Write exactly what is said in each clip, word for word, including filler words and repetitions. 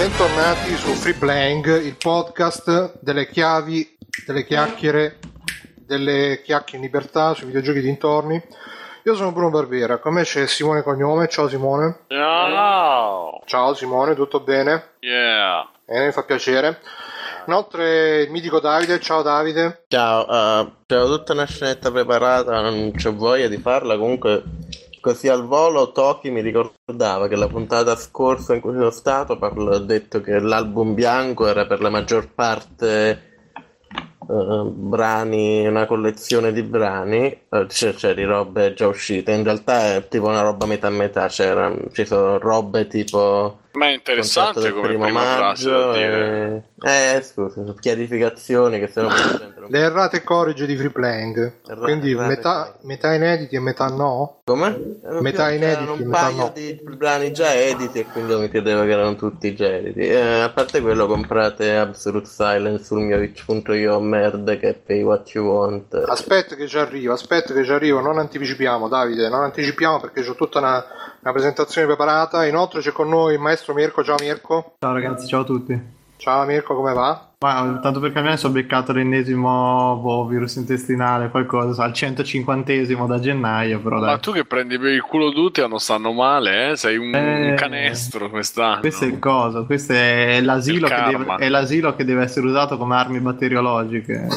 bentornati su Free Playing, il podcast delle chiavi, delle chiacchiere, delle chiacchiere in libertà sui videogiochi dintorni. Io sono Bruno Barbera, con me c'è Simone Cognome. Ciao Simone. Ciao. Ciao Simone, tutto bene? Yeah. Eh, mi fa piacere. Inoltre il mitico Davide. Ciao Davide. Ciao, uh, c'ho tutta una scenetta preparata, non c'ho voglia di farla, comunque così al volo Toki mi ricordava che la puntata scorsa in cui sono stato parlo, ho detto che l'album bianco era per la maggior parte uh, brani, una collezione di brani, uh, cioè, cioè di robe già uscite, in realtà è tipo una roba metà metà, c'era, ci sono robe tipo... Ma è interessante come prima frase da dire. Eh, scusa, chiarificazioni che sono le errate corrige di Free Playing. Errate, quindi errate, metà, metà inediti e metà no? Come? Erano metà più, inediti e un metà paio no. di brani già editi e quindi mi chiedevo che erano tutti già editi. Eh, a parte quello, comprate Absolute Silence sul mio itch punto io merda che pay what you want. Aspetta che ci arrivo, aspetta che ci arrivo, non anticipiamo Davide, non anticipiamo perché c'ho tutta una, una presentazione preparata. Inoltre c'è con noi il maestro Mirko. Ciao Mirko. Ciao ragazzi, ciao a tutti. Ciao Mirko, come va? Ma tanto per cambiare sono beccato l'ennesimo boh, virus intestinale, qualcosa, al centocinquantesimo da gennaio, però dai. Ma tu che prendi per il culo tutti non stanno male, eh? Sei un eh, canestro quest'anno. Questo è il coso, questo è l'asilo, che deve, è l'asilo che deve essere usato come armi batteriologiche.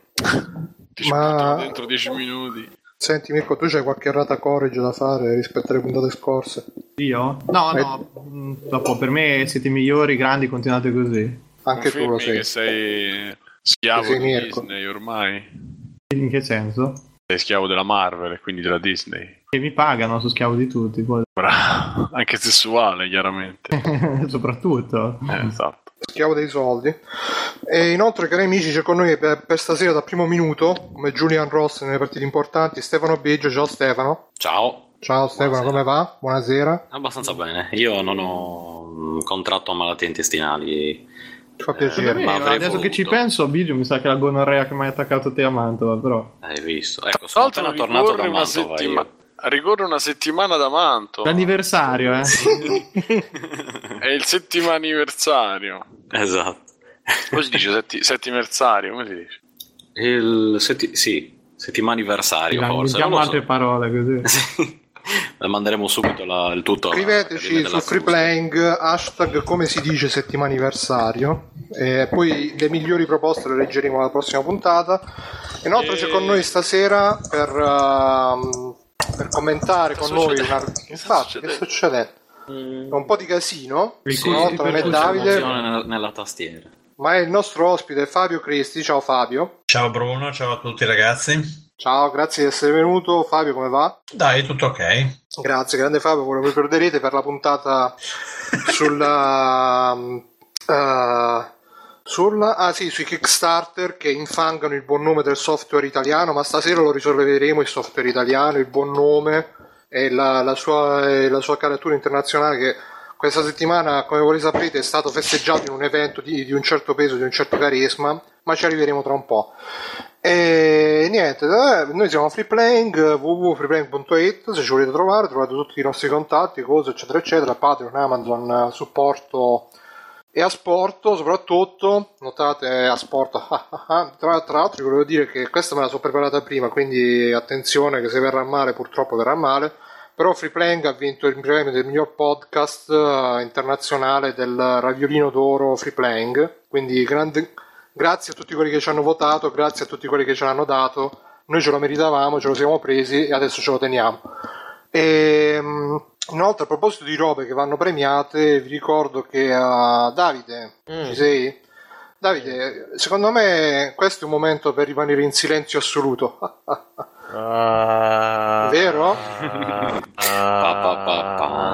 Ti Ma... dentro dieci minuti. Senti Mirko, tu c'hai qualche errata corrige da fare rispetto alle puntate scorse? Io? No, eh. no, dopo per me siete i migliori, grandi, continuate così. Anche Confermi tu lo sei. Che sei schiavo sei di Mirko. Disney ormai. In che senso? Sei schiavo della Marvel e quindi della Disney. Che mi pagano, sono schiavo di tutti. Poi. Bravo. Anche sessuale, chiaramente. Soprattutto. Eh, esatto. Schiavo dei soldi. E inoltre, cari amici, c'è con noi per, per stasera da primo minuto, come Julian Ross nelle partite importanti, Stefano Biggio. Ciao Stefano. Ciao. Ciao Stefano, Buonasera. come va? Buonasera. Abbastanza bene. Io non ho contratto malattie intestinali. Ci fa piacere. Eh, Ma avrei adesso voluto. che ci penso, Biggio, mi sa che la gonorrea che mi hai attaccato a te a Mantova, però. Hai visto? Ecco, Tra sono l'altro appena tornato da ricorre una Mantova settima- io. ricorre una settimana da Mantova. L'anniversario, eh? È il settimo anniversario. Esatto. Come si dice? Setti- settimersario? Come si dice? Il setti- sì, settimaniversario forse. Diciamo non lo altre so. parole così. Sì. Le manderemo subito la, il tutto. alla Scriveteci Accademia su della Free Frusta. Playing hashtag come si dice settimaniversario e poi le migliori proposte le leggeremo alla prossima puntata. Inoltre E... c'è con noi stasera per, uh, per commentare Che con succede? noi una... Che Infatti, succede? che succede? Mm. È un po' di casino. Sì, Inoltre non è per Davide, Nella, nella tastiera. ma è il nostro ospite Fabio Cristi. Ciao Fabio. Ciao Bruno, ciao a tutti ragazzi. Ciao, grazie di essere venuto. Fabio, come va? Dai, tutto ok. Grazie, grande Fabio. Voi lo ricorderete per la puntata sulla uh, sulla ah sì, sui Kickstarter che infangano il buon nome del software italiano, ma stasera lo risolleveremo il software italiano, il buon nome e la, la sua e la sua caratura internazionale che questa settimana, come voi sapete, è stato festeggiato in un evento di, di un certo peso, di un certo carisma, ma ci arriveremo tra un po'. E niente, eh, noi siamo Free Playing, w w w punto free playing punto i t, se ci volete trovare trovate tutti i nostri contatti, cose eccetera eccetera, Patreon, Amazon, supporto e asporto soprattutto, notate asporto, tra, tra l'altro volevo dire che questa me la sono preparata prima, quindi attenzione che se verrà male purtroppo verrà male, però Free Playing ha vinto il premio del miglior podcast uh, internazionale del Raviolino d'Oro Free Playing, quindi grande... Grazie a tutti quelli che ci hanno votato, grazie a tutti quelli che ce l'hanno dato. Noi ce lo meritavamo, ce lo siamo presi e adesso ce lo teniamo. E, inoltre, a proposito di robe che vanno premiate, vi ricordo che uh, Davide, mm. ci sei? Davide, secondo me questo è un momento per rimanere in silenzio assoluto. Uh, Vero? Uh, Pa, pa, pa,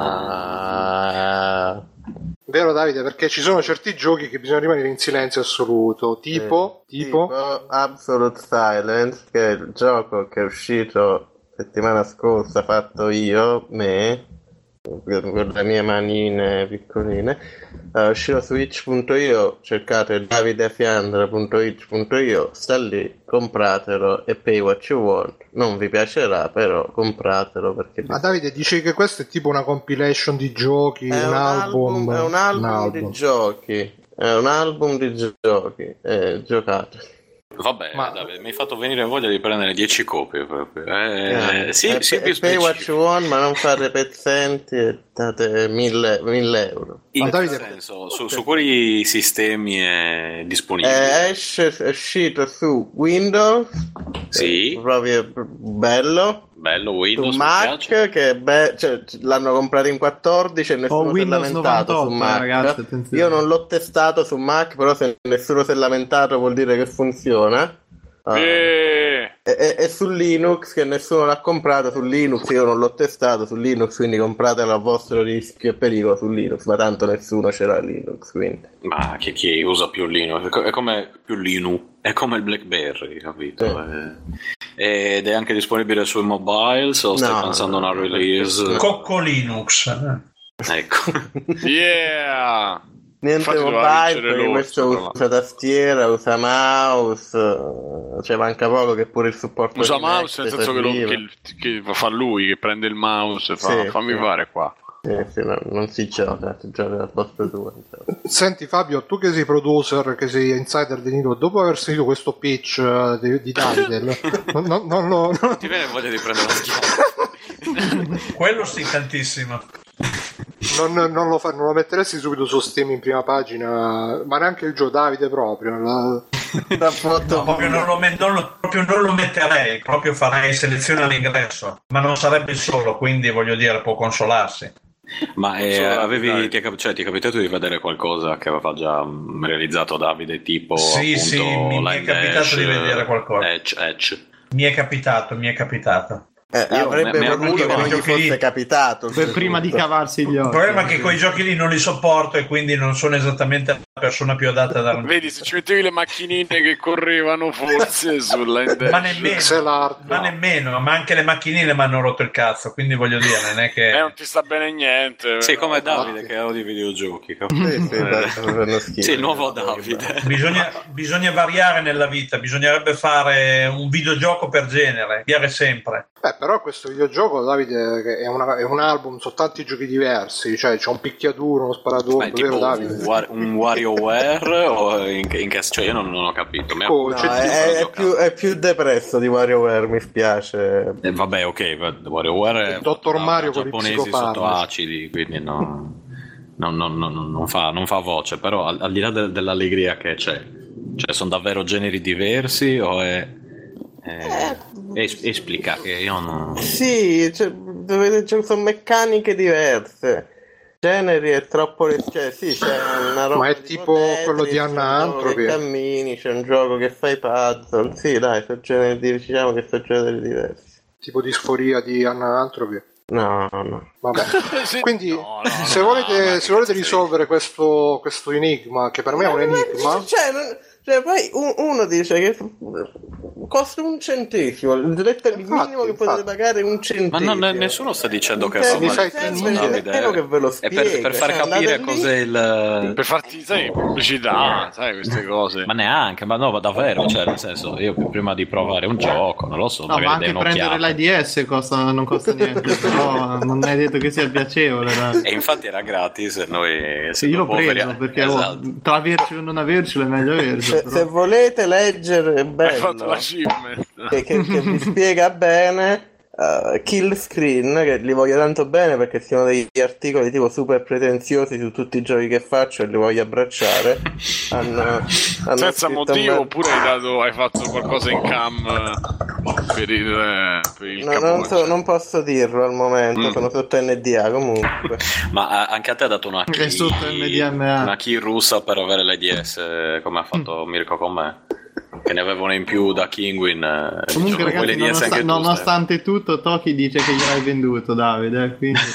pa. Vero Davide, perché ci sono certi giochi che bisogna rimanere in silenzio assoluto, tipo, sì, tipo... tipo Absolute Silence, che è il gioco che è uscito settimana scorsa, fatto io, me, con le mie manine piccoline. Uh, uscirò su itch punto io, cercate davidefiandra punto itch punto io, sta lì, compratelo e pay what you want. Non vi piacerà, però compratelo perché... Ma Davide, dici che questo è tipo una compilation di giochi, è un, un album, album, è un album, un album di giochi, è un album di giochi, eh, giocate. Vabbè, Ma... Davide, mi hai fatto venire voglia di prendere dieci copie proprio. Eh, Eh, sì, eh, sì, pay, più pay what specifico. you want, ma non fare pezzenti e date mille, mille euro. In Ma che Davide- senso? Su, su quali sistemi è disponibile? Eh, esce, è uscito su Windows, Sì. eh, proprio bello. Bello Su Windows, mi Mac, piace. che è be- cioè, l'hanno comprato in quattordici e nessuno Oh, si è Windows lamentato novantotto, su Mac. ragazzi, attenzione. Io non l'ho testato su Mac, però se nessuno si è lamentato vuol dire che funziona. Ah. Eh, E, e- e su Linux, che nessuno l'ha comprato, su Linux io non l'ho testato su Linux, quindi compratelo a vostro rischio e pericolo su Linux, ma tanto nessuno c'era Linux, quindi. Ma chi, chi usa più Linux? È co- È come più Linux, è come il BlackBerry, capito? Sì. Eh, Ed è anche disponibile sui mobiles o stai No, pensando a una no, release? Cocco Linux. Ecco. yeah! Niente Infatti doveva mobile, vincere perché l'orso, questo tra usa l'altro. tastiera, usa mouse, eh, cioè manca poco che pure il supporto Usa di mouse nel Mac senso che, lo, serviva. che, che fa lui, che prende il mouse e fa, Sì, fammi sì. fare qua. Sì, sì, no, non si gioca, si gioca al posto tuo. insomma. Senti Fabio, tu che sei producer, che sei insider di Nino, dopo aver sentito questo pitch eh, di, di Davide, non, non, non lo... non- Ti viene voglia di prendere una schiaffa? Quello sì, tantissimo. Non, non lo fa, non lo metteresti subito su Steam in prima pagina, ma neanche il Gio Davide proprio. La... Da foto- No, proprio non lo, met- non lo- proprio non lo metterei, proprio farei selezione all'ingresso, ma non sarebbe il solo, quindi voglio dire, può consolarsi. Ma eh, Solo avevi, dai. ti è, cap- cioè, ti è capitato di vedere qualcosa che aveva già mm, realizzato Davide, tipo Sì, appunto sì, mi- mi è Line capitato Dash, di vedere qualcosa. Edge, Edge. Mi è capitato, mi è capitato. Eh, Io- avrebbe mi- mi voluto che auguro non che gli giochi lì- fosse capitato. Per prima di oltretutto. cavarsi gli Il occhi. problema è che quei giochi lì non li sopporto e quindi non sono esattamente la persona più adatta da Vedi, se ci mettevi le macchinine che correvano forse sulla ma nemmeno, Pixel art, ma no. nemmeno, ma anche le macchinine mi hanno rotto il cazzo, quindi voglio dire, non è che Eh, non ti sta bene niente. Sì, però. come Davide che odia i videogiochi, capito? Sì, sì, dai, fanno schifo. Sì, il nuovo Davide. bisogna, bisogna variare nella vita, bisognerebbe fare un videogioco per genere, cambiare sempre. Beh, però questo videogioco, Davide, che è, una- è un album, sono tanti giochi diversi, cioè c'è un picchiaduro, uno sparatutto, Ma è tipo vero Davide? un, War- un WarioWare o in, che- in che cioè io non, non ho capito. Mi ha- Oh, No, c'è è, tipo è giocato. più, è più depresso di WarioWare, mi spiace. Eh, vabbè, ok, va- WarioWare è Dottor da- Mario da con i giapponesi psicofarmaci. sotto acidi, quindi no, non, non- non- non fa, non fa voce, però al, al di là del- dell'allegria che c'è, cioè sono davvero generi diversi o è... è- es- esplica che io non... Sì, cioè, dovete, cioè, sono meccaniche diverse. Generi è troppo. Cioè, sì, c'è una roba. Ma è tipo Tetris, quello di c'è Anna un gioco Antropy. che cammini, c'è un gioco che fai puzzle. Sì, dai, sono generi, diciamo che sono generi diversi. tipo disforia di Anna Antropy. No, no. Vabbè. Sì, Quindi no, no, se no, volete, ma se volete che risolvere questo, questo enigma, che per me è un enigma, Cioè, non- cioè, poi un- uno dice che costa un centesimo. Il diretto è il Infatti, minimo che infatti. potete pagare è un Ma centesimo. non- nessuno sta dicendo che Cioè, fa mi male fai il prezzo, finire, Davide. nemmeno che ve lo È per, per spiega, far cioè, capire andate lì- cos'è il... Per farti, sai, pubblicità, sai, queste cose. Ma neanche, ma no, davvero, cioè nel senso, io prima di provare un gioco, non lo so, No, ma magari anche dai prendere un'occhiata. l'A D S costa, non costa niente, però non è detto che sia piacevole. Dai. E infatti era gratis e noi... Sì, io l'ho dopo preso vediamo- perché oh, Esatto. tra avercelo e non avercelo è meglio averlo. Se, però. se volete leggere Hai bello fatto l'achievement. che, che, che vi spiega bene uh, Kill Screen, che li voglio tanto bene perché sono degli articoli tipo super pretenziosi su tutti i giochi che faccio e li voglio abbracciare. Hanno, hanno Senza scritto motivo, me- oppure hai, dato, hai fatto qualcosa in cam eh, per il, eh, per il No, non, so- capoccia. non posso dirlo al momento, Mm. sono sotto N D A comunque. Ma eh, anche a te ha dato una Che key, è sotto M D M A. una key russa per avere l'A D S, eh, come ha fatto Mirko con me, che ne avevano in più da Kinguin. eh, Comunque, diciamo, ragazzi, quelle D S nonost- anche tu, nonostante tutto, Toki dice che gliel'hai venduto, Davide. eh, Quindi...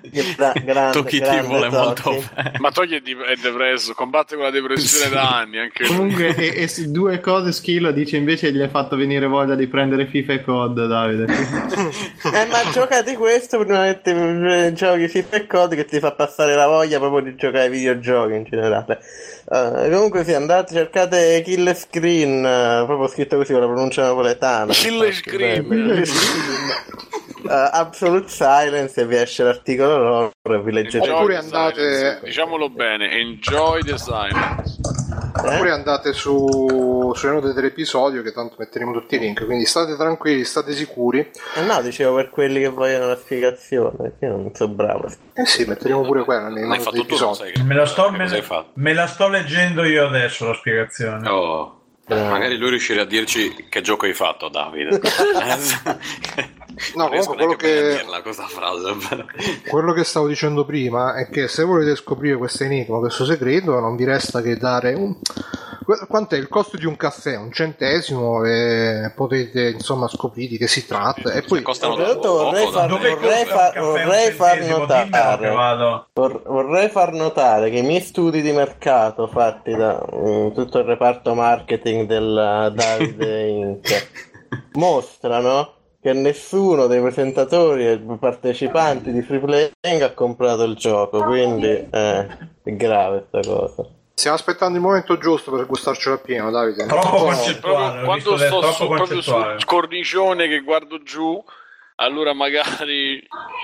Gra- grande, Tocchi grande vuole molto Tocchi. bene. Ma Togli è, di- è depresso, combatte con la depressione da anni anche lui. Comunque, e, e su due cose Schillo dice invece gli ha fatto venire voglia di prendere FIFA e C O D, Davide. Eh, ma giocate questo prima che ti giochi FIFA e C O D, che ti fa passare la voglia proprio di giocare ai videogiochi in generale. Uh, comunque sì, andate, cercate Kill Screen, uh, proprio scritto così con la pronuncia napoletana. Kill Screen. Uh, Absolute Silence, e vi esce l'articolo loro e vi leggete. Enjoy Oppure the andate- silence. Diciamolo bene, enjoy the silence. Eh? Oppure andate su sulle note dell'episodio, che tanto metteremo tutti i link, quindi state tranquilli, state sicuri. Eh no, dicevo per quelli che vogliono la spiegazione, perché io non so bravo. Eh sì, metteremo pure quella nei Non hai note fatto tu, non dell'episodio. sai che, Me la, sto, che me, cosa hai la, fatto. me la sto leggendo io adesso la spiegazione. Oh, magari lui riuscirà a dirci che gioco hai fatto, Davide. No, Non riesco comunque quello neanche bene a che- dirla questa frase. però. Quello che stavo dicendo prima è che se volete scoprire questo enigma, questo segreto, non vi resta che dare un... Qu- quant'è il costo di un caffè? Un centesimo, e potete insomma scoprire di che si tratta. E poi Costano Soprattutto vorrei poco, far, Dove vorrei compra far- un caffè un vorrei far centesimo? Dimmelo che notare vado. vor- vorrei far notare che i miei studi di mercato fatti da mm, tutto il reparto marketing del Davide Inc mostrano che nessuno dei presentatori e partecipanti di Free Playing ha comprato il gioco, quindi eh, è grave sta cosa. stiamo aspettando il momento giusto per gustarcelo appieno, Davide. Troppo No, concettuale, Proprio ho visto quando del sto troppo su, proprio concettuale. sul cornicione che guardo giù, allora magari...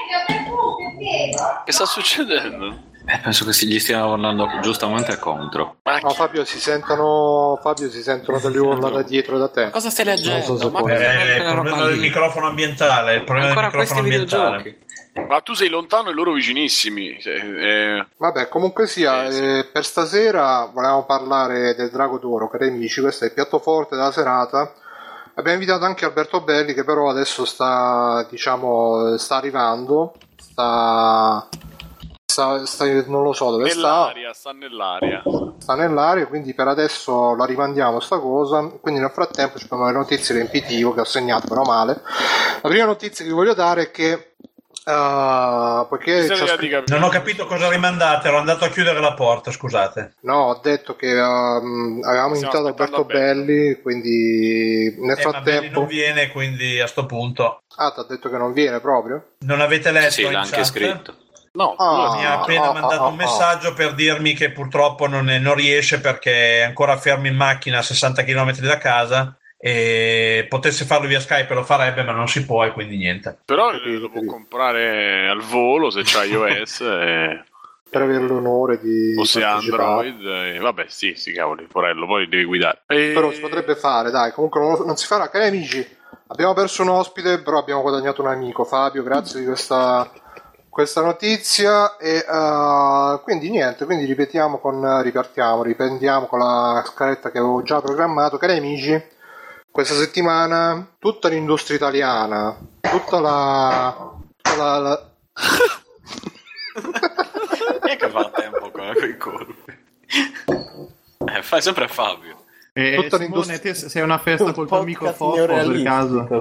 Che sta succedendo? Eh, penso che si gli stiano andando giustamente contro. Ma no, chi- Fabio, si sentono Fabio si sentono delle urla da dietro da te. Cosa stai Non so leggendo? se Ma puoi. Eh, quella il roba problema del lì. microfono ambientale, il problema Ancora del microfono questi ambientale. videogiochi. Ma tu sei lontano e loro vicinissimi. Cioè, eh, Vabbè, comunque sia, Eh, sì. eh, per stasera volevamo parlare del Drago d'Oro, cari amici, questo è il piatto forte della serata. Abbiamo invitato anche Alberto Belli, che però adesso sta, diciamo, sta arrivando, sta, sta, sta- non lo so dove sta, nell'aria, sta nell'aria. sta nell'aria, quindi per adesso la rimandiamo sta cosa, quindi nel frattempo ci sono le notizie riempitivo che ho segnato però male. La prima notizia che vi voglio dare è che Uh, poiché Bisogna c'ho scritto- di capire. Non ho capito cosa rimandate, ero andato a chiudere la porta, scusate. no, ho detto che um, avevamo Stiamo invitato aspettando Alberto Alberto. Belli, quindi nel Eh, ma Belli frattempo non viene, quindi a sto punto. ah, ti ha detto che non viene proprio? Non avete letto Sì, in l'ha anche chat? scritto. No, Ah. Mi ha appena Ah, mandato ah, un ah, messaggio per dirmi che purtroppo non, è- non riesce perché è ancora fermo in macchina a sessanta chilometri da casa e potesse farlo via Skype lo farebbe, ma non si può e quindi niente. però Capito, lo può capito. comprare al volo se c'ha iOS e... Per avere l'onore di o se partecipare. Android. E... Vabbè, sì, sì, cavoli, porello, poi devi guidare. E... Però si potrebbe fare, dai, comunque non, non si farà. Cari amici, abbiamo perso un ospite, però abbiamo guadagnato un amico, Fabio, grazie di questa, questa notizia. E uh, quindi niente, quindi ripetiamo con, ripartiamo, riprendiamo con la scaletta che avevo già programmato. Cari amici, questa settimana tutta l'industria italiana, tutta la... tutta la, la... E che fa tempo con quei colpi? Eh, fai sempre Fabio. E Tutta Simone, l'industria- te sei una festa col tuo amico Podcast Fofo per neorealistico.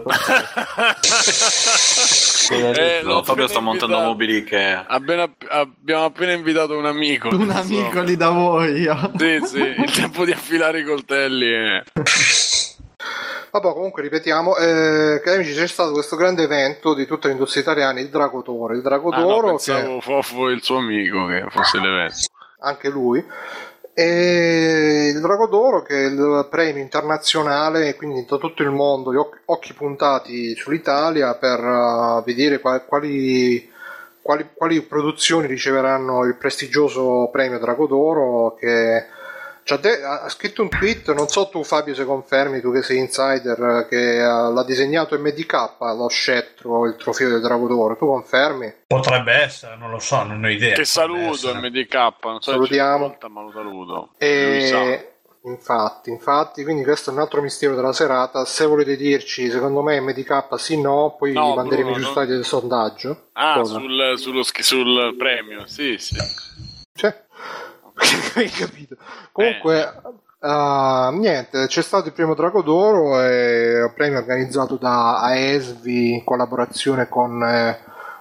Eh, Eh, No, l'ho Fabio appena sta montando invitato. mobili che... Appena- abbiamo appena invitato un amico. un non so. amico lì da voi. io. Sì, sì, il tempo di affilare i coltelli. È... Vabbè, comunque ripetiamo, eh, cari amici, c'è stato questo grande evento di tutta l'industria italiana, il Drago d'Oro. Il Drago Ah, no, d'Oro, pensavo Fofo e il suo amico che fosse l'evento. che anche lui, e il Drago d'Oro, che è il premio internazionale, quindi da tutto il mondo, gli occhi, occhi puntati sull'Italia per uh, vedere qual- quali, quali, quali produzioni riceveranno il prestigioso premio Drago d'Oro, che Cioè, de- ha scritto un tweet, non so tu Fabio se confermi, tu che sei insider, che uh, l'ha disegnato M D K, lo scettro, il trofeo del Drago d'Oro, tu confermi? Potrebbe essere, non lo so, non ho idea. Che Potrebbe saluto essere. M D K, non so Salutiamo. se c'è una volta, ma lo saluto. Lui sa. E infatti, infatti, quindi questo è un altro mistero della serata. Se volete dirci, secondo me M D K sì no, poi No, manderemo Bruno, i no. risultati del sondaggio. Ah, Cosa? sul, sullo sch- sul premio, sì, sì. Cioè, hai capito? Comunque, uh, niente, c'è stato il primo Drago d'Oro, è un premio organizzato da A E S V I in collaborazione con eh,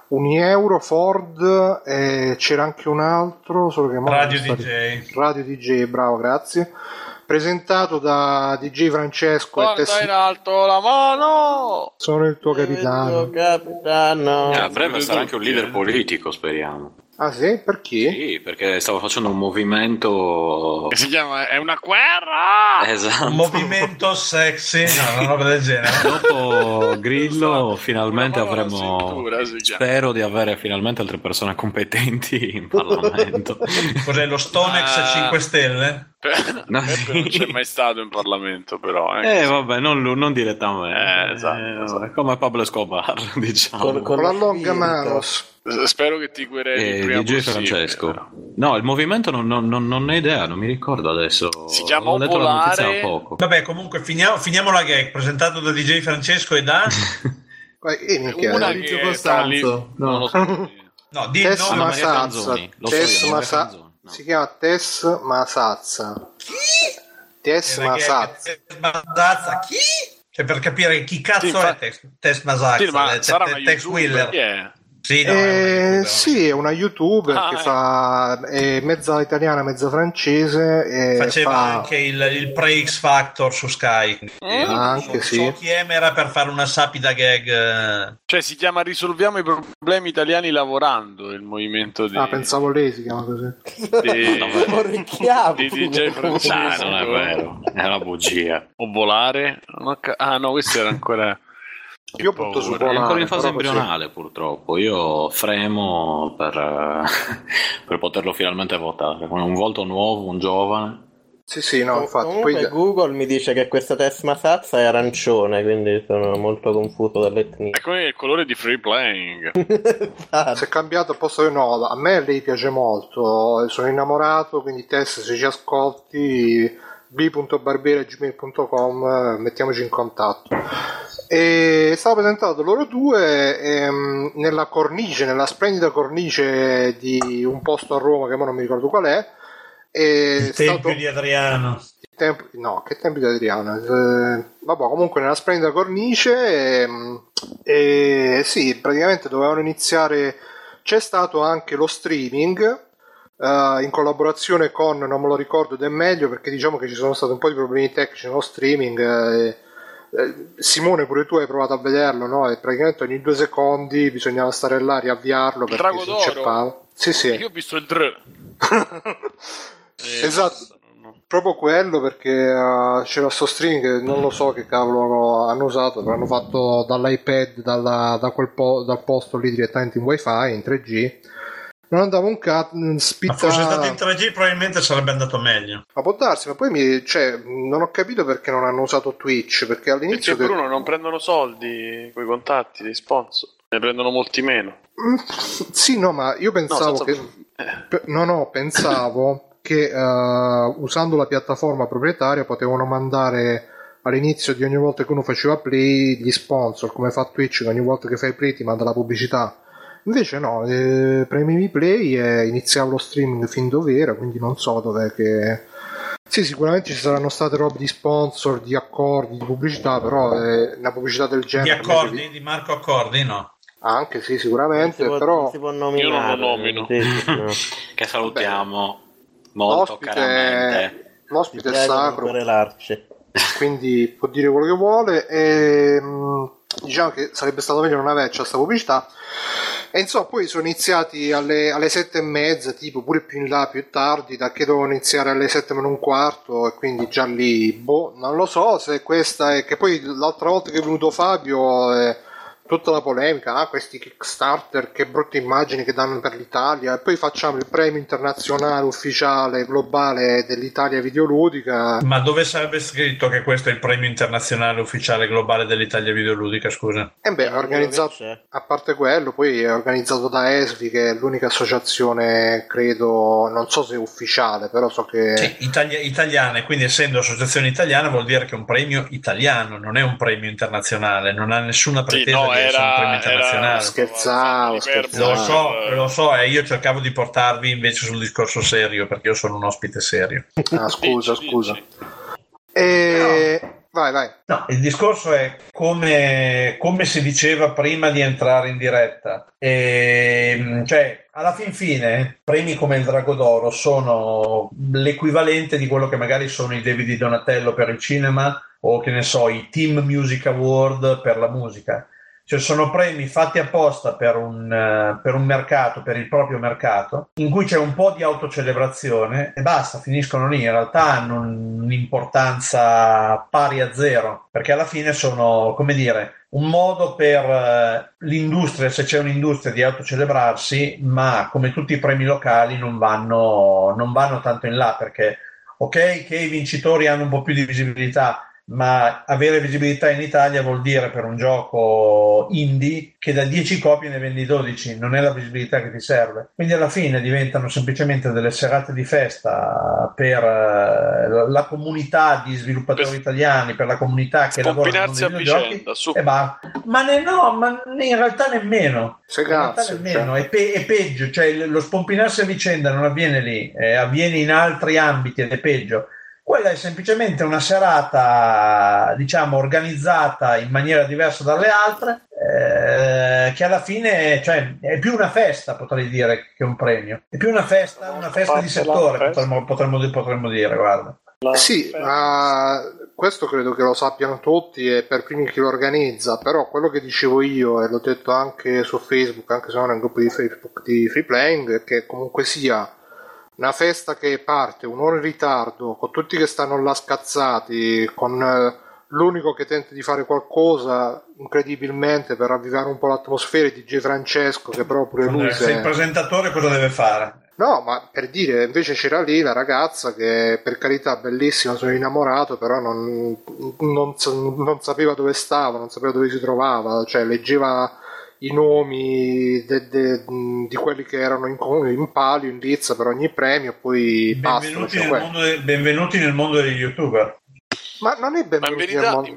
Unieuro, Ford, e c'era anche un altro, solo che Radio stati... D J. Radio D J, bravo, grazie. Presentato da D J Francesco. Guarda e tess... in alto la mano! Sono il tuo capitano. Il tuo capitano. Eh, a breve sarà anche un leader politico, speriamo. Ah sì? Perché? Sì, perché stavo facendo un movimento... Che si chiama È una guerra! Esatto. Un movimento sexy, no, una roba del genere. Dopo Grillo Una finalmente mano alla avremo... cintura, si chiama. Spero di avere finalmente altre persone competenti in Parlamento. Cos'è lo Stonex Ah. cinque Stelle? No. Peppe non c'è mai stato in Parlamento, però. Eh, Eh vabbè, non, lu- non direttamente. Eh, esatto, Eh, esatto. come Pablo Escobar, diciamo. Con- Con la longa spirito. manos. Spero che ti quereli il Eh, prima D J possibile, Francesco. però. No, il movimento non, non, non, non ne ho idea, non mi ricordo adesso. Si chiama Ho letto la Volare. notizia da poco. Vabbè, comunque finiamo, finiamo la gag presentato da D J Francesco e da... Eh, minchia, Una eh. Maurizio che sta lì, Costanzo, no. non lo so. No, di Tess no, Maria Masazza. Franzoni, lo so io, Tess Maria Masa- Franzoni, no. Si chiama Tess Masazza. Tess Masazza. Masazza. Chi? Cioè, per capire chi cazzo Sì, infatti- è Tex, Tex Masazza, Sì, ma eh, sarà Te- una Tex YouTuber, Wheeler. chi è? Sì, no, è una Eh, YouTuber. sì, è una youtuber Ah, che eh. fa è mezza italiana, mezza francese e Faceva fa anche il, il pre-X Factor su Sky. Eh, anche so, sì. so chi è, ma era per fare una sapida gag. eh. Cioè si chiama Risolviamo i problemi italiani lavorando, il movimento di, Ah, pensavo lei si chiama così. di, Orecchiavo. di D J Francesco. Dai, non è vero, è una bugia. O volare? Non ho ca- Ah no, questo era ancora... Io punto su È volare, ancora in fase però così. embrionale purtroppo. Io fremo per, eh, per poterlo finalmente votare. Con un volto nuovo, un giovane. Sì, sì, no, infatti. Comunque Poi Google mi dice che questa Tess Masazza è arancione, quindi sono molto confuso dall'etnia. Ecco il colore di Free Playing. Ah, si è cambiato al posto che no, a me lei piace molto, sono innamorato, quindi Tess, se ci ascolti b punto barbiere chiocciola gmail punto com, mettiamoci in contatto. E stavo presentando loro due ehm, nella cornice, nella splendida cornice di un posto a Roma che ora non mi ricordo qual è. È Il stato... tempio di Adriano. Il tempo... No, che tempo di Adriano. Eh, vabbè, comunque nella splendida cornice ehm, e sì, praticamente dovevano iniziare. C'è stato anche lo streaming eh, in collaborazione con, non me lo ricordo ed è meglio perché diciamo che ci sono stati un po' di problemi tecnici nello streaming. eh, eh, Simone, pure tu hai provato a vederlo, no? E praticamente ogni due secondi bisognava stare là a riavviarlo perché Drago si d'Oro? inceppava. Sì, sì. Io ho visto il dr. Eh, Esatto. no. Proprio quello perché uh, c'era sto streaming che non lo so che cavolo hanno usato, l'hanno fatto dall'iPad, dalla, da quel po- dal posto lì direttamente in wifi, in tre G. Non andava un cazzo, Ma spitta... fosse stato in tre G probabilmente sarebbe andato meglio. Ma può darsi, ma poi mi, cioè, non ho capito perché non hanno usato Twitch, perché all'inizio... Perché che- Bruno non prendono soldi quei contatti dei sponsor, ne prendono molti meno. Mm, sì, no, ma io pensavo senza- che... pe- No, no, pensavo che uh, usando la piattaforma proprietaria potevano mandare all'inizio di ogni volta che uno faceva play gli sponsor, come fa Twitch, che ogni volta che fai play ti manda la pubblicità. Invece no, eh, premi play e iniziava lo streaming fin dove era, quindi non so dov'è che... Sì, sicuramente ci saranno state robe di sponsor, di accordi, di pubblicità, però eh, una pubblicità del Di genere... accordi, di Marco Accordi, no. Anche sì, non sicuramente, si può, però... non si può nominare. Io non lo nomino. Sì, sì, no. Che salutiamo molto L'ospite, caramente. l'ospite Ti è prego, non sacro, querelarci. quindi può dire quello che vuole e mh, diciamo che sarebbe stato meglio non averci questa pubblicità. E insomma poi sono iniziati alle, alle sette e mezza, tipo pure più in là, più tardi, da che dovevano iniziare alle sette meno un quarto, e quindi già lì, boh, non lo so se questa è... Che poi l'altra volta che è venuto Fabio... Eh, tutta la polemica, ah, questi Kickstarter, che brutte immagini che danno per l'Italia, e poi facciamo il premio internazionale ufficiale globale dell'Italia videoludica. Ma dove sarebbe scritto che questo è il premio internazionale ufficiale globale dell'Italia videoludica, scusa? E beh, è Non organizzato, quello che c'è. a parte quello, poi è organizzato da E S V I, che è l'unica associazione, credo, non so se è ufficiale, però so che... Sì, Italia- italiane, quindi essendo associazione italiana vuol dire che è un premio italiano, non è un premio internazionale, non ha nessuna Sì, pretesa no, di essere un premio era, internazionale. era Scherzavo, scherzavo. Lo so, lo so, e io cercavo di portarvi invece sul discorso serio, perché io sono un ospite serio. Ah, scusa, Dici, scusa. dici. E Vai, vai. No, il discorso è come, come si diceva prima di entrare in diretta. E, cioè, alla fin fine, premi come il Drago d'Oro sono l'equivalente di quello che magari sono i David di Donatello per il cinema o, che ne so, i Team Music Award per la musica. Cioè sono premi fatti apposta per un, uh, per un mercato, per il proprio mercato, in cui c'è un po' di autocelebrazione e basta, finiscono lì. In realtà hanno un'importanza pari a zero, perché alla fine sono, come dire, un modo per uh, l'industria, se c'è un'industria, di autocelebrarsi, ma come tutti i premi locali non vanno, non vanno tanto in là, perché ok che i vincitori hanno un po' più di visibilità, ma avere visibilità in Italia vuol dire, per un gioco indie, che da dieci copie ne vendi dodici, non è la visibilità che ti serve. Quindi alla fine diventano semplicemente delle serate di festa per uh, la comunità di sviluppatori per italiani, per la comunità che lavora nei videogiochi, e va. Ma ne no, ma in realtà nemmeno. Se in realtà cazzo, nemmeno. cioè. È, pe- è peggio, cioè lo spompinarsi a vicenda non avviene lì, eh, avviene in altri ambiti ed è peggio. Quella è semplicemente una serata, diciamo, organizzata in maniera diversa dalle altre, eh, che alla fine, cioè, è più una festa, potrei dire, che un premio. È più una festa, una festa di settore, potremmo, potremmo, potremmo dire, guarda. Sì, ma questo credo che lo sappiano tutti e per primi chi lo organizza, però quello che dicevo io, e l'ho detto anche su Facebook, anche se non nel gruppo di Facebook di Free Playing, è che comunque sia una festa che parte un'ora in ritardo, con tutti che stanno là scazzati, con eh, l'unico che tenta di fare qualcosa incredibilmente per avvivare un po' l'atmosfera, di D J Francesco, che proprio lui se il presentatore cosa deve fare? No, ma per dire, invece c'era lì la ragazza che, per carità, bellissima, sono innamorato, però non, non, non sapeva dove stava, non sapeva dove si trovava, cioè leggeva i nomi de, de, di quelli che erano in, in palio, in lizza per ogni premio, e poi benvenuti, basta, nel mondo de, benvenuti nel mondo degli youtuber. Ma non è benvenuti Ma in verità, nel in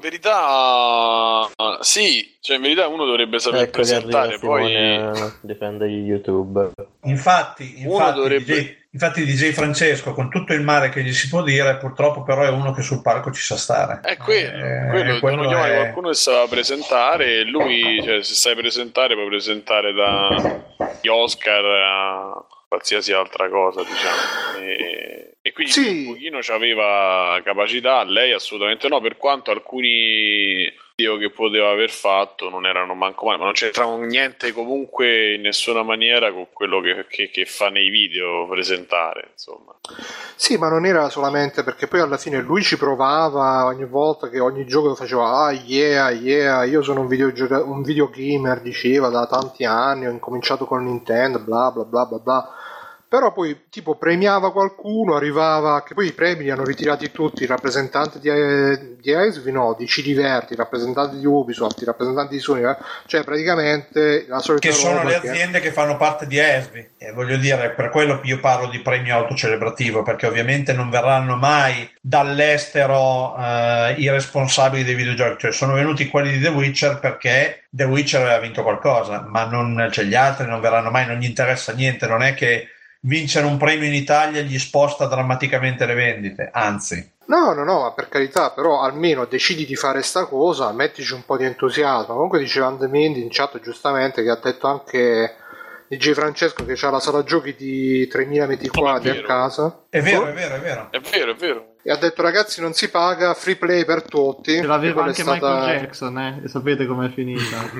verità sì, cioè in verità uno dovrebbe saper ecco presentare, poi difende gli youtuber. Infatti, infatti, dovrebbe... D J, infatti D J Francesco, con tutto il male che gli si può dire, purtroppo però è uno che sul palco ci sa stare. È quello, eh, quello, quello devono chiamare è... qualcuno che sa presentare, e lui, cioè, se sai presentare, puoi presentare dagli Oscar a qualsiasi altra cosa, diciamo. E, e quindi sì. Un pochino c'aveva capacità, lei assolutamente no, per quanto alcuni video che poteva aver fatto non erano manco male, ma non c'entravano niente comunque in nessuna maniera con quello che, che, che fa nei video presentare, insomma. Sì, ma non era solamente perché poi alla fine lui ci provava ogni volta, che ogni gioco faceva ah yeah yeah, io sono un videogioca- un videogamer, diceva, da tanti anni, ho incominciato con Nintendo, bla bla bla bla bla. Però poi tipo premiava qualcuno, arrivava, che poi i premi li hanno ritirati tutti, il rappresentante di, di A S V, no, di C D Verti, il rappresentante di Ubisoft, i rappresentanti di Sony, cioè praticamente la solita che sono le che... aziende che fanno parte di A S V, e voglio dire, per quello io parlo di premio autocelebrativo, perché ovviamente non verranno mai dall'estero eh, i responsabili dei videogiochi, cioè sono venuti quelli di The Witcher perché The Witcher aveva vinto qualcosa, ma non, cioè, gli altri non verranno mai, non gli interessa niente, non è che vincere un premio in Italia gli sposta drammaticamente le vendite, anzi. No, no, no, ma per carità, però almeno decidi di fare sta cosa, mettici un po' di entusiasmo. Comunque diceva Andemindi in chat giustamente, che ha detto anche D J Francesco che c'ha la sala giochi di tremila metri quadri a casa. È vero, è vero, è vero. È vero, è vero. E ha detto ragazzi non si paga, free play per tutti. Ce l'aveva anche stata... Michael Jackson, eh? E sapete com'è finita.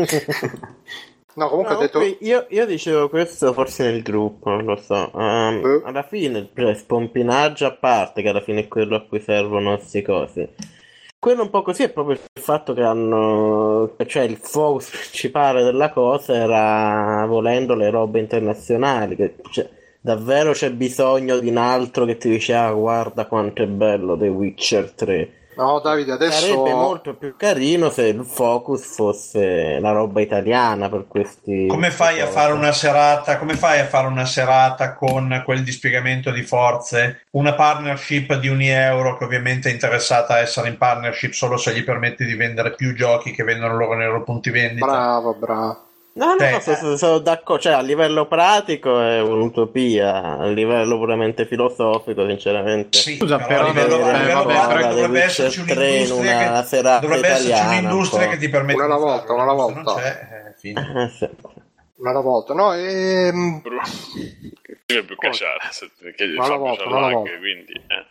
No, comunque no, ha detto... io, io dicevo questo forse nel gruppo, non lo so. Um, eh. Alla fine il spompinaggio a parte, che alla fine è quello a cui servono queste cose. Quello un po' così è proprio il fatto che hanno, cioè il focus principale della cosa era, volendo, le robe internazionali, che cioè, davvero c'è bisogno di un altro che ti dice ah guarda quanto è bello The Witcher tre. No Davide, adesso sarebbe molto più carino se il focus fosse la roba italiana per questi. Come fai a fare una serata? Come fai a fare una serata con quel dispiegamento di forze? Una partnership di un euro che ovviamente è interessata a essere in partnership solo se gli permetti di vendere più giochi che vendono loro nei loro punti vendita. Bravo, bravo. No, no, Beh, no, sono, sono d'accordo, cioè a livello pratico è un'utopia, a livello puramente filosofico, sinceramente. Sì, Scusa, però a però livello, non- a eh, livello vabbè, pratico però- dovrebbe The esserci Witcher tre in un'industria una che serata dovrebbe esserci italiana, un'industria un che po'. ti permette Una alla di volta, farlo. una alla L'industria volta. non c'è, eh, fine. Eh, sì. Una alla volta, no? Ehm... Bruno, deve più cacciare perché Una alla Fabio volta, c'ha una alla lag, volta. quindi eh.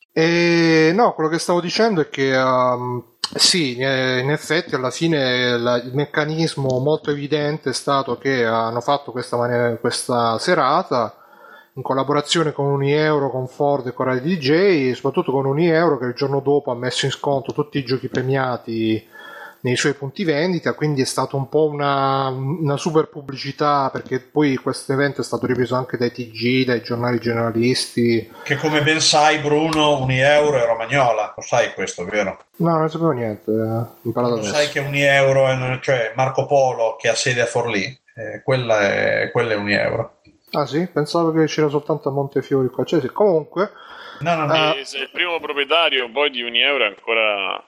E no, quello che stavo dicendo è che um, sì, eh, in effetti alla fine la- il meccanismo molto evidente è stato che hanno fatto questa, mani- questa serata in collaborazione con Unieuro, con Ford e con Rai D J, e soprattutto con Unieuro che il giorno dopo ha messo in sconto tutti i giochi premiati nei suoi punti vendita, quindi è stato un po' una, una super pubblicità, perché poi questo evento è stato ripreso anche dai T G, dai giornali generalisti. Che come ben sai, Bruno, Unieuro è romagnola, lo sai questo, vero? No, non ne sapevo niente, eh, ho imparato Lo adesso. sai che Unieuro, è, cioè Marco Polo che ha sede a Forlì, eh, quella, è, quella è Unieuro. Ah sì? Pensavo che c'era soltanto a Montefiori qua. Cioè, sì. Comunque, No, no, no. Ah. E se il primo proprietario poi di Unieuro è ancora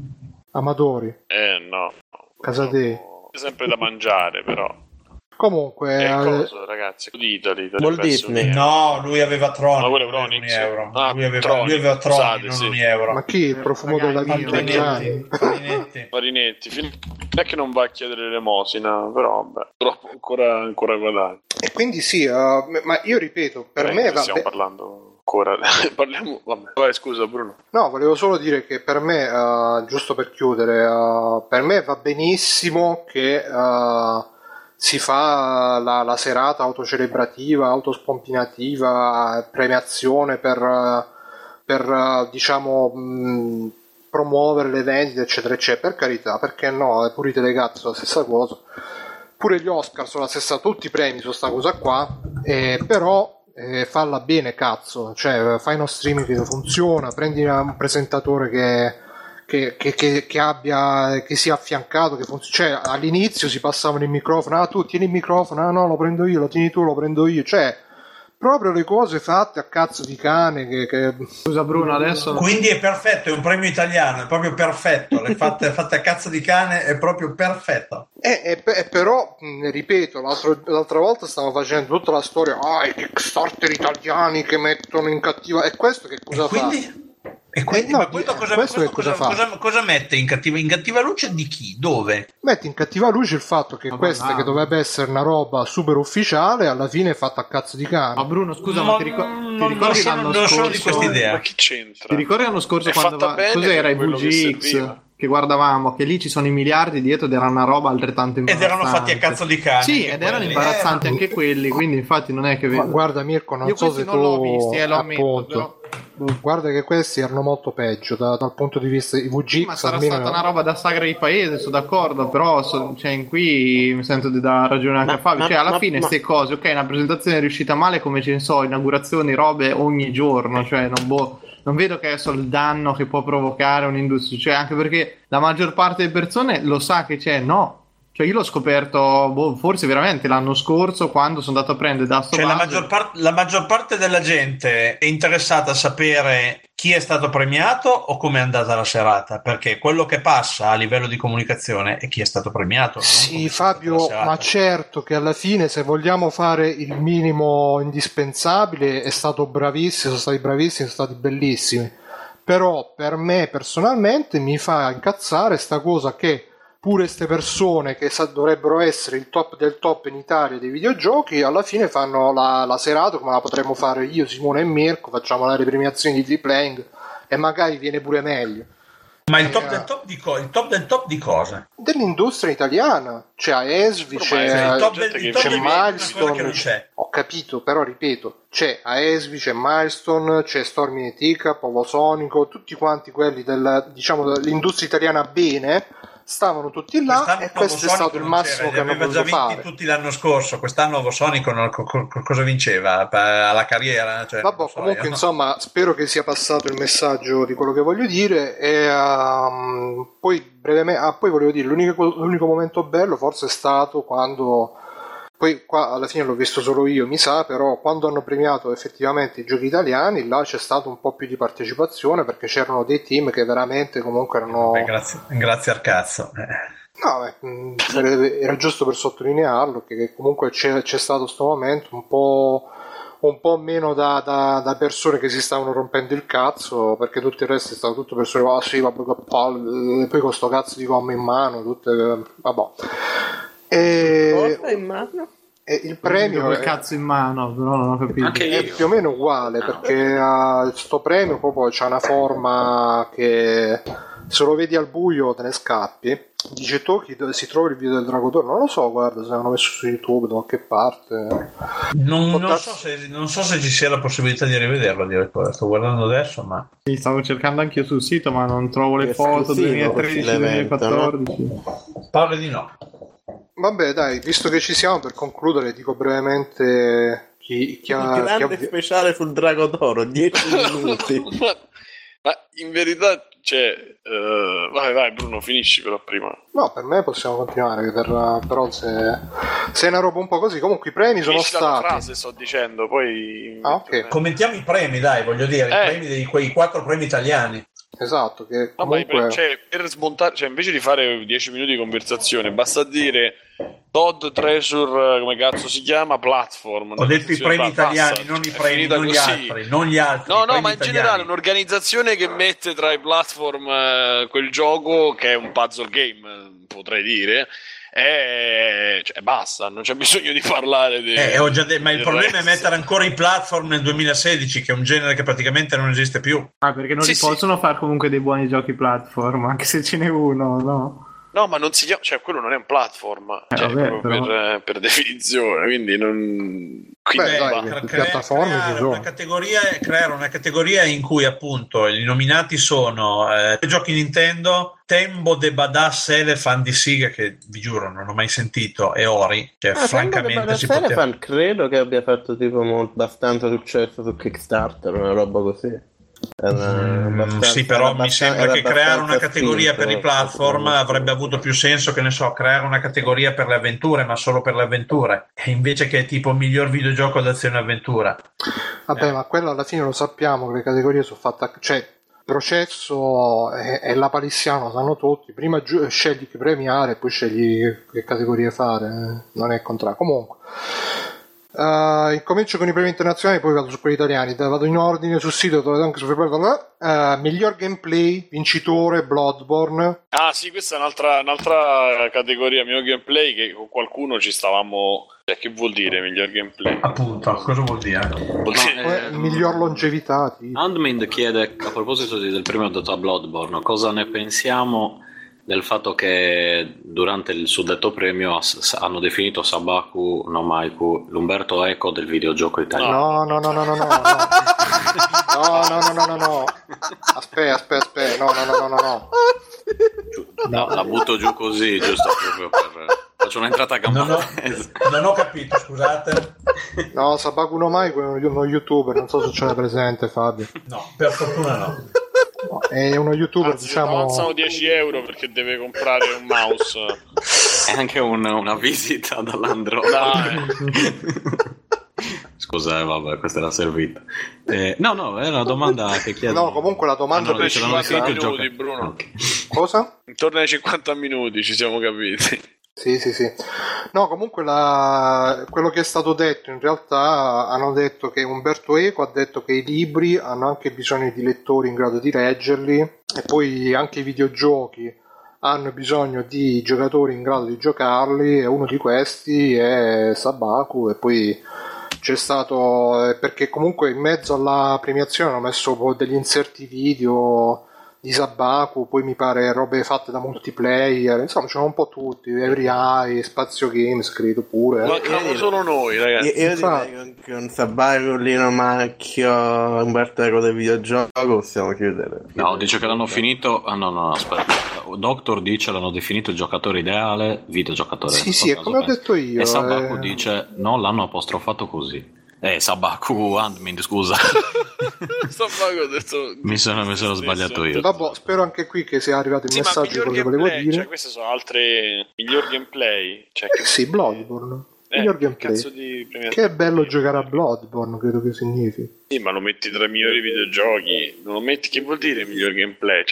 Amatori, eh no, Casadei. è sempre da mangiare, però Comunque, è eh, cosa, ragazzi, di Italy Walt dovrebbe essere Disney. Unieuro. No, lui aveva Troni, Ma quello è non aveva Ronix? Unieuro. Ah, lui, aveva, Troni, lui aveva Troni, scusate, non sì. Unieuro. ma chi? Il profumo della Ragazzi, vita? io- Gianni? Marinetti. Marinetti, fin- non è che non va a chiedere l'elemosina, però vabbè, troppo ancora, ancora guadagno. E quindi sì, eh, ma io ripeto, per Eh, me va stiamo be- parlando ancora. Parliamo, vabbè. Vai, scusa Bruno. No, volevo solo dire che per me, eh, giusto per chiudere, eh, per me va benissimo che eh, si fa la, la serata autocelebrativa, autospompinativa, premiazione per, eh, per eh, diciamo, mh, promuovere le vendite, eccetera, eccetera. Per carità, perché no? Pure i Telecazzo sono la stessa cosa. Pure gli Oscar sono la stessa, tutti i premi su sta cosa qua, eh, però eh, falla bene, cazzo, cioè fai uno streaming che funziona, prendi un presentatore che, che, che, che, che abbia, che sia affiancato, che funziona. Cioè all'inizio si passavano il microfono, ah tu tieni il microfono, ah no lo prendo io, lo tieni tu, lo prendo io, cioè proprio le cose fatte a cazzo di cane che, che... Scusa Bruno, adesso Quindi è perfetto, è un premio italiano, è proprio perfetto. Le fatte, fatte a cazzo di cane è proprio perfetto. E, e, e però, mh, ripeto, l'altro, l'altra volta stavo facendo tutta la storia, ah, i Kickstarter italiani che mettono in cattiva... E questo che cosa E fa? quindi, e quindi Eh, no, ma questo, eh, cosa, questo questo che cosa cosa, fa? cosa, cosa mette in cattiva, in cattiva luce di chi? Dove? Metti in cattiva luce il fatto che Ma questa, va, che dovrebbe essere una roba super ufficiale, alla fine è fatta a cazzo di cane. Ma Bruno, scusa, ma, Ma ti, ricor- non- ti non ricordi sono- l'anno non sono scorso? di questa idea. Ma chi c'entra? Ti ricordi l'anno scorso È quando fatta va... bene cos'era per i quello che V G X serviva. che guardavamo? Che lì ci sono i miliardi dietro ed era una roba altrettanto Ed imbarazzante. erano fatti a cazzo di cane. Sì, anche ed erano quelli. imbarazzanti Eh, anche quelli, quindi infatti non è che Ma vedo. guarda Mirko, non Io so questi se non tu l'ho visti, eh, lo ammetto, appunto, però... guarda che questi erano molto peggio da- dal punto di vista di V G X. Ma sarà almeno- stata una roba da sagra di paese, sono d'accordo, però so- cioè, in qui mi sento di dare ragione anche Ma- a Fabio. ma- Cioè, alla ma- fine, ma- queste cose, ok, una presentazione è riuscita male, come ce ne so, inaugurazioni, robe ogni giorno, cioè non, boh, non vedo che adesso il danno che può provocare un'industria, cioè anche perché la maggior parte delle persone lo sa che c'è, no. Cioè io l'ho scoperto, boh, forse veramente l'anno scorso, quando sono andato a prendere da sto Cioè, la base. maggior, par- la maggior parte della gente è interessata a sapere chi è stato premiato o come è andata la serata, perché quello che passa a livello di comunicazione è chi è stato premiato. non come Sì, è stata Fabio, la serata. ma certo che alla fine, se vogliamo fare il minimo indispensabile, è stato bravissimo, sono stati bravissimi, sono stati bellissimi. Però per me personalmente mi fa incazzare sta cosa che pure queste persone che sa- dovrebbero essere il top del top in Italia dei videogiochi, alla fine fanno la, la serata come la potremmo fare io, Simone e Mirko, facciamo le premiazioni di free playing e magari viene pure meglio. Ma il top Eh, del top di, co- il top del top di cosa? Dell'industria italiana, c'è Aesvi, Ormai c'è, c'è il top gente del, che il top c'è del vive- top è una cosa che non Milestone, c'è. ho capito, però ripeto, c'è Aesvi, c'è Milestone, c'è Stormy e Tica, Povosonico, tutti quanti quelli del, diciamo, dell'industria italiana bene, stavano tutti là Quest'anno e questo è Novosonico stato il non massimo c'era, che li hanno aveva già potuto vinti fare. tutti l'anno scorso. Quest'anno Novosonico non- co- co- cosa vinceva? Per- alla carriera? Cioè, Vabbè, non so comunque io. insomma spero che sia passato il messaggio di quello che voglio dire e ehm, poi brevemente, ah, poi volevo dire l'unico, l'unico momento bello forse è stato quando, poi qua alla fine l'ho visto solo io mi sa, però quando hanno premiato effettivamente i giochi italiani là c'è stato un po' più di partecipazione perché c'erano dei team che veramente comunque erano Beh, grazie, grazie al cazzo. Eh. No, beh, mh, era giusto per sottolinearlo che comunque c'è, c'è stato sto momento un po', un po' meno da, da, da persone che si stavano rompendo il cazzo, perché tutto il resto è stato tutto persone, ah sì, vabbè, che palle, e poi con sto cazzo di gomma in mano, tutte, vabbè. E... Cosa in mano? E il premio il è, cazzo in mano, però non ho capito. Anche è più o meno uguale, perché uh, sto premio proprio c'ha una forma che se lo vedi al buio te ne scappi. Dice Toki, dove si trova il video del Drago d'Oro? Non lo so, guarda, se l'hanno messo su YouTube da qualche parte. Non, non, so se, non so se ci sia la possibilità di rivederlo, direttore. Sto guardando adesso, ma Sì, stavo cercando anche io sul sito, ma non trovo le È foto esclusivo duemilatredici duemilaquattordici. pare di no. Vabbè, dai, visto che ci siamo, per concludere, dico brevemente chi, chi ha... Il grande chi ha... speciale sul Drago d'Oro, dieci minuti. ma, ma in verità, cioè, uh, vai, vai, Bruno, finisci però prima. No, per me possiamo continuare, per, però se, se è una roba un po' così, comunque i premi sono Finisci la tua stati... frase, sto dicendo, poi... Ah, ok. Commentiamo i premi, dai, voglio dire, Eh. i premi dei quei quattro premi italiani. Esatto, che No, ma i comunque... pre- cioè, per smontare, cioè, invece di fare dieci minuti di conversazione, basta dire Todd Treasure, come cazzo si chiama, Platform. Ho detto i premi Basta, italiani, non i è premi, finita non gli così. altri, non gli altri. No, i no, premi ma in italiani. generale un'organizzazione che mette tra i platform eh, quel gioco che è un puzzle game, potrei dire. E cioè, basta, non c'è bisogno di parlare di, Eh, ho già de- ma il del problema resto. è mettere ancora i platform nel duemilasedici, che è un genere che praticamente non esiste più. Ah, perché non Sì, li sì. possono fare comunque dei buoni giochi platform, anche se ce n'è uno, no? No, ma non si chiama, cioè quello non è un platform, Eh, cioè, vabbè, proprio però- per, per definizione, quindi non... Quindi Beh, va. dai, cre- le crea- piattaforme ci creare, sono. una categoria, creare una categoria in cui appunto i nominati sono eh, giochi Nintendo, Tembo de Badass Elephant di Siga, che vi giuro non ho mai sentito, e Ori, che Ah, francamente si Tembo poteva... Elephant credo che abbia fatto tipo molto, abbastanza successo su Kickstarter, una roba così. Era Mm, abbastanza- sì, però era mi sembra era che creare una abbastanza categoria spinto, per i platform eh, avrebbe avuto più senso, che ne so, creare una categoria per le avventure, ma solo per le avventure, e invece che tipo miglior videogioco d'azione e avventura. Vabbè, Eh. ma quello alla fine lo sappiamo, che le categorie sono fatte... a- Cioè, processo è, è la palissiano, sanno tutti. Prima giu- scegli chi premiare, poi scegli che categorie fare. eh. Non è il contrario. Comunque... Uh, incomincio con i premi internazionali, poi vado su quelli italiani. Vado in ordine sul sito, trovate anche su uh, miglior gameplay, vincitore Bloodborne. Ah sì, questa è un'altra, un'altra categoria, miglior gameplay, che con qualcuno ci stavamo... Cioè, che vuol dire miglior gameplay? Appunto, cosa vuol dire? Vuol No, dire... eh, miglior longevità. Tipo. Handmind chiede, a proposito di- del premio dato a Bloodborne, cosa ne pensiamo del fatto che durante il suddetto premio as- hanno definito Sabaku no Maiku l'Umberto Eco del videogioco italiano. No, no, no, no, no, no, no. No, no, no, no, no, no. Aspetta, aspetta, aspetta. No, no, no, no, no. Giu- no, la butto giù così, giusto proprio per... Faccio un'entrata a Non ho, campana. non ho capito, scusate. No, Sabaku no Mai è uno youtuber, non so se ce l'hai presente, Fabio. No, per fortuna no. No, è uno youtuber, Anzi, diciamo... avanzano dieci euro perché deve comprare un mouse. È anche un- una visita dall'Android. Dai. Scusa, eh, vabbè, questa era servita. Eh, no, no, è una domanda che chiedo. No, comunque la domanda Ah, no, dice, l'hanno cinquanta definito il minuti, gioco- Bruno. Ok. Cosa? Intorno ai cinquanta minuti ci siamo capiti. Sì, sì, sì. No, comunque la... quello che è stato detto, in realtà hanno detto che Umberto Eco ha detto che i libri hanno anche bisogno di lettori in grado di leggerli e poi anche i videogiochi hanno bisogno di giocatori in grado di giocarli e uno di questi è Sabaku. E poi c'è stato, eh, perché comunque in mezzo alla premiazione hanno messo un po' degli inserti video di Sabaku, poi mi pare robe fatte da multiplayer, insomma c'erano un po' tutti, Every Eye, Spazio Games credo pure. Mancamo io- solo noi, ragazzi. Io, io Infatti. direi che con Sabaku, Lino Macchio, Umberto Eco del videogioco possiamo chiudere. No, dice che l'hanno finito. Ah, no, no, aspetta. Doctor dice l'hanno definito il giocatore ideale, videogiocatore. Sì, sì, è come ho detto io. E Sabaku eh. dice no, l'hanno apostrofato così. Eh, Sabaku Handmind, scusa. Sabaku ha detto... mi sono, mi sono sbagliato io. Vabbè, spero anche qui che sia arrivato il Sì, ma messaggio miglior quello che volevo gameplay, dire. cioè queste sono altre miglior gameplay, cioè che, Sì, Bloodborne. eh, Miglior che gameplay. cazzo di premiazione? Che è bello giocare a Bloodborne, credo che significhi. Sì, ma lo metti tra i migliori videogiochi, non lo metti, che vuol dire miglior gameplay? Cioè che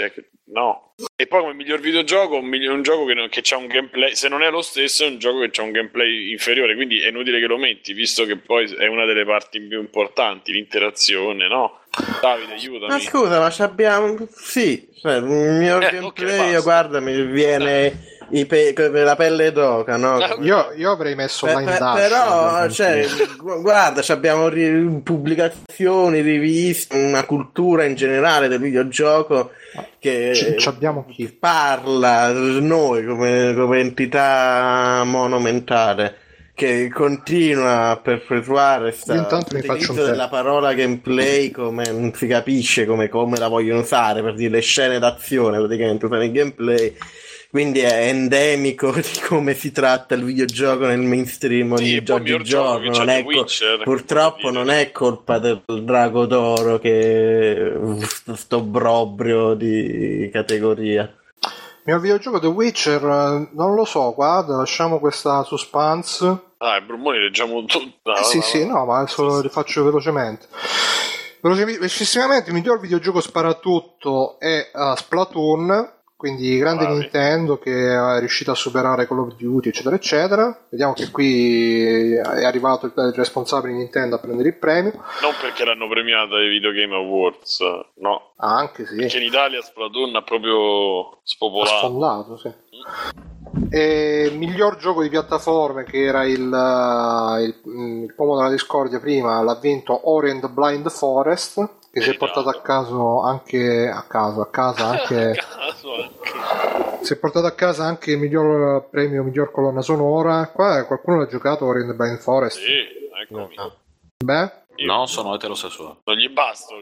no. E poi come miglior videogioco un, miglior, un gioco che, non, che c'ha un gameplay, se non è lo stesso è un gioco che c'ha un gameplay inferiore, quindi è inutile che lo metti, visto che poi è una delle parti più importanti, l'interazione, no? Davide, aiutami. Ma scusa, ma abbiamo sì, cioè, il mio eh, gameplay, okay, guarda, mi viene i pe- la pelle d'oca, no? Io, io avrei messo per, Line per, Dash. però, cioè, guarda, abbiamo ri- pubblicazioni, riviste, una cultura in generale del videogioco che ci, ci abbiamo chi parla, noi come, come entità monumentale, che continua a perpetuare sta l'utilizzo della parola gameplay come non si capisce come, come la vogliono usare per dire le scene d'azione, praticamente usare il gameplay. Quindi è endemico di come si tratta il videogioco nel mainstream ogni sì, giorno, giorno. Non è co- purtroppo non è colpa del Drago d'Oro che sto brobrio di categoria. Il mio videogioco The Witcher non lo so, guarda, lasciamo questa suspense. Ah, i Brummoni leggiamo tutto. Eh, sì, sì, no, ma adesso li faccio velocemente. Velocissimamente, il miglior videogioco sparatutto è uh, Splatoon. Quindi grande Bravi. Nintendo che è riuscita a superare Call of Duty eccetera eccetera. Vediamo che qui è arrivato il responsabile di Nintendo a prendere il premio. Non perché l'hanno premiata ai Video Game Awards, no. Ah, anche sì. Perché in Italia Splatoon ha proprio spopolato. Ha sfondato, sì. E miglior gioco di piattaforme, che era il, il, il pomo della discordia prima, l'ha vinto Ori and the Blind Forest, che si è portato a caso anche a caso a casa anche, a caso anche. Si è portato a casa anche il miglior premio, miglior colonna sonora. Qua qualcuno l'ha giocato Ori and the Blind Forest? Sì, eccomi. No. Beh, no, sono eterosessuale. Non gli basta.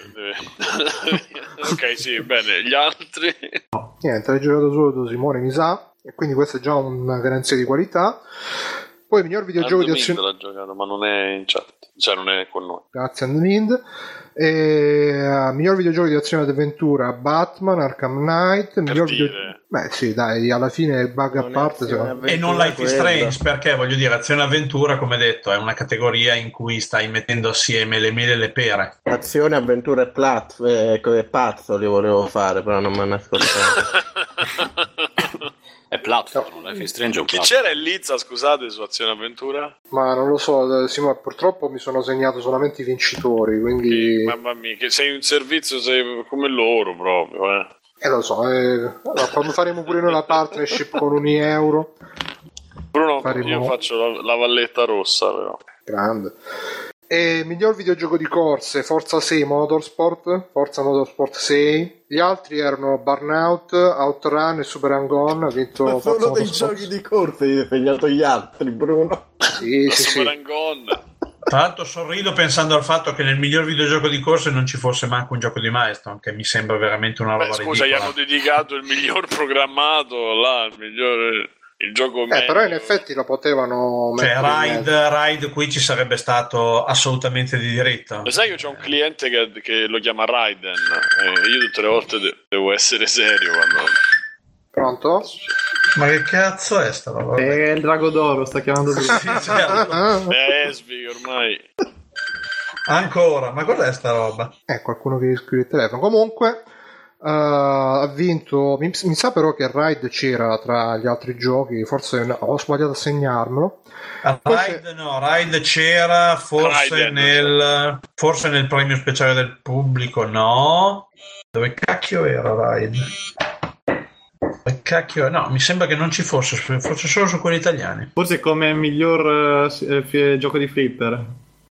Ok, sì, bene. Gli altri? No. Niente, l'hai giocato solo Simone, mi sa, e quindi questa è già una garanzia di qualità. Poi il miglior videogioco Andamind di azione l'ha giocato, ma non è in chat, cioè non è con noi. Grazie Andamind. E, uh, miglior videogioco di azione ed avventura Batman Arkham Knight. Miglior video... Beh sì, dai, alla fine il bug a parte secondo... E non Life is Strange, perché voglio dire, azione e avventura, come detto, è una categoria in cui stai mettendo assieme le mele e le pere. Azione, avventura e plat- eh, e pazzo li volevo fare, però non mi hanno ascoltato. È platform, no. Life is Strange è un Chi platform. c'era in Lizza, scusate, su Azione Avventura? Ma non lo so, Simone, purtroppo mi sono segnato solamente i vincitori, quindi... Che, mamma mia, che sei un servizio, sei come loro proprio, eh. Eh lo so, eh, allora, quando faremo pure noi la partnership con un euro... Bruno, faremo... io faccio la, la valletta rossa, però. Grande. E miglior videogioco di corse Forza sei Motorsport, Forza Motorsport sei. Gli altri erano Burnout, Outrun e Super Hang-On. Ha vinto ma Forza solo dei Motorsport. giochi di corse hai segnato gli altri, Bruno. Sì, sì, Super sì. Hang-On. Tra l'altro sorrido pensando al fatto che nel miglior videogioco di corse non ci fosse manco un gioco di Milestone, che mi sembra veramente una roba Beh, scusa, ridicola. gli hanno dedicato il miglior programmato là, il miglior... il gioco eh, meglio. però in effetti lo potevano cioè mettere Ride, Ride qui ci sarebbe stato assolutamente di diritto. Lo sai che c'ho un cliente che, che lo chiama Raiden e io tutte le volte de- devo essere serio quando... Pronto? Ma che cazzo è sta roba? È il Drago d'Oro, sta chiamando lui. Sì, certo. è Esvi ormai. Ancora, ma cos'è sta roba? Eh, qualcuno che scrive il telefono. Comunque uh, ha vinto, mi, mi sa però che Ride c'era tra gli altri giochi, forse no, ho sbagliato a segnarmelo. Ride forse... no, Ride c'era forse Raiden, nel forse nel premio speciale del pubblico, no? Dove cacchio era Ride? Dove cacchio? No, mi sembra che non ci fosse, forse solo su quelli italiani. Forse come miglior uh, gioco di flipper.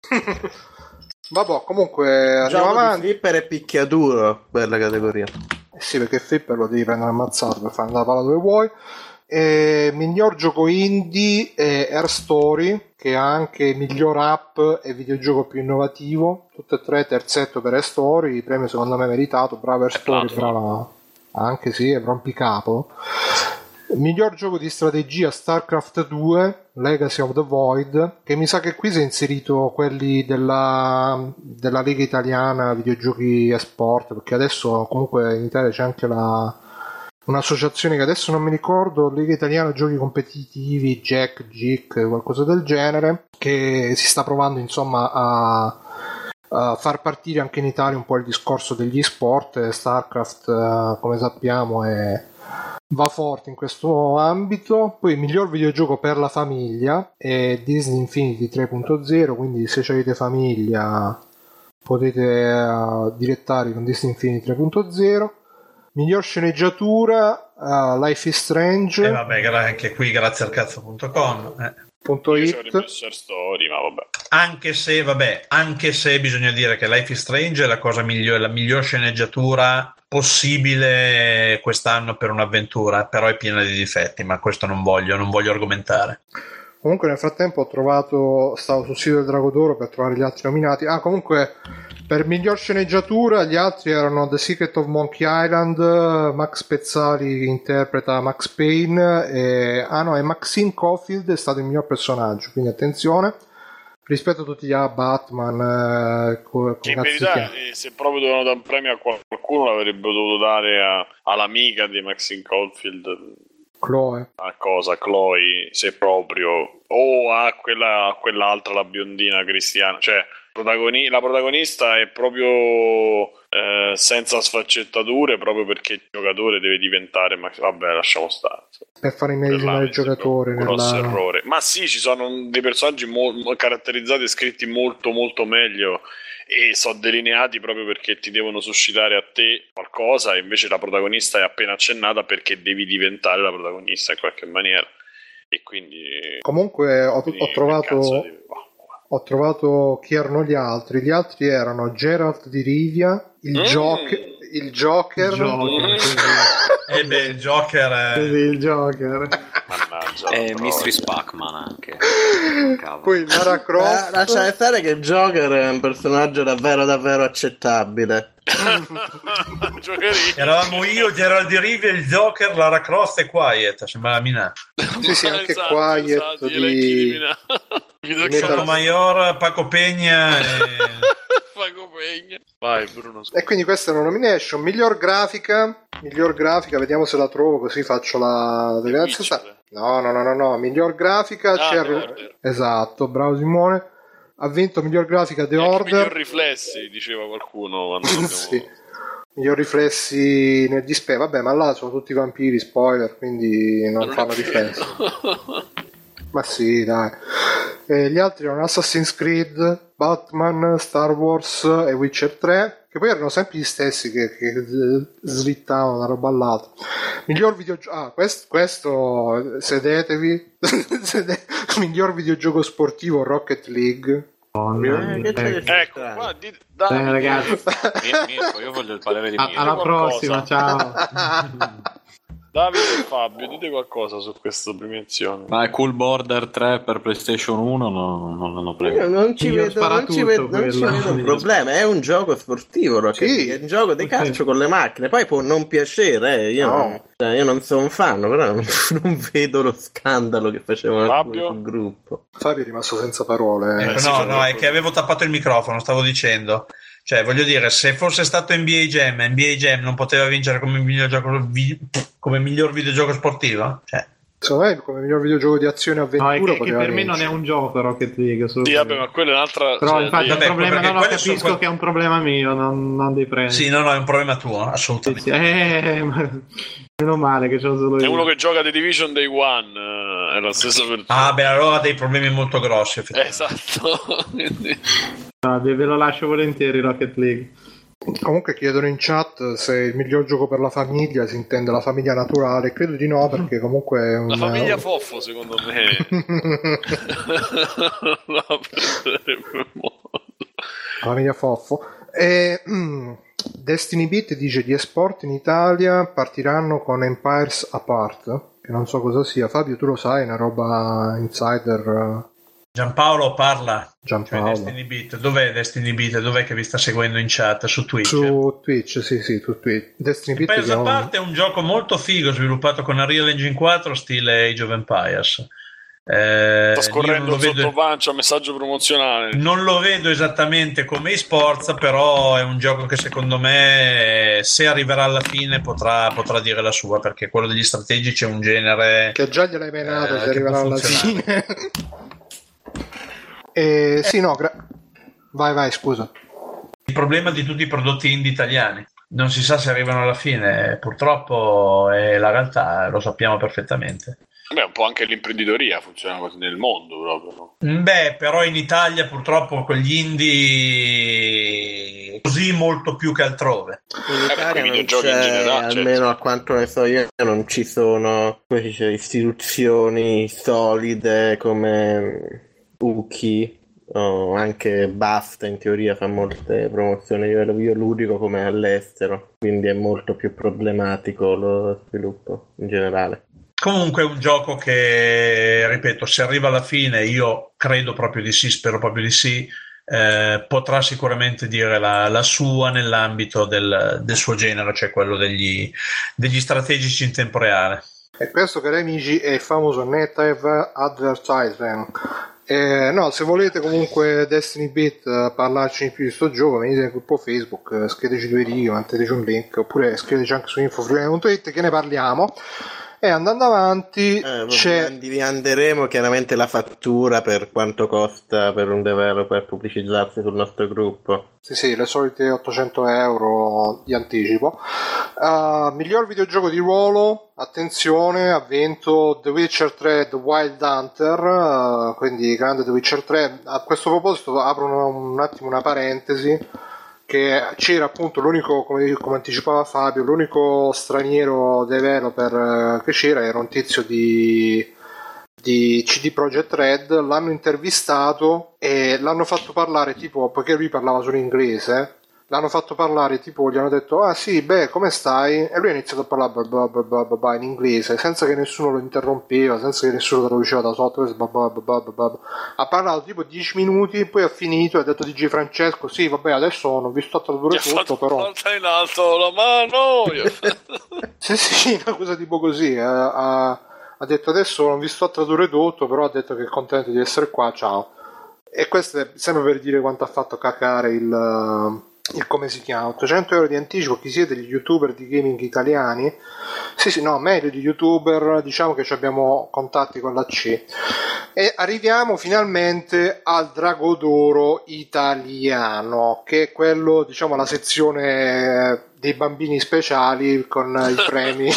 Vabbè, comunque andiamo avanti. Flipper e picchiaduro per la categoria. Eh sì, perché flipper lo devi prendere ammazzato per fare andare la palla dove vuoi. E miglior gioco indie è Air Story, che ha anche miglior app e videogioco più innovativo. Tutte e tre terzetto per Air Story, il premio secondo me meritato. Brava Air Story, brava anche sì, è rompicapo. Miglior gioco di strategia StarCraft due Legacy of the Void, che mi sa che qui si è inserito quelli della, della Lega Italiana Videogiochi Esport, perché adesso comunque in Italia c'è anche la, un'associazione che adesso non mi ricordo, Lega Italiana Giochi Competitivi, Jack, G I C, qualcosa del genere, che si sta provando insomma a uh, far partire anche in Italia un po' il discorso degli sport. StarCraft, uh, come sappiamo, è, va forte in questo ambito. Poi miglior videogioco per la famiglia è Disney Infinity tre punto zero, quindi se avete famiglia potete uh, direttare con Disney Infinity tre punto zero. Miglior sceneggiatura uh, Life is Strange, e eh vabbè, anche qui grazie al cazzo punto com, eh. punto it. Story, ma vabbè. Anche se, vabbè, anche se bisogna dire che Life is Strange è la cosa migliore, la miglior sceneggiatura possibile quest'anno per un'avventura, però è piena di difetti, ma questo non voglio, non voglio argomentare. Comunque nel frattempo ho trovato, stavo sul sito del Drago d'Oro per trovare gli altri nominati. Ah, comunque per miglior sceneggiatura gli altri erano The Secret of Monkey Island, Max Pezzali che interpreta Max Payne e, ah no, e Maxine Caulfield è stato il miglior personaggio, quindi attenzione. Rispetto a tutti gli ah, Batman, eh, co- che in verità eh, se proprio dovevano dare un premio a qualcuno l'avrebbero dovuto dare a, all'amica di Maxine Caulfield, Chloe. A cosa? Chloe, se proprio, o a quella, a quell'altra, la biondina cristiana, cioè protagoni- la protagonista è proprio eh, senza sfaccettature, proprio perché il giocatore deve diventare, ma vabbè, lasciamo stare, per fare immedesimare il giocatore, un grosso nella... errore. Ma sì, ci sono dei personaggi mo- caratterizzati e scritti molto molto meglio e sono delineati proprio perché ti devono suscitare a te qualcosa, e invece la protagonista è appena accennata perché devi diventare la protagonista in qualche maniera, e quindi comunque ho, quindi ho trovato di... ho trovato chi erano gli altri. Gli altri erano Geralt di Rivia, il, mm. Joker, il Joker, il Joker. Mm. E beh, il Joker è... Sì, il Joker. Mannaggia, e però... Mistress Pac-Man anche. Poi Lara Croft. Eh, lasciare stare che Joker è un personaggio davvero davvero accettabile. Eravamo io, Gerald di Rivia, il Joker, Lara Croft e Quiet, sembra la Mina. Sì, sì, anche esatto, Quiet esatto, di, di Sotomayor, Paco Pegna e... Paco Pegna. Vai Bruno. E quindi questa è una nomination. Miglior grafica, miglior grafica, vediamo se la trovo così faccio la no no no no no miglior grafica, ah, c'è... esatto, bravo Simone. Ha vinto miglior grafica The Order. Miglior riflessi, diceva qualcuno quando abbiamo... sì. Miglior riflessi nel display. Vabbè, ma là sono tutti vampiri, spoiler, quindi non, non fanno riflessi. Ma sì, dai. E gli altri erano Assassin's Creed, Batman, Star Wars e Witcher tre, che poi erano sempre gli stessi che, che slittavano una roba all'altra. Miglior videogioco... Ah, questo, questo sedetevi. Sede... Miglior videogioco sportivo Rocket League. Oh, no, Eh, che c'è ecco. di Ecco, strano? qua, di... Dai, Eh, ragazzi. Mirko, io voglio il parere di A- Mirko. alla qualcosa. prossima, ciao. Davide e Fabio, dite qualcosa su questa premiazione. Ma è Cool Border tre per PlayStation uno non, non l'hanno Io preso. non ci Io vedo, spara non ci tutto vedo, non ci quello. vedo un problema. È un gioco sportivo, Rocket Sì. League, è un gioco di calcio Sì. con le macchine. Poi può non piacere, eh. io, No. non, cioè, io non sono un fan, però non, non vedo lo scandalo che facevano alcuni Fabio? sul gruppo. Fabio è rimasto senza parole. Ecco, Eh, sì, no, sono no, è d'accordo. che avevo tappato il microfono, stavo dicendo. Cioè, voglio dire, se fosse stato N B A Jam, N B A Jam non poteva vincere come miglior gioco vi- come miglior videogioco sportivo? Cioè, Secondo me come miglior videogioco di azione e No, è avventura che, che poteva per me non è vincere. un gioco Rocket League. solo Sì, per- vabbè, ma quella è un'altra... Però cioè, infatti io- è un vabbè, problema, perché no, no, quelle capisco sono que- che è un problema mio, non, non dei premi. sì, no, no, è un problema tuo, Sì, assolutamente. sì, eh, ma- meno male che c'ho solo È io. uno che gioca The Division Day One, eh, è la stessa persona. Ah, beh, allora ha dei problemi molto grossi, effettivamente. Esatto. Quindi- No, ve ve lo lascio volentieri Rocket League. Comunque chiedono in chat se il miglior gioco per la famiglia si intende la famiglia naturale. Credo di no, perché comunque è un... La famiglia Foffo, secondo me. La prenderebbe molto. La famiglia Foffo. E, mm, Destiny Beat dice gli esport in Italia partiranno con Empires Apart, che non so cosa sia. Fabio, tu lo sai, è una roba insider. Giampaolo parla. Cioè Giampaolo. Destiny Beat, dov'è Destiny Beat? Dov'è che vi sta seguendo in chat? Su Twitch? Su Twitch, sì, sì, su Twitch. Destiny Beat Empires abbiamo- Apart è un gioco molto figo sviluppato con Unreal Engine quattro stile Age of Empires. Eh, Sta io scorrendo non lo il vedo- sottopancia, messaggio promozionale. Non lo vedo esattamente come eSports, però è un gioco che secondo me, se arriverà alla fine, potrà, potrà dire la sua, perché quello degli strategici è un genere... Che già gliel'hai menato Eh, se che arriverà può alla funzionare. fine. Eh, sì, no, gra- vai, vai, scusa. il problema di tutti i prodotti indie italiani. Non si sa se arrivano alla fine, purtroppo è la realtà, lo sappiamo perfettamente. Beh, un po' anche l'imprenditoria funziona così nel mondo proprio, no? Beh, però in Italia purtroppo con gli indie così molto più che altrove. In Italia eh, non c'è, in generale, almeno certo. A quanto ne so io, non ci sono, come si dice, istituzioni solide come Uki o anche Basta, in teoria fa molte promozioni a livello videoludico come all'estero, quindi è molto più problematico lo sviluppo in generale. Comunque è un gioco che, ripeto, se arriva alla fine, io credo proprio di sì, spero proprio di sì, eh, potrà sicuramente dire la, la sua nell'ambito del, del suo genere, cioè quello degli, degli strategici in tempo reale. E questo, cari amici, è il famoso native advertising. Eh, no, se volete comunque Destiny Beat uh, parlarci di più di sto gioco, venite nel gruppo Facebook, uh, scriveteci due righe, mandateci un link, oppure scriveteci anche su info punto it che ne parliamo. E andando avanti eh, c'è... vi manderemo chiaramente la fattura per quanto costa per un developer pubblicizzarsi sul nostro gruppo. Sì, sì, le solite ottocento euro di anticipo. Uh, miglior videogioco di ruolo, attenzione, ha vinto The Witcher tre The Wild Hunter, uh, quindi grande The Witcher tre. A questo proposito apro un, un attimo una parentesi, che c'era appunto l'unico, come, come anticipava Fabio, l'unico straniero developer che c'era era un tizio di, di C D Projekt Red. L'hanno intervistato e l'hanno fatto parlare tipo, poiché lui parlava solo inglese, l'hanno fatto parlare tipo, gli hanno detto ah sì, beh, come stai? E lui ha iniziato a parlare blah blah blah blah blah in inglese senza che nessuno lo interrompeva, senza che nessuno lo traduceva da sotto. Blah blah blah blah blah. Ha parlato tipo dieci minuti, poi ha finito e ha detto D J Francesco sì vabbè adesso non vi sto a tradurre tutto, però alza in alto la mano. sì sì, una cosa tipo così. eh, ha, ha detto adesso non vi sto a tradurre tutto, però ha detto che è contento di essere qua, ciao. E questo è sempre per dire quanto ha fatto cacare il il come si chiama, ottocento euro di anticipo. Chi siete gli youtuber di gaming italiani? Sì sì, no, meglio di youtuber, diciamo che abbiamo contatti con la C. E arriviamo finalmente al Drago d'Oro italiano, che è quello, diciamo, la sezione dei bambini speciali con i premi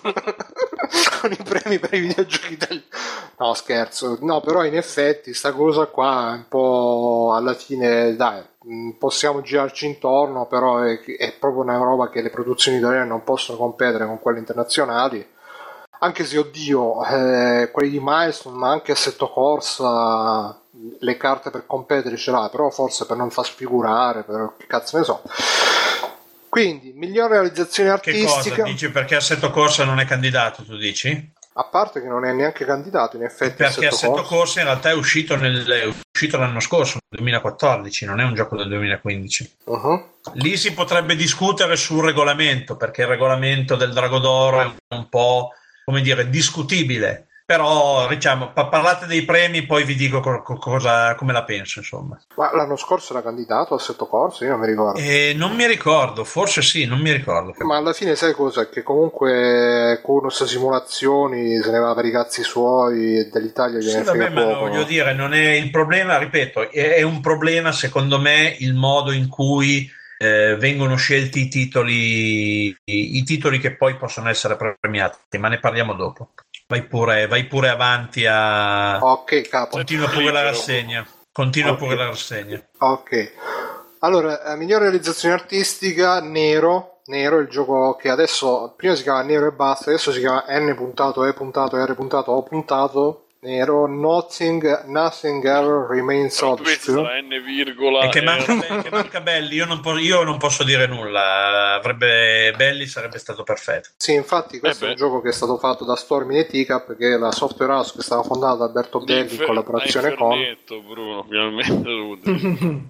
con i premi per i videogiochi italiani. No, scherzo, no, però in effetti sta cosa qua è un po' alla fine, dai, possiamo girarci intorno, però è, è proprio una roba che le produzioni italiane non possono competere con quelle internazionali, anche se oddio, eh, quelli di Milestone, ma anche Assetto Corsa le carte per competere ce l'ha, però forse per non far sfigurare, per che cazzo ne so. Quindi miglior realizzazione artistica. Che cosa dici? Perché Assetto Corsa non è candidato, tu dici? A parte che non è neanche candidato, in effetti. Perché Assetto Assetto Corsa in realtà è uscito, nel, è uscito l'anno scorso, nel duemilaquattordici, non è un gioco del duemilaquindici. Uh-huh. Lì si potrebbe discutere sul regolamento, perché il regolamento del Drago d'Oro è un po', come dire, discutibile. Però diciamo, parlate dei premi, poi vi dico co- co- cosa, come la penso, insomma. Ma l'anno scorso era candidato a Assetto Corsa? Io non mi ricordo. Eh, non mi ricordo, forse sì, non mi ricordo. Ma alla fine sai cosa? Che comunque Kurnos Simulazioni se ne va per i cazzi suoi e dell'Italia gliene sì, frega vabbè, ma poco. voglio dire, non è il problema, ripeto, è, è un problema secondo me il modo in cui eh, vengono scelti i titoli, i, i titoli che poi possono essere premiati, ma ne parliamo dopo. Vai pure, vai pure avanti a... Ok, capo. Continua pure la rassegna. Continua okay. pure la rassegna. Ok. Allora, eh, miglior realizzazione artistica, Nero. Nero, il gioco che adesso, prima si chiama Nero e basta, adesso si chiama N puntato, E puntato, R puntato, O puntato. Nero, nothing, nothing ever remains obscure. N virgola e che manca, che manca Belli, io non, po- io non posso dire nulla. Avrebbe Belli, sarebbe stato perfetto. Sì, infatti questo eh è un gioco che è stato fatto da Stormy e Teacup, che è la software house che stava fondata da Alberto Belli in collaborazione con Bruno, finalmente.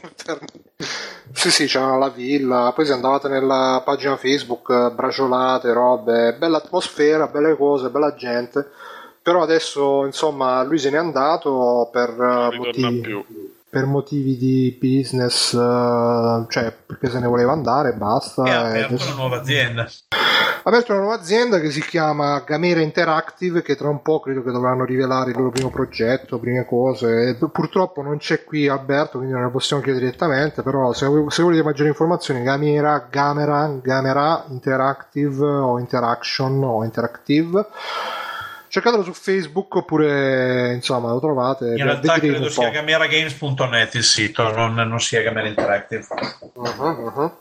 sì sì, c'era la villa, poi se andavate nella pagina Facebook, braciolate, robe, bella atmosfera, belle cose, bella gente. Però adesso insomma lui se n'è andato per, uh, motivi, per motivi di business, uh, cioè perché se ne voleva andare, basta. E ha aperto adesso... una nuova azienda. ha aperto una nuova azienda che si chiama Gamera Interactive, che tra un po' credo che dovranno rivelare il loro primo progetto, prime cose. Purtroppo non c'è qui Alberto, quindi non ne possiamo chiedere direttamente, però se, se volete maggiori informazioni, Gamera, Gamera, Gamera Interactive o Interaction o Interactive, cercatelo su Facebook oppure insomma lo trovate. In realtà credo sia gameragames punto net il sito, non, non sia Gamera Interactive. Uh-huh, uh-huh.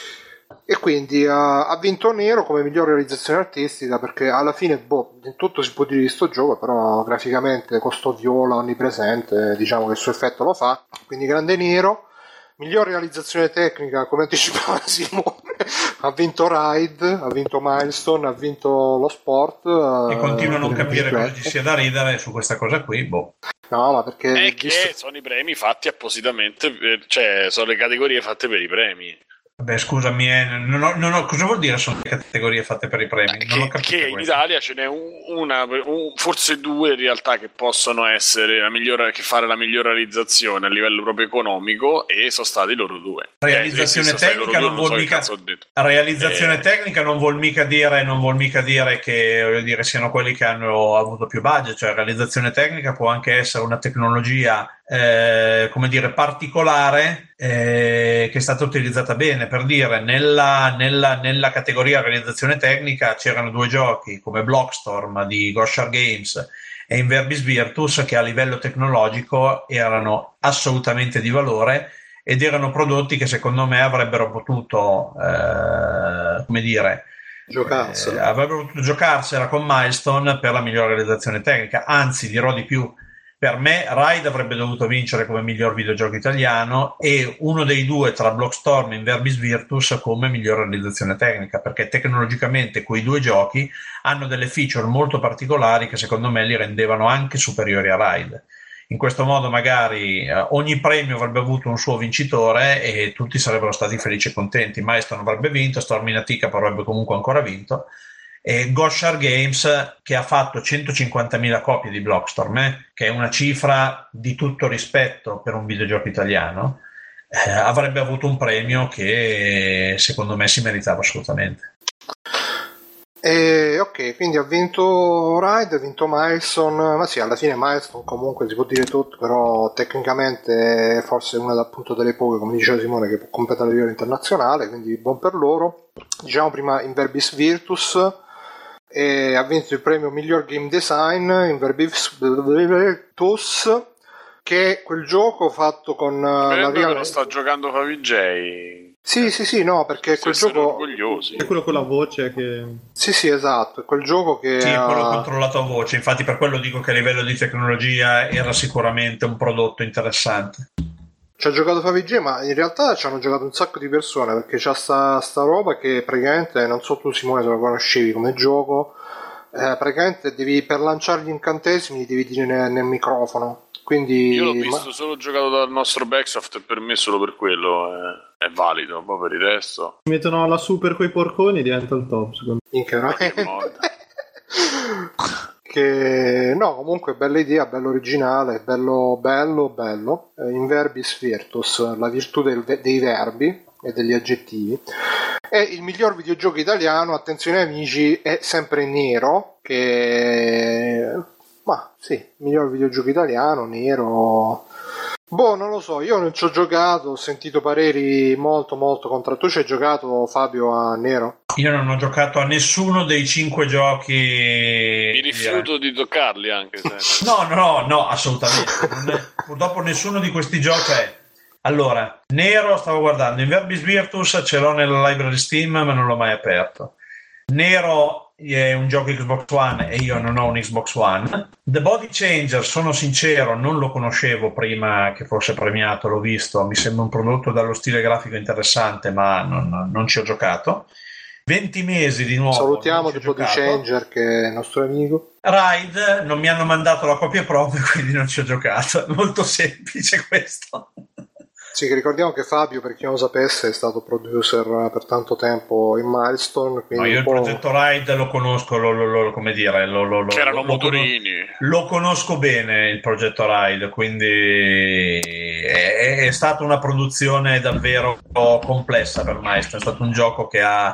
E quindi uh, ha vinto Nero come miglior realizzazione artistica, perché alla fine boh, tutto si può dire di sto gioco, però graficamente con sto viola onnipresente diciamo che il suo effetto lo fa, quindi grande Nero. Miglior realizzazione tecnica, come anticipava Simone, ha vinto Ride, ha vinto Milestone, ha vinto lo Sport. E continuo a non capire cosa ci sia da ridere su questa cosa qui, boh. No, ma perché... È che visto... sono i premi fatti appositamente, per, cioè sono le categorie fatte per i premi. Beh, scusami, eh, non ho, non ho, cosa vuol dire sono le categorie fatte per i premi? Eh, non che, ho capito che in questo. Italia ce n'è un, una, un, forse due in realtà che possono essere la migliore, che fare la miglior realizzazione a livello proprio economico, e sono stati loro due. Realizzazione eh, tecnica non vuol mica realizzazione eh, tecnica non vuol mica dire non vuol mica dire che voglio dire siano quelli che hanno avuto più budget, cioè realizzazione tecnica può anche essere una tecnologia Eh, come dire particolare eh, che è stata utilizzata bene. Per dire, nella, nella, nella categoria realizzazione tecnica c'erano due giochi come Blockstorm di Goshar Games e Inverbis Virtus che a livello tecnologico erano assolutamente di valore ed erano prodotti che secondo me avrebbero potuto eh, come dire giocarsela. Eh, avrebbero potuto giocarsela con Milestone per la migliore realizzazione tecnica, anzi dirò di più. Per me Ride avrebbe dovuto vincere come miglior videogioco italiano e uno dei due tra Blockstorm e Inverbis Virtus come miglior realizzazione tecnica, perché tecnologicamente quei due giochi hanno delle feature molto particolari che secondo me li rendevano anche superiori a Ride. In questo modo magari eh, ogni premio avrebbe avuto un suo vincitore e tutti sarebbero stati felici e contenti. Milestone avrebbe vinto, Storm in Attica avrebbe comunque ancora vinto. E Goshar Games, che ha fatto centocinquantamila copie di Blockstorm, eh, che è una cifra di tutto rispetto per un videogioco italiano, eh, avrebbe avuto un premio che secondo me si meritava assolutamente. E, ok, quindi ha vinto Ride, ha vinto Milestone, ma sì, alla fine Milestone comunque si può dire tutto, però tecnicamente forse è una appunto delle poche, come diceva Simone, che può competere a livello internazionale, quindi buon per loro. Diciamo prima Inverbis Virtus, e ha vinto il premio miglior game design in Verbis Virtus, che è quel gioco fatto con uh, la Real... lo sta giocando Favij. Sì, sì, sì, no, perché quel gioco orgogliosi. È quello con la voce che sì, sì, esatto, è quel gioco che sì, ha... quello controllato a voce, infatti per quello dico che a livello di tecnologia era sicuramente un prodotto interessante. Ci ha giocato Favij, ma in realtà ci hanno giocato un sacco di persone, perché c'ha sta, sta roba che praticamente, non so tu Simone se lo conoscevi come gioco, eh, praticamente devi, per lanciare gli incantesimi devi dire nel, nel microfono, quindi... Io l'ho visto ma... solo giocato dal nostro Backsoft e per me solo per quello è, è valido, poi per il resto... mettono la super coi porconi e diventa il top, secondo me. In che Che no, comunque bella idea, bello originale, bello bello bello. eh, Inverbis Virtus, la virtù del, dei verbi e degli aggettivi. E il miglior videogioco italiano, attenzione amici, è sempre Nero, che ma sì, il miglior videogioco italiano, Nero. Boh, non lo so, io non ci ho giocato, ho sentito pareri molto molto contra. Tu ci hai giocato, Fabio, a Nero? Io non ho giocato a nessuno dei cinque giochi. Mi rifiuto di toccarli anche se... no, no, no, no, assolutamente. Non è... Purtroppo nessuno di questi giochi è... Allora, Nero, stavo guardando, Inverbis Virtus ce l'ho nella library Steam, ma non l'ho mai aperto. Nero è un gioco Xbox One e io non ho un Xbox One. The Body Changer, sono sincero, non lo conoscevo prima che fosse premiato, l'ho visto, mi sembra un prodotto dallo stile grafico interessante, ma non, non ci ho giocato. venti mesi di nuovo. Salutiamo The Body Changer, che è il nostro amico. Ride, non mi hanno mandato la copia proprio, quindi non ci ho giocato. È molto semplice questo. Sì, che ricordiamo che Fabio, per chi non lo sapesse, è stato producer per tanto tempo in Milestone. No, io il progetto Ride lo conosco, lo, lo, lo, come dire, lo, lo, c'erano lo, motorini. Lo, lo conosco bene il progetto Ride, quindi è, è stata una produzione davvero complessa per Milestone. È stato un gioco che ha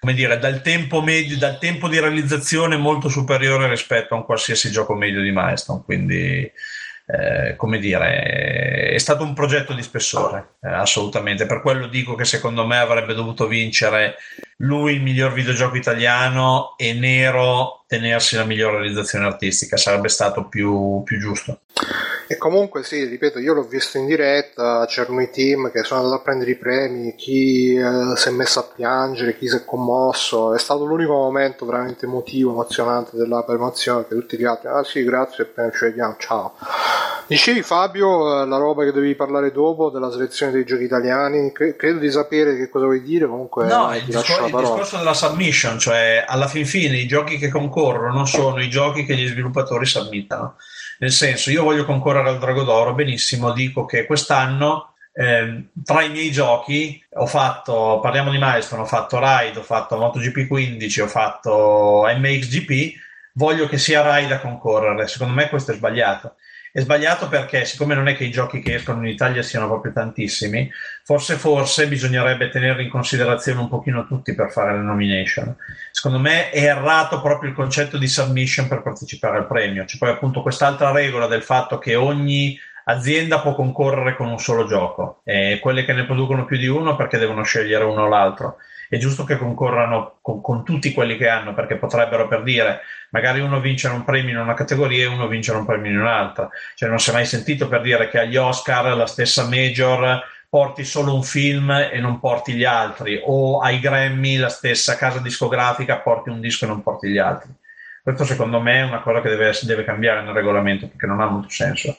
come dire, dal tempo medio, dal tempo di realizzazione molto superiore rispetto a un qualsiasi gioco medio di Milestone, quindi eh, come dire, è stato un progetto di spessore, eh, assolutamente. Per quello dico che secondo me avrebbe dovuto vincere lui il miglior videogioco italiano e Nero tenersi la miglior realizzazione artistica, sarebbe stato più, più giusto. E comunque sì, ripeto, io l'ho visto in diretta, c'erano i team che sono andati a prendere i premi, chi eh, si è messo a piangere, chi si è commosso, è stato l'unico momento veramente emotivo, emozionante della premiazione, che tutti gli altri, ah sì grazie, appena ci vediamo, ciao. Dicevi Fabio, eh, la roba che dovevi parlare dopo della selezione dei giochi italiani, Cre- credo di sapere che cosa vuoi dire, comunque no, eh, il, ti discor- lascio la il parola. discorso della submission, cioè alla fin fine i giochi che concorrono sono i giochi che gli sviluppatori submittano. Nel senso, io voglio concorrere al Drago d'Oro, benissimo, dico che quest'anno eh, tra i miei giochi ho fatto, parliamo di Milestone, ho fatto Ride, ho fatto MotoGP quindici, ho fatto M X G P, voglio che sia Ride a concorrere. Secondo me questo è sbagliato. È sbagliato perché, siccome non è che i giochi che escono in Italia siano proprio tantissimi, forse forse bisognerebbe tenerli in considerazione un pochino tutti per fare le nomination. Secondo me è errato proprio il concetto di submission per partecipare al premio. C'è poi appunto quest'altra regola del fatto che ogni azienda può concorrere con un solo gioco, e quelle che ne producono più di uno perché devono scegliere uno o l'altro. È giusto che concorrano con, con tutti quelli che hanno, perché potrebbero, per dire, magari uno vincere un premio in una categoria e uno vincere un premio in un'altra. Cioè non si è mai sentito, per dire, che agli Oscar la stessa major porti solo un film e non porti gli altri, o ai Grammy la stessa casa discografica porti un disco e non porti gli altri. Questo secondo me è una cosa che deve, deve cambiare nel regolamento, perché non ha molto senso.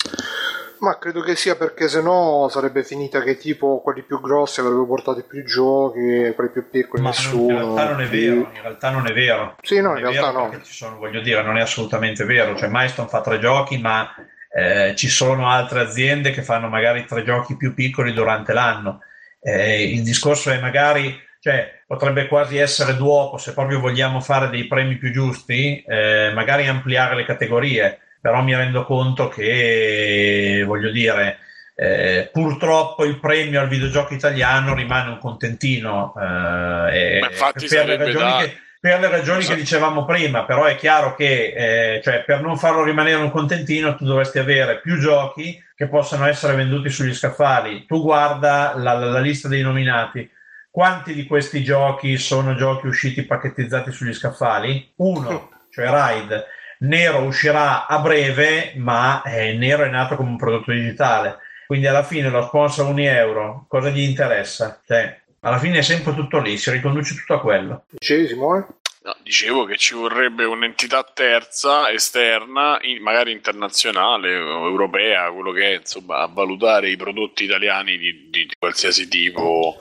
Ma credo che sia perché sennò sarebbe finita che tipo quelli più grossi avrebbero portato più giochi, quelli più piccoli Ma nessuno. in realtà non è vero, in realtà non è vero. Sì, no, non in è realtà vero no. Ci sono, voglio dire, non è assolutamente vero. Cioè Milestone fa tre giochi, ma eh, ci sono altre aziende che fanno magari tre giochi più piccoli durante l'anno. Eh, il discorso è magari, cioè potrebbe quasi essere duopo, se proprio vogliamo fare dei premi più giusti, eh, magari ampliare le categorie. Però mi rendo conto che, voglio dire, eh, purtroppo il premio al videogioco italiano rimane un contentino, eh, Ma infatti per, le ragioni da... che, per le ragioni Scusa. che dicevamo prima. Però è chiaro che eh, cioè, per non farlo rimanere un contentino tu dovresti avere più giochi che possano essere venduti sugli scaffali. Tu guarda la, la, la lista dei nominati. Quanti di questi giochi sono giochi usciti pacchettizzati sugli scaffali? Uno, cioè Ride. Nero uscirà a breve, ma eh, Nero è nato come un prodotto digitale, quindi alla fine lo sponsor un euro, cosa gli interessa? Cioè, alla fine è sempre tutto lì, si riconduce tutto a quello. Dicevi Simone? No, dicevo che ci vorrebbe un'entità terza, esterna, in, magari internazionale o europea, quello che è, insomma, a valutare i prodotti italiani di, di, di qualsiasi tipo.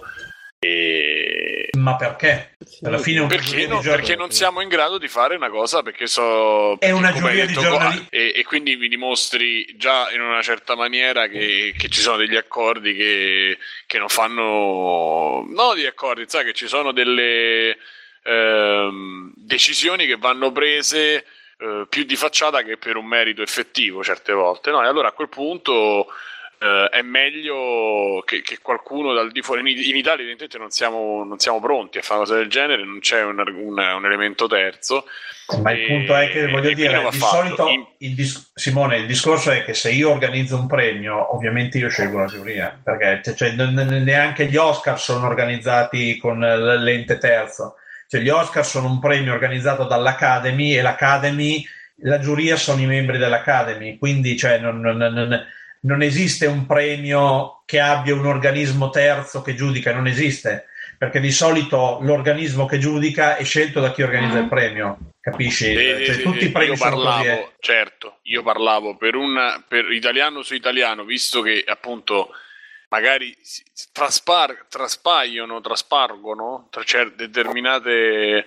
E... Ma perché? Alla fine è un perché, no, perché non siamo in grado di fare una cosa, perché so è una come giuria hai detto, di giornalisti e, e quindi mi dimostri già in una certa maniera che, che ci sono degli accordi che, che non fanno no degli accordi, sai, che ci sono delle ehm, decisioni che vanno prese eh, più di facciata che per un merito effettivo certe volte, no? E allora a quel punto Uh, è meglio che, che qualcuno dal di fuori. In, in Italia evidentemente non siamo, non siamo pronti a fare una cosa del genere, non c'è un, un, un elemento terzo. Ma e, il punto è che, voglio dire, di solito in... il dis- Simone, il discorso è che se io organizzo un premio, ovviamente io scelgo la giuria, perché cioè, neanche gli Oscar sono organizzati con l'ente terzo. Cioè, gli Oscar sono un premio organizzato dall'Academy, e l'Academy, la giuria sono i membri dell'Academy, quindi cioè non, non, non non esiste un premio che abbia un organismo terzo che giudica, non esiste, perché di solito l'organismo che giudica è scelto da chi organizza il premio, capisci? Sì, cioè, sì, tutti sì, i premi io sono parlavo, così, eh. certo, io parlavo per un per italiano su italiano, visto che appunto magari traspar, traspaiono, traspargono tra certe determinate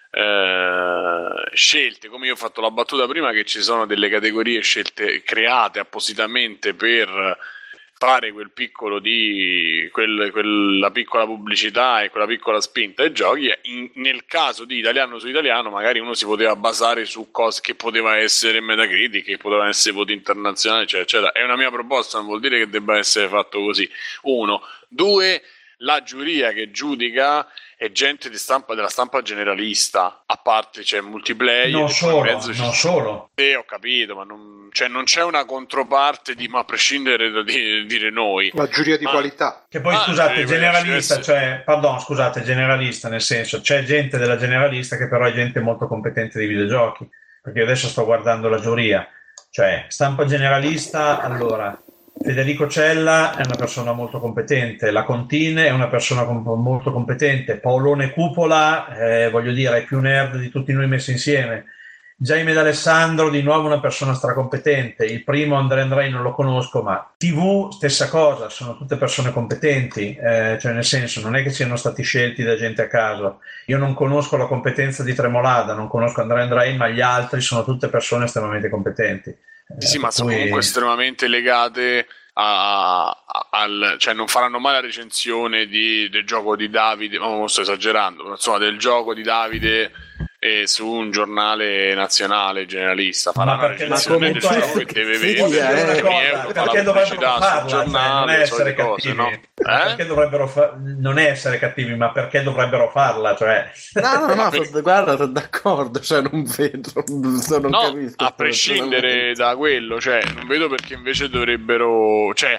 Uh, scelte, come io ho fatto la battuta prima che ci sono delle categorie scelte create appositamente per fare quel piccolo di quel, quella piccola pubblicità e quella piccola spinta ai giochi. In, nel caso di italiano su italiano magari uno si poteva basare su cose che poteva essere Metacritic, che potevano essere voti internazionali, eccetera, eccetera. È una mia proposta, non vuol dire che debba essere fatto così. Uno, due, la giuria che giudica è gente di stampa, della stampa generalista, a parte c'è multiplayer, non solo, mezzo non solo. Sì, ho capito, ma non, cioè, non c'è una controparte di, ma a prescindere da di, dire noi. La giuria di ma, qualità. Che poi, ah, scusate, generalista, essere... cioè, pardon, scusate, generalista, nel senso, c'è gente della generalista che però è gente molto competente di videogiochi, perché io adesso sto guardando la giuria, cioè, stampa generalista, allora... Federico Cella è una persona molto competente, la Contine è una persona com- molto competente, Paolone Cupola, eh, voglio dire, è più nerd di tutti noi messi insieme. Jaime D'Alessandro, di nuovo una persona stracompetente. Il primo, Andrea Andrei, non lo conosco, ma tivù, stessa cosa, sono tutte persone competenti, eh, cioè nel senso, non è che siano stati scelti da gente a caso. Io non conosco la competenza di Tremolada, non conosco Andrea Andrei, ma gli altri sono tutte persone estremamente competenti. Sì, sì, eh, ma sono cui... comunque estremamente legate a, a, al, cioè non faranno mai la recensione di, del gioco di Davide, ma non sto esagerando, insomma del gioco di Davide eh, su un giornale nazionale generalista. Faranno la recensione del gioco che deve vendere euro, perché dovrebbero farla, cioè, non è essere cattivi, cose, no? eh? Perché dovrebbero fa- non è essere cattivi, ma perché dovrebbero farla, cioè no no no per... sono, guarda, sono d'accordo, cioè non vedo, non no, capisco, a prescindere da quello, cioè non vedo perché invece dovrebbero, cioè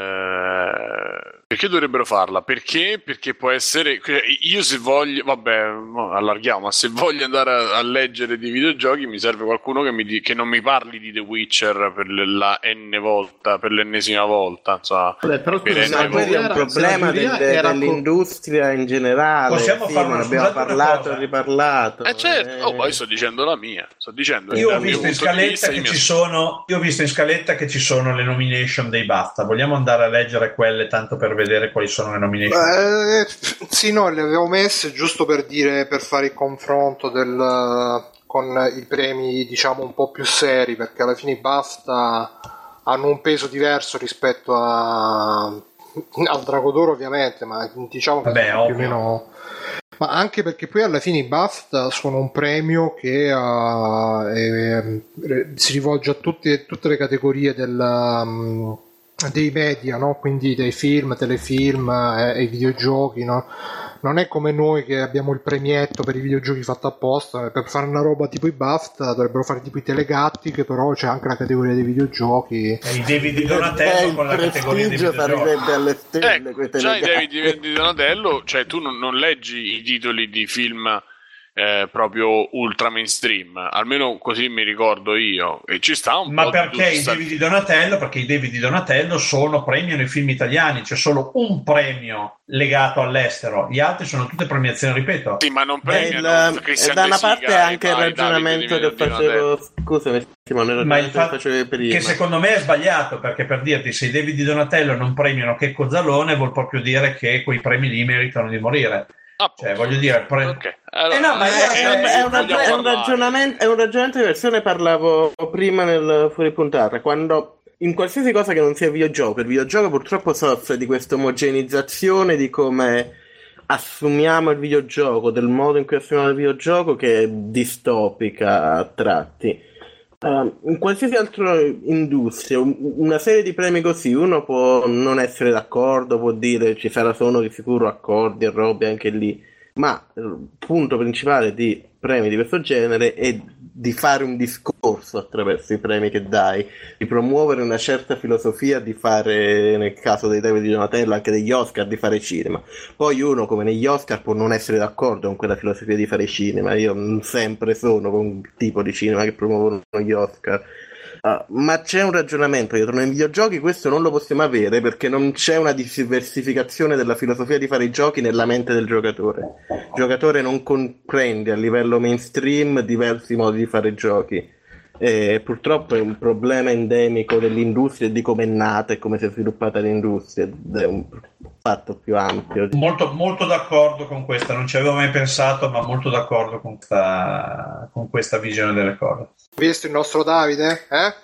eh, perché dovrebbero farla? Perché? Perché può essere, io se voglio, vabbè, no, allarghiamo, ma se voglio andare a, a leggere di videogiochi mi serve qualcuno che, mi di, che non mi parli di The Witcher per la n volta, per l'ennesima volta, insomma. Vabbè, però per scusa, Ma quello è un problema del, dell'industria in generale. Possiamo sì, fare ne una- abbiamo scusate una parlato cosa. e riparlato. Eh certo, eh. oh, poi sto dicendo la mia, sto dicendo io ho dal mio visto in punto di scaletta vista, che io mi ci as- sono io ho visto in scaletta che ci sono le nomination dei BAFTA. Vogliamo andare a leggere quelle tanto per vedere quali sono le nomination? Eh, sì, no, le avevo messe giusto per dire, per fare il confronto del, con i premi, diciamo, un po' più seri, perché alla fine i BAFTA hanno un peso diverso rispetto a, al Drago d'Oro, ovviamente, ma diciamo che Vabbè, sono più o ovvio. meno... Ma anche perché poi alla fine i BAFTA sono un premio che uh, è, è, si rivolge a tutte, tutte le categorie del, um, dei media, no? Quindi dei film, telefilm e, e videogiochi, no? Non è come noi che abbiamo il premietto per i videogiochi fatto apposta. Per fare una roba tipo i BAFTA dovrebbero fare tipo i Telegatti, che però c'è anche la categoria dei videogiochi. E i David di Donatello Eh, con la il categoria dei prestigio videogiochi. sarebbe alle stelle, Ecco, quei già i telegatti. David di Donatello, cioè tu non, non leggi i titoli di film eh, proprio ultra mainstream, almeno così mi ricordo io, e ci sta un Ma po' perché di i David di Donatello? Perché i David di Donatello sono premiano i film italiani, c'è solo un premio legato all'estero, gli altri sono tutte premiazioni, ripeto. sì, ma non Beh, premiano il- Christian e da una De Sica parte e anche il vai, Davide ragionamento di- che di Donatello. facevo, scusami Simone, il Ma il ragionamento che fatto facevi prima. che secondo me è sbagliato, perché per dirti, se i David di Donatello non premiano Checco Zalone vuol proprio dire che quei premi lì meritano di morire. Ah, Cioè, voglio dire, pre- ok. Allora, Eh no, ma è, è- è, è- è un, vogliamo è un parlare. ragionamento, è un ragionamento diverso. Ne parlavo prima nel fuori puntata, quando in qualsiasi cosa che non sia videogioco, il videogioco purtroppo soffre di questa omogeneizzazione di come assumiamo il videogioco, del modo in cui assumiamo il videogioco, che è distopica a tratti. Uh, in qualsiasi altra industria, un- una serie di premi così, uno può non essere d'accordo, può dire ci sarà sono di sicuro accordi e robe anche lì, ma il punto principale di premi di questo genere è di fare un discorso attraverso i premi che dai, di promuovere una certa filosofia, di fare, nel caso dei David di Donatello, anche degli Oscar, di fare cinema. Poi uno, come negli Oscar, può non essere d'accordo con quella filosofia di fare cinema. Io non sempre sono con il tipo di cinema che promuovono gli Oscar. Uh, ma c'è un ragionamento dietro. Nei videogiochi questo non lo possiamo avere perché non c'è una diversificazione della filosofia di fare i giochi nella mente del giocatore. Il giocatore non comprende a livello mainstream diversi modi di fare giochi. E purtroppo è un problema endemico dell'industria e di come è nata e come si è sviluppata l'industria. Ed è un fatto più ampio. molto, molto d'accordo con questa, non ci avevo mai pensato, ma molto d'accordo con questa, con questa visione delle cose. Visto il nostro Davide? Eh?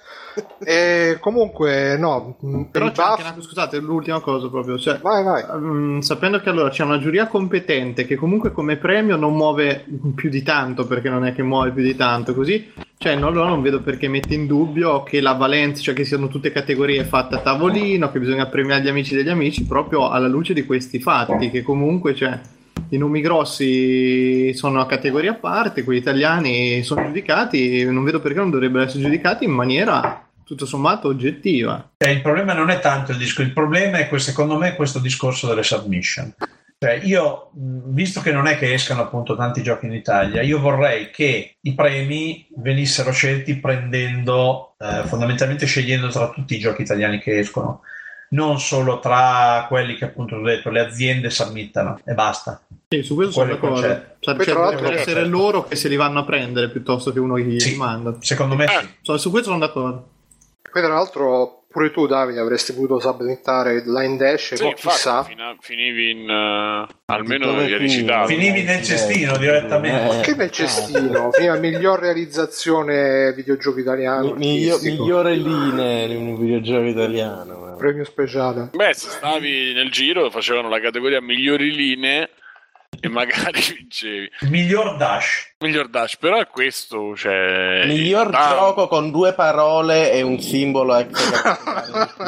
E comunque, no, per Però il c'è anche buff... una, scusate, l'ultima cosa proprio, cioè, Vai, vai. mm, sapendo che allora c'è una giuria competente che comunque come premio non muove più di tanto, perché non è che muove più di tanto, così Cioè, no, no, non vedo perché mette in dubbio che la valenza, cioè che siano tutte categorie fatte a tavolino, che bisogna premiare gli amici degli amici, proprio alla luce di questi fatti, che comunque, cioè, i nomi grossi sono una categoria a parte, quelli italiani sono giudicati, non vedo perché non dovrebbero essere giudicati in maniera tutto sommato oggettiva. Eh, il problema non è tanto il disco, il problema è, secondo me, questo discorso delle submission. Cioè, io, visto che non è che escano appunto tanti giochi in Italia, io vorrei che i premi venissero scelti prendendo, eh, fondamentalmente scegliendo tra tutti i giochi italiani che escono, non solo tra quelli che appunto ho detto le aziende submittano e basta. Sì, su questo sono d'accordo. Cioè, Poi, cioè, tra dovrebbero l'altro, essere loro che se li vanno a prendere piuttosto che uno che gli Sì, manda. secondo me sì. Cioè, su questo sono d'accordo. Poi tra l'altro pure tu, Davide, avresti potuto submittare Line Dash, Sì, poi infatti, chissà. fina- finivi in uh, almeno Dove eri finivi? citato. Finivi nel cestino direttamente. Ma che nel cestino? Prima miglior realizzazione videogioco italiano. Miglio- artistico. migliore linee in un videogioco italiano. Premio speciale. Beh, se stavi nel giro facevano la categoria migliori linee e magari vincevi. Miglior dash. Miglior dash, però è questo, cioè... Miglior ah, gioco con due parole e un simbolo esatto.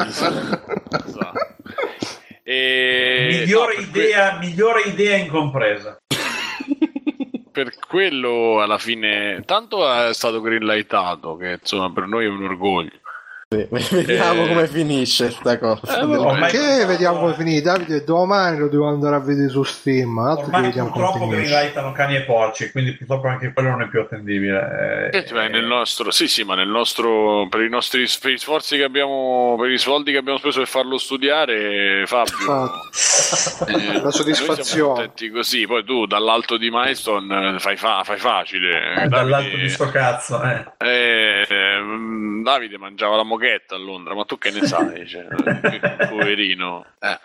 E... Migliore no, per idea, que- migliore idea incompresa. per quello alla fine tanto è stato greenlightato, che insomma per noi è un orgoglio. Vediamo Eh, come finisce sta cosa. eh, vabbè. Ormai Che purtroppo- vediamo come finì. Davide, domani lo devo andare a vedere su Steam. Altro che Ormai vediamo come purtroppo finisce. greenlightano cani e porci, quindi purtroppo anche quello non è più attendibile. Eh, Eh, beh, nel nostro, sì, sì, ma nel nostro, per i nostri per gli sforzi che abbiamo, per i soldi che abbiamo speso per farlo studiare, Fabio, Infatti. eh, La noi soddisfazione. siamo contenti così. Poi tu dall'alto di Milestone eh, fai, fa, fai facile. eh, dall'alto Davide, di sto cazzo. Eh. eh, ehm, Davide mangiava la mochetta a Londra, ma tu che ne sai? Cioè, poverino. Eh.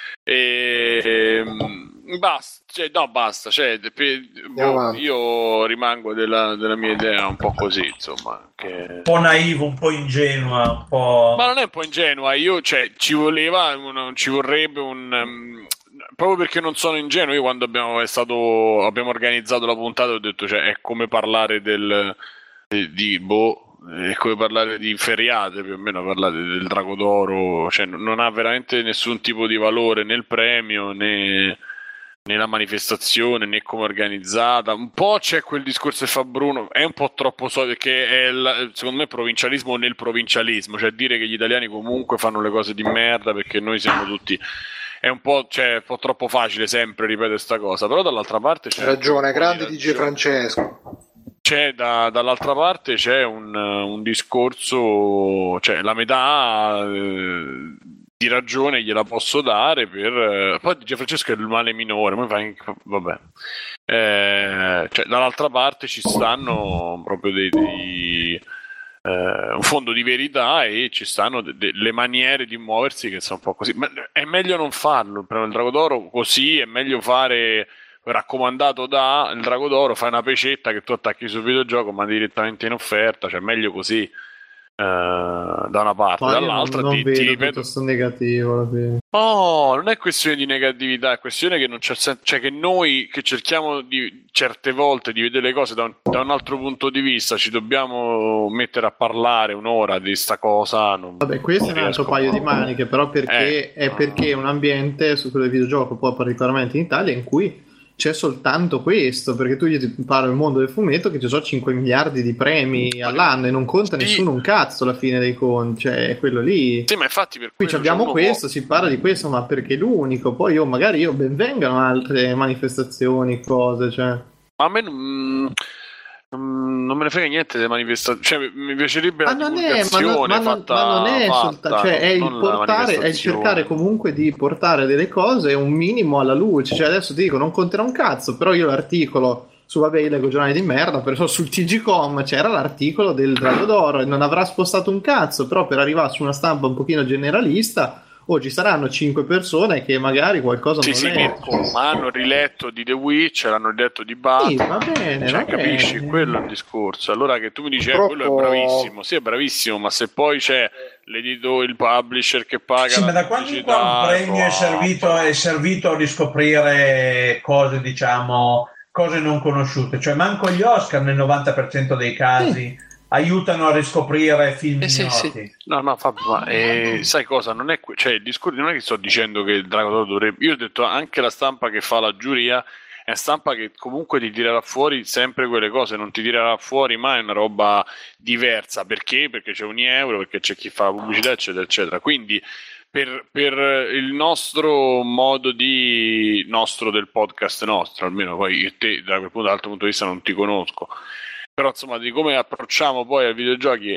E, ehm, basta, cioè, no, basta. Cioè, pe- boh, avanti. io rimango della, della mia idea un po' così, insomma. Che... Un po' naivo, un po' ingenua, un po'. Ma non è un po' ingenua, io, cioè, ci voleva, un, ci vorrebbe un. Um, proprio perché non sono ingenuo, io quando abbiamo, è stato, abbiamo organizzato la puntata ho detto, cioè, è come parlare del. di, di boh. È come parlare di Feriate, più o meno parlare del Drago d'Oro, cioè non ha veramente nessun tipo di valore né il premio né, né la manifestazione né come è organizzata. Un po' c'è quel discorso che fa Bruno, è un po' troppo solito, che è il, secondo me provincialismo nel provincialismo, cioè dire che gli italiani comunque fanno le cose di merda perché noi siamo tutti, è un po', cioè, un po' troppo facile sempre ripetere sta cosa, però dall'altra parte c'è Hai ragione, grande di D J Francesco. C'è da, dall'altra parte c'è un, un discorso, cioè la metà eh, di ragione gliela posso dare per eh, poi D J Francesco è il male minore, ma fai, vabbè, eh, cioè dall'altra parte ci stanno proprio dei, dei eh, un fondo di verità e ci stanno de, de, le maniere di muoversi che sono un po' così, ma è meglio non farlo, per il Drago d'Oro così è meglio fare raccomandato da il Drago d'Oro, fai una pecetta che tu attacchi sul videogioco ma direttamente in offerta, cioè meglio così eh, da una parte, Ma io dall'altra non, non ti, vedo ti tutto ripeto, sto negativo alla fine. oh, non è questione di negatività, è questione che non c'è senso, cioè che noi che cerchiamo di certe volte di vedere le cose da un, da un altro punto di vista ci dobbiamo mettere a parlare un'ora di sta cosa. Non, Vabbè, questo non è un altro riesco. paio di maniche, però perché Eh. è perché è un ambiente su quello del videogioco, poi particolarmente in Italia, in cui c'è soltanto questo, perché tu gli parli del mondo del fumetto che ci sono cinque miliardi di premi all'anno e non conta Sì. nessuno un cazzo alla fine dei conti, cioè è quello lì. Sì, ma infatti per Qui quello abbiamo c'è uno questo, si parla di questo, ma perché è l'unico? Poi io magari io ben vengano altre manifestazioni, cose, cioè. Ma a me non, non me ne frega niente delle manifestazioni, cioè mi piacerebbe Ma la non è, ma non, divulgazione ma non- fatta, ma non è fatta, soltanto, cioè è il non la portare, è il manifestazione. cercare comunque di portare delle cose un minimo alla luce. Cioè adesso ti dico, non conterà un cazzo, però io l'articolo su, vabbè, io leggo giornali di merda, però sul T G Com c'era l'articolo del Drago d'Oro e non avrà spostato un cazzo, però per arrivare su una stampa un pochino generalista o ci saranno cinque persone che magari qualcosa Sì, non sì, leggono. Mirko, ma hanno riletto di The Witcher, hanno riletto di Batman. Sì, va bene, Cioè, va capisci? bene. Quello è il discorso. Allora che tu mi dici, eh, Purtroppo- quello è bravissimo, sì, è bravissimo, ma se poi c'è l'editore, il publisher che paga Sì, la ma da quando in pubblicità, qua un premio è no, servito, è servito a riscoprire cose, diciamo, cose non conosciute, cioè manco gli Oscar nel novanta per cento dei casi aiutano a riscoprire film eh, sì, ignoti. Sì. No, no, Fabio, ma eh, sai cosa? Non è que- cioè, il discorso non è che sto dicendo che il Drago d'Oro dovrebbe. Io ho detto anche la stampa che fa la giuria è stampa che comunque ti tirerà fuori sempre quelle cose, non ti tirerà fuori mai una roba diversa. Perché? Perché c'è ogni euro, perché c'è chi fa la pubblicità, eccetera, eccetera. Quindi per, per il nostro modo di nostro del podcast nostro, almeno poi io e te da quel punto, dall'altro punto di vista non ti conosco, però insomma di come approcciamo poi ai videogiochi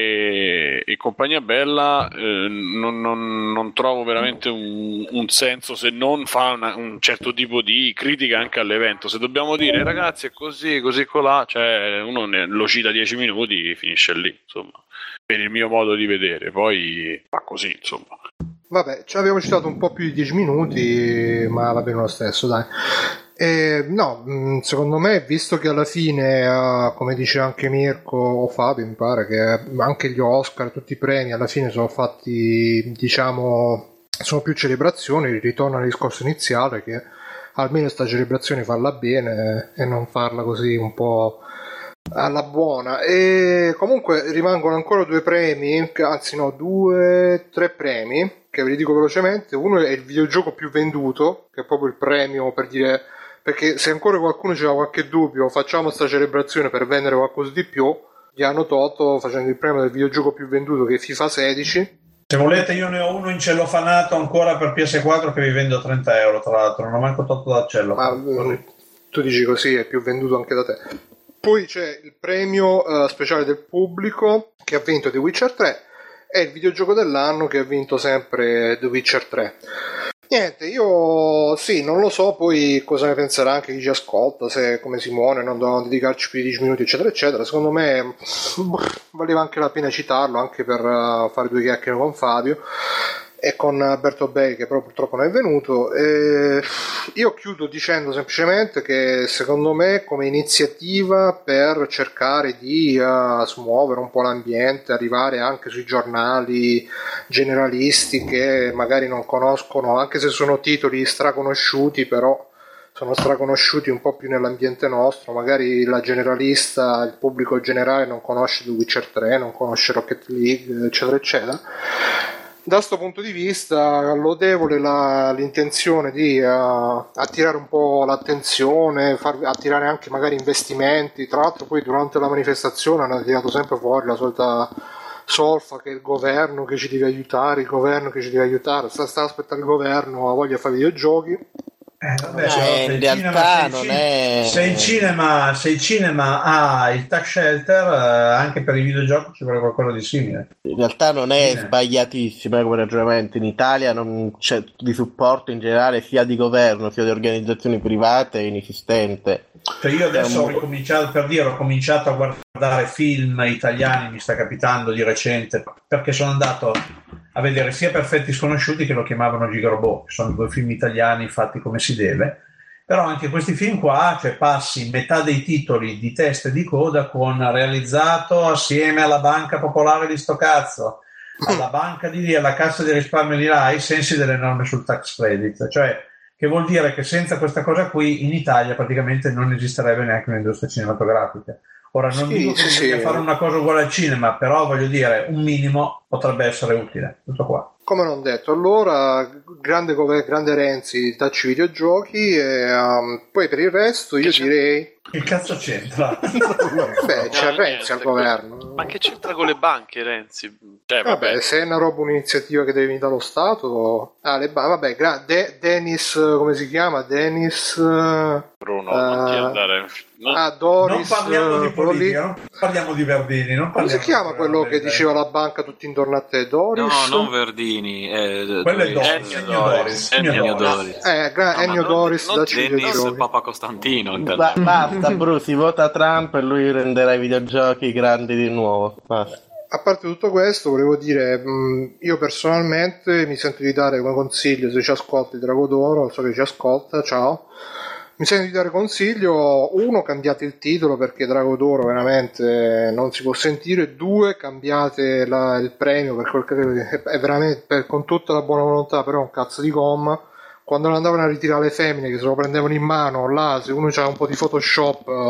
e, e compagnia bella, eh, non, non, non trovo veramente un, un senso se non fa una, un certo tipo di critica anche all'evento. Se dobbiamo dire ragazzi è così, così colà, cioè uno ne, lo cita dieci minuti, finisce lì, insomma, per il mio modo di vedere, poi fa così, insomma. Vabbè, ci abbiamo citato un po' più di dieci minuti, ma va bene lo stesso, dai. Eh, no, secondo me, visto che alla fine, uh, come dice anche Mirko o Fabio, mi pare che anche gli Oscar, tutti i premi alla fine sono fatti, diciamo, sono più celebrazioni, ritorno al discorso iniziale che almeno sta celebrazione farla bene e non farla così un po' alla buona. E comunque rimangono ancora due premi, anzi no, due, tre premi che ve li dico velocemente. Uno è il videogioco più venduto, che è proprio il premio per dire, perché se ancora qualcuno c'era qualche dubbio, facciamo sta celebrazione per vendere qualcosa di più, gli hanno tolto facendo il premio del videogioco più venduto, che è FIFA sedici. Se volete io ne ho uno in cellofanato ancora per P S quattro che vi vendo a trenta euro, tra l'altro non ho manco tolto dal cellophane. Ma tu dici così, è più venduto anche da te. Poi c'è il premio uh, speciale del pubblico che ha vinto The Witcher tre e il videogioco dell'anno che ha vinto sempre The Witcher tre. Niente, io sì, non lo so poi cosa ne penserà anche chi ci ascolta, se come Simone non dobbiamo dedicarci più di dieci minuti eccetera eccetera. Secondo me valeva anche la pena citarlo, anche per uh, fare due chiacchiere con Fabio e con Alberto Bei, che però purtroppo non è venuto. E io chiudo dicendo semplicemente che secondo me come iniziativa per cercare di uh, smuovere un po' l'ambiente, arrivare anche sui giornali generalisti che magari non conoscono, anche se sono titoli straconosciuti, però sono straconosciuti un po' più nell'ambiente nostro, magari la generalista, il pubblico generale non conosce The Witcher tre, non conosce Rocket League eccetera eccetera. Da questo punto di vista lodevole la, l'intenzione di uh, attirare un po' l'attenzione, far attirare anche magari investimenti. Tra l'altro poi durante la manifestazione hanno tirato sempre fuori la solita solfa che è il governo che ci deve aiutare, il governo che ci deve aiutare, sta, sta aspettando il governo, ha voglia di fare videogiochi. Eh, vabbè, eh, se in realtà non è... se il cinema se il cinema ha il tax shelter, eh, anche per i videogiochi ci vuole qualcosa di simile. In realtà non è Sì. sbagliatissimo eh, come ragionamento. In Italia non c'è di supporto in generale sia di governo sia di organizzazioni private, è inesistente. Cioè io adesso È ho un- ricominciato, per dire, ho cominciato a guardare film italiani, mi sta capitando di recente, perché sono andato a vedere sia Perfetti Sconosciuti che lo chiamavano Gigrobot, che sono due film italiani fatti come si deve, però anche questi film qua, cioè passi metà dei titoli di testa e di coda con realizzato assieme alla Banca Popolare di sto cazzo, alla banca di lì, alla Cassa di risparmio di là, ai sensi delle norme sul tax credit, cioè che vuol dire che senza questa cosa qui in Italia praticamente non esisterebbe neanche un'industria cinematografica. Ora non Sì, dico che sì, bisogna sì. fare una cosa uguale al cinema, però voglio dire, un minimo potrebbe essere utile. Tutto qua. Come non detto, allora grande, grande Renzi, dacci videogiochi e um, poi per il resto io direi Che cazzo c'entra? beh, c'è No, Renzi niente. al governo. Ma che c'entra con le banche, Renzi? Cioè, vabbè, Vabbè, se è una roba, un'iniziativa che deve venire dallo Stato, ah, le ba- vabbè, gra- De- Dennis, come si chiama? Dennis, eh, Bruno, non ti eh, andare. No? ah, Non Doris, parliamo di eh, quello lì. politica, non parliamo di Verdini. Non Come si parliamo chiama di quello che Verdini. diceva la banca tutto intorno a te? Doris? No, non Verdini. Eh, Quello è Doris. Doris, Ennio Ennio Doris. Doris. Ennio Ennio Doris. Eh, gra- No, ma Ennio non- Doris, non dacci Dennis videogiochi. Papa Costantino. Ba- intendo. basta, Bruce, si vota Trump e lui renderà i videogiochi grandi di nuovo. Basta. A parte tutto questo, volevo dire, mh, io personalmente mi sento di dare come consiglio, se ci ascolta il Drago d'Oro, so che ci ascolta, ciao, mi sento di dare consiglio, uno, cambiate il titolo perché Drago d'Oro veramente non si può sentire, due, cambiate la- il premio perché è veramente, per- con tutta la buona volontà, però è un cazzo di gomma. Quando andavano a ritirare le femmine che se lo prendevano in mano, là se uno c'ha un po' di Photoshop eh,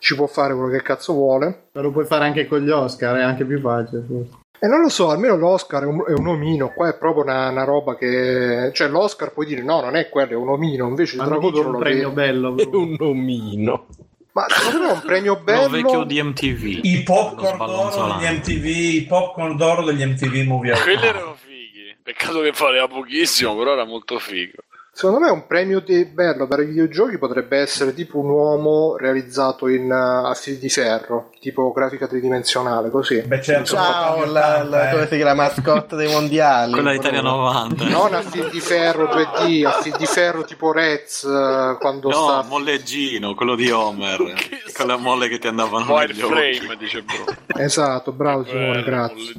ci può fare quello che cazzo vuole. Ma lo puoi fare anche con gli Oscar, è anche più facile forse. E non lo so, almeno l'Oscar è un, è un omino, qua è proprio una, una roba che... Cioè l'Oscar puoi dire no, non è quello, è un omino, invece il Drago d'Oro un lo premio vedi. bello. È un omino. Ma secondo me è un premio bello... Lo vecchio di M T V. I popcorn d'oro degli M T V, i popcorn d'oro degli M T V Movie Award. Quelli erano fighi. Peccato che valeva pochissimo, però era molto figo. Secondo me un premio di bello per i videogiochi potrebbe essere tipo un uomo realizzato in uh, a fil di ferro, tipo grafica tridimensionale, così. Beh, certo, Ciao, la, la, come si chiama, mascotte dei mondiali. Quella Italia novanta. Non a fil di ferro due D, a fil di ferro tipo Rez, uh, quando No, sta... molleggino, quello di Homer. Con la molle che ti andavano negli occhi. Wireframe, dice bro. Esatto, bravo Simone, Eh, grazie.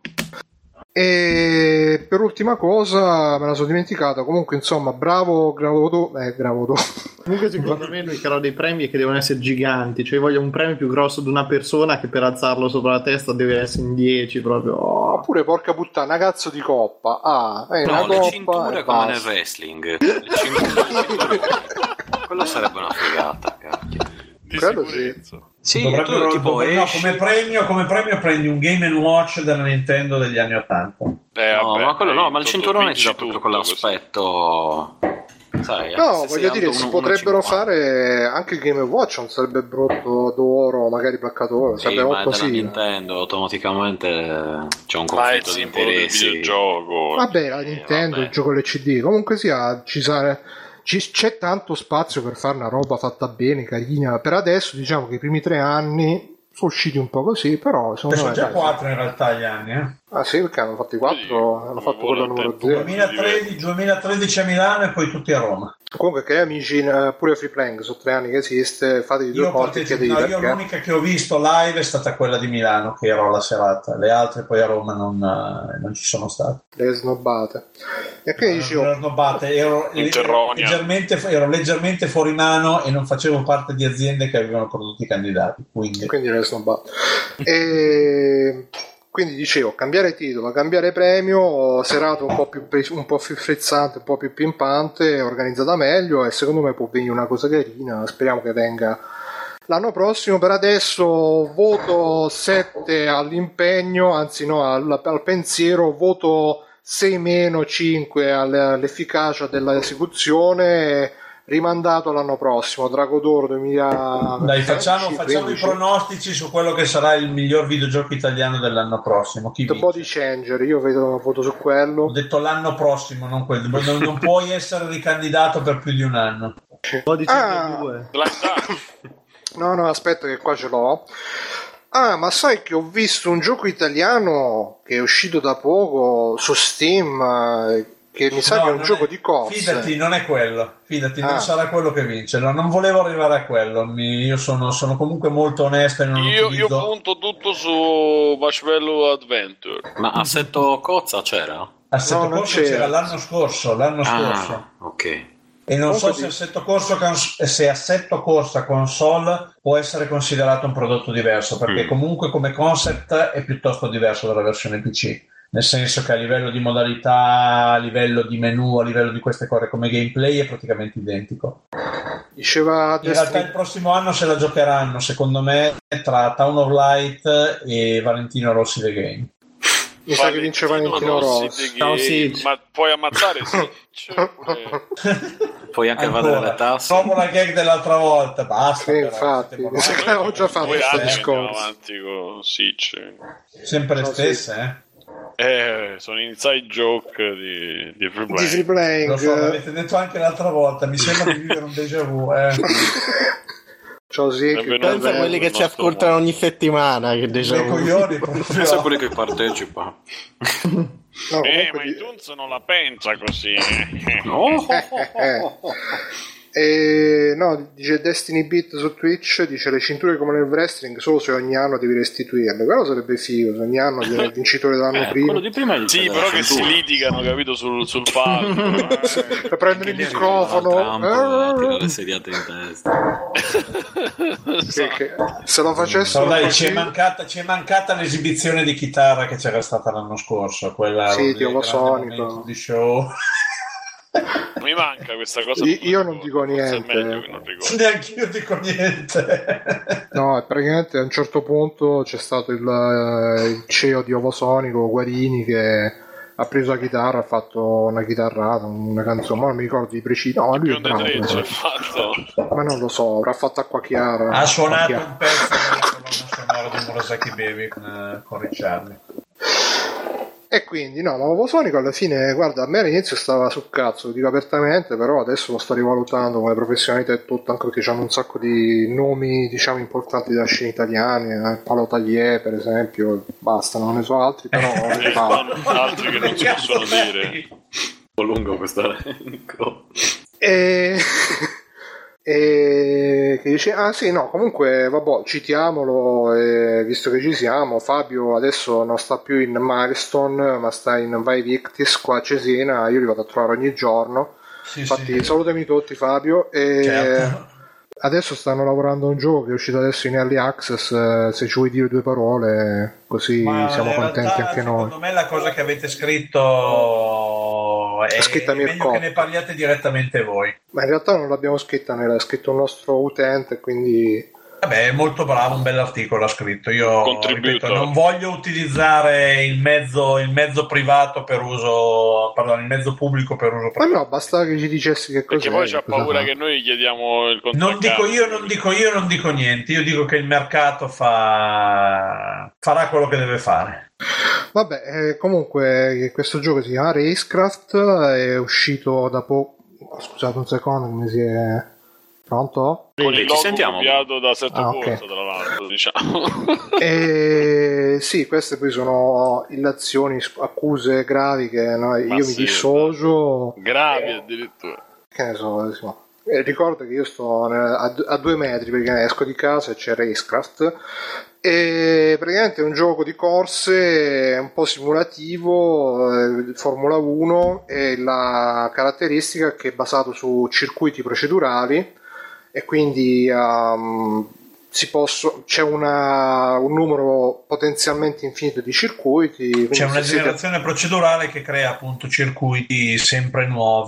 E per ultima cosa me la sono dimenticata, comunque insomma bravo Gravodo, eh Gravodo. Comunque secondo me lui creò dei premi che devono essere giganti, cioè voglio un premio più grosso di una persona che per alzarlo sopra la testa deve essere in dieci proprio. Oh. Oppure porca puttana, una cazzo di coppa. Ah, è No, una le coppa cinture e come nel basta. wrestling. Le cinture, le cinture. Quello sarebbe una figata, cacchio. Di Quello sicurezza. Sì, Dovrebbero- tu tipo dovrebbero- no, esci... come premio, come premio prendi un Game and Watch della Nintendo degli anni ottanta. Eh, No, vabbè, ma quello no, hai ma il tutto, cinturone ti vinci dà proprio tutto, quell'aspetto. Sai, No, se sei voglio dire, alto si uno- potrebbero uno cinquanta. fare anche il Game Watch, non sarebbe brutto d'oro, magari placcatore, Sì, sarebbe ma è molto della sì. Nintendo, automaticamente c'è un Ma è il conflitto di simbolo del interessi. videogioco. Vabbè, la Eh, Nintendo, vabbè. il gioco L C D, comunque sia, ci sarà, ci- c'è tanto spazio per fare una roba fatta bene, carina. Per adesso diciamo che i primi tre anni sono usciti un po' così, però secondo Sono me già dai, quattro in realtà gli anni, eh. ah sì, perché hanno fatto i quattro, hanno fatto quello numero zero. duemilatredici, duemilatredici a Milano e poi tutti a Roma. Comunque, cari amici, eh, pure Free Playing, sono tre anni che esiste, fatevi due Io, conti e partecipo- chiedevi no, io perché. l'unica che ho visto live è stata quella di Milano, che ero alla serata. Le altre poi a Roma non, eh, non ci sono state. Le snobbate. E che Non dicevo? ero snobbate, ero, ero, Interronia. leggermente, ero leggermente fuori mano e non facevo parte di aziende che avevano prodotti candidati. Quindi Quindi le snobbate. E quindi dicevo, cambiare titolo, cambiare premio, serata un po' più pre- un po' più frizzante, un po' più pimpante, organizzata meglio, e secondo me può venire una cosa carina, speriamo che venga l'anno prossimo. Per adesso voto sette all'impegno, anzi no, al, al pensiero, voto sei meno cinque all'efficacia dell'esecuzione, rimandato l'anno prossimo, Drago d'Oro duemila. dai, facciamo, quindici. facciamo i pronostici su quello che sarà il miglior videogioco italiano dell'anno prossimo. Chi The vince? Body Changer, io vedo un voto su quello. Ho detto l'anno prossimo, non quel. Non, non puoi essere ricandidato per più di un anno. dodici Ah. due. Black Dash. No, no, aspetta che qua ce l'ho. Ah, ma sai che ho visto un gioco italiano che è uscito da poco su Steam, eh, che mi sa No, che è un non gioco è- di corse. Fidati, non è quello. Fidati, Ah. non sarà quello che vince. No, non volevo arrivare a quello. Mi- io sono, sono comunque molto onesto e non Io, io utilizzo. punto tutto su Marshmallow Adventure. Ma Assetto Cozza c'era? Assetto No, non Corso c'era. c'era l'anno scorso, l'anno scorso. Ah, ok. E non so Comunque se di- Assetto, Corso, cons- se Assetto Corsa console può essere considerato un prodotto diverso, perché Mm. comunque come concept è piuttosto diverso dalla versione P C, nel senso che a livello di modalità, a livello di menu, a livello di queste cose come gameplay è praticamente identico. Diceva In realtà Destiny, il prossimo anno se la giocheranno, secondo me, tra Town of Light e Valentino Rossi The Game. mi sa che vince Valentino Rossi. The Ciao, Game. Sitch. Ma puoi ammazzare Sitch? Eh, Puoi anche Ancora. evadere le tasse. Dopo la gag dell'altra volta, basta. Sì, però, infatti, siete mi sa che proprio- avevo già fatto due questo anni andiamo discorso. avanti con Sitch. Sempre le Ciao, stesse, eh? Eh, sono inside joke di, di Free Di Play. Free Playing. Lo so, l'avete detto anche l'altra volta, mi sembra di vivere un déjà vu. Eh. Ciao sì, È che venuto Pensa a quelli che il ci nostro ascoltano ogni settimana, che Dei diciamo. coglioni Pensa a proprio. quelli che partecipa. no, Eh, comunque ma di- iTunes non la pensa così. Oh, eh. E, no, dice Destiny Beat su Twitch, dice le cinture come nel wrestling solo se ogni anno devi restituirle. Quello sarebbe figo, se ogni anno viene il vincitore dell'anno eh, prima. quello di prima è il Sì, però che si litigano, capito, sul, sul palco. eh. Per prendere il microfono. Trump, a Eh, tirare sediate in testa. che, che se lo Però facessero dai, ci è, così, mancata, ci è mancata l'esibizione di chitarra che c'era stata l'anno scorso. Quella Sì, un Dio lo grande sonico. momento di show. Ma mi manca questa cosa. Io, io non dico Forse niente. è meglio che non ricordo. Neanche io dico niente. No, praticamente a un certo punto c'è stato il, il C E O di Ovosonico, Guarini, che ha preso la chitarra, ha fatto una chitarrata, una canzone, ma non mi ricordo di preciso. No, ma lui è bravo. C'è fatto. Ma non lo so, avrà fatto Acqua Chiara. Ha suonato Acqua un pezzo della colonna sonora di Murasaki Baby con, con Ricciardi. E quindi, no, ma Ovosonico alla fine, guarda, a me all'inizio stava sul cazzo, lo dico apertamente, però adesso lo sto rivalutando come professionalità e tutto, anche perché hanno un sacco di nomi, diciamo, importanti della scena italiana, eh, Paolo Taglier, per esempio, basta, non ne so altri, però ne parlo. Altri che non si possono dire. Un po' lungo questo elenco. E... e che dice, ah sì, no, comunque vabbè, citiamolo, eh, visto che ci siamo. Fabio adesso non sta più in Milestone, ma sta in Vai Victis qua a Cesena. Io li vado a trovare ogni giorno. Sì, Infatti sì. salutami tutti, Fabio. E Certo. adesso stanno lavorando a un gioco che è uscito adesso in Early Access, eh, se ci vuoi dire due parole così Ma siamo in contenti realtà, anche noi. secondo me la cosa che avete scritto è, È scritta è meglio Mirko. che ne parliate direttamente voi. Ma in realtà non l'abbiamo scritta noi, l'ha scritto un nostro utente, quindi Vabbè, è molto bravo, un bell'articolo ha scritto. Io Contributo. ripeto, non voglio utilizzare il mezzo, il mezzo privato per uso, pardon, il mezzo pubblico per uso ma privato. no, basta che ci dicessi che cos'è. Perché poi c'ha cosa paura fa. che noi gli chiediamo il conto. Non dico io, non dico io, non dico niente. Io dico che il mercato fa... farà quello che deve fare. Vabbè, eh, comunque questo gioco si chiama Racecraft, è uscito da poco. Scusate un secondo, come si è. Pronto? Con Quindi il ci logo sentiamo. copiato da Setto Ah, ok. Corsa, tra l'altro, diciamo. E sì, queste poi sono illazioni, accuse gravi che no, io Ma mi sì, dissocio. Gravi addirittura. Che ne so, insomma. Eh, ricordo che io sto nel- a, a due metri perché esco di casa e c'è Racecraft. E praticamente è un gioco di corse un po' simulativo, eh, Formula uno, e la caratteristica è che è basato su circuiti procedurali e quindi um, si posso, c'è una, un numero potenzialmente infinito di circuiti. quindi C'è una se siete- generazione procedurale che crea appunto circuiti sempre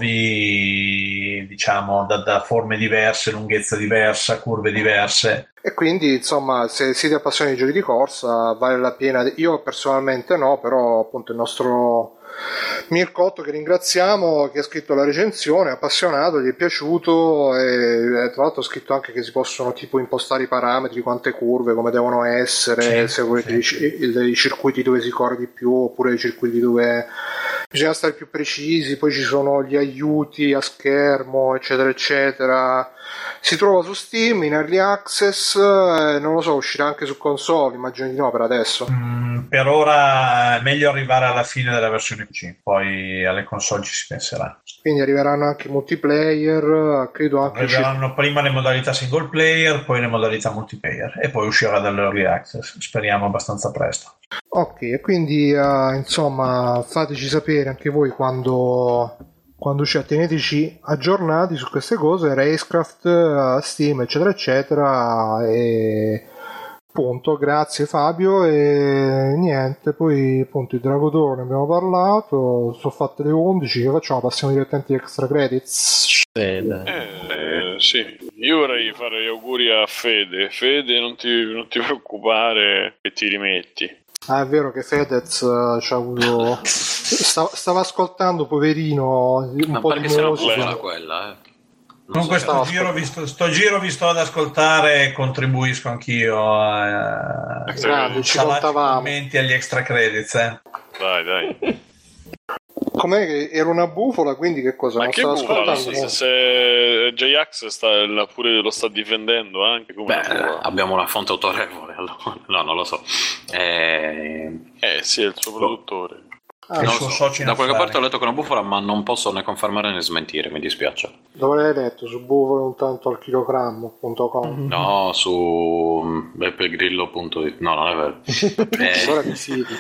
nuovi, diciamo, da, da forme diverse, lunghezza diversa, curve diverse. E quindi, insomma, se siete appassionati di giochi di corsa, vale la pena. Io personalmente no, però appunto il nostro Mircotto, che ringraziamo, che ha scritto la recensione, è appassionato, gli è piaciuto e tra l'altro ha scritto anche che si possono tipo impostare i parametri, quante curve, come devono essere, Sì, se volete sì. i, i- i circuiti dove si corre di più oppure i circuiti dove bisogna stare più precisi. Poi ci sono gli aiuti a schermo, eccetera eccetera. Si trova su Steam in Early Access, eh, non lo so, uscirà anche su console, immagino di no per adesso. Mm, per ora è meglio arrivare alla fine della versione P C, poi alle console ci si penserà. Quindi arriveranno anche i multiplayer, credo anche ci- Arriveranno prima le modalità single player, poi le modalità multiplayer e poi uscirà dall'Early Access, speriamo abbastanza presto. Ok, e quindi eh, insomma fateci sapere anche voi quando, quando uscirà, teneteci aggiornati su queste cose, Racecraft, eh, Steam, eccetera eccetera, e punto. Grazie Fabio, e niente, poi appunto il Dragodoro ne abbiamo parlato, sono fatte le undici, che facciamo? Passiamo direttamente agli extra credits. Sì, dai. Eh, sì, io vorrei fare gli auguri a Fede. Fede, non ti, non ti preoccupare che ti rimetti. Ah, è vero che Fedez eh, c'ha avuto stava, stava ascoltando, poverino, un Ma po' perché di se non musica. quella quella, eh. Non Comunque so sto se- giro, vi sto, sto giro vi sto ad ascoltare e contribuisco anch'io a, a Grande, ci salaci contavamo. commenti agli extra credits. Eh. Dai, dai. Com'è che era una bufola, quindi che cosa? Ma non che stavo buono, ascoltando? se, se J-Ax sta, pure lo sta difendendo anche come Beh, una buola. abbiamo una fonte autorevole, allora. No, non lo so. Eh, Eh sì, è il suo produttore. Ah, il non suo lo so. socio in Da qualche affari. parte ho letto che è una bufala, ma non posso né confermare né smentire, mi dispiace. dove l'hai letto? Su bufalo un tanto al chilogrammo punto com. No, su beppegrillo punto it. No, non è vero. Eh, Ora mi siti.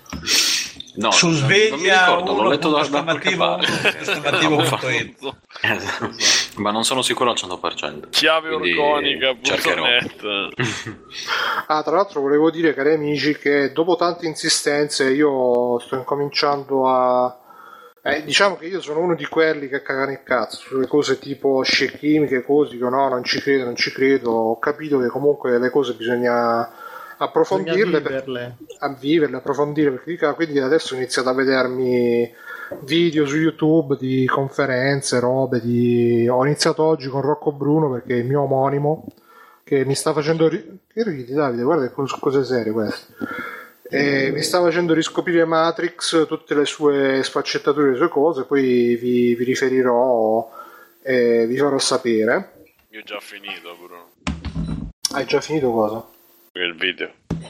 no, Su non- non mi sveglia ricordo, l'ho letto da, da qualche esclamativo, parte. esclamativo No, punto it. ma non sono sicuro al cento per cento. Chiave Quindi organica punto cercherò. net. Ah, tra l'altro volevo dire, cari amici, che dopo tante insistenze io sto incominciando a Eh, diciamo che io sono uno di quelli che cagano il cazzo sulle cose tipo scie chimiche, cose, dico no, non ci credo, non ci credo. Ho capito che comunque le cose bisogna approfondirle, bisogna viverle. Per, a viverle, approfondire, perché dico, quindi adesso ho iniziato a vedermi video su YouTube di conferenze, robe di... Ho iniziato oggi con Rocco Bruno perché è il mio omonimo che mi sta facendo ri... che ridi Davide, guarda che cose serie queste. E mi sta facendo riscoprire Matrix, tutte le sue sfaccettature, le sue cose, poi vi, vi riferirò e vi farò sapere. Io ho già finito, Bruno. Hai già finito cosa? Il video.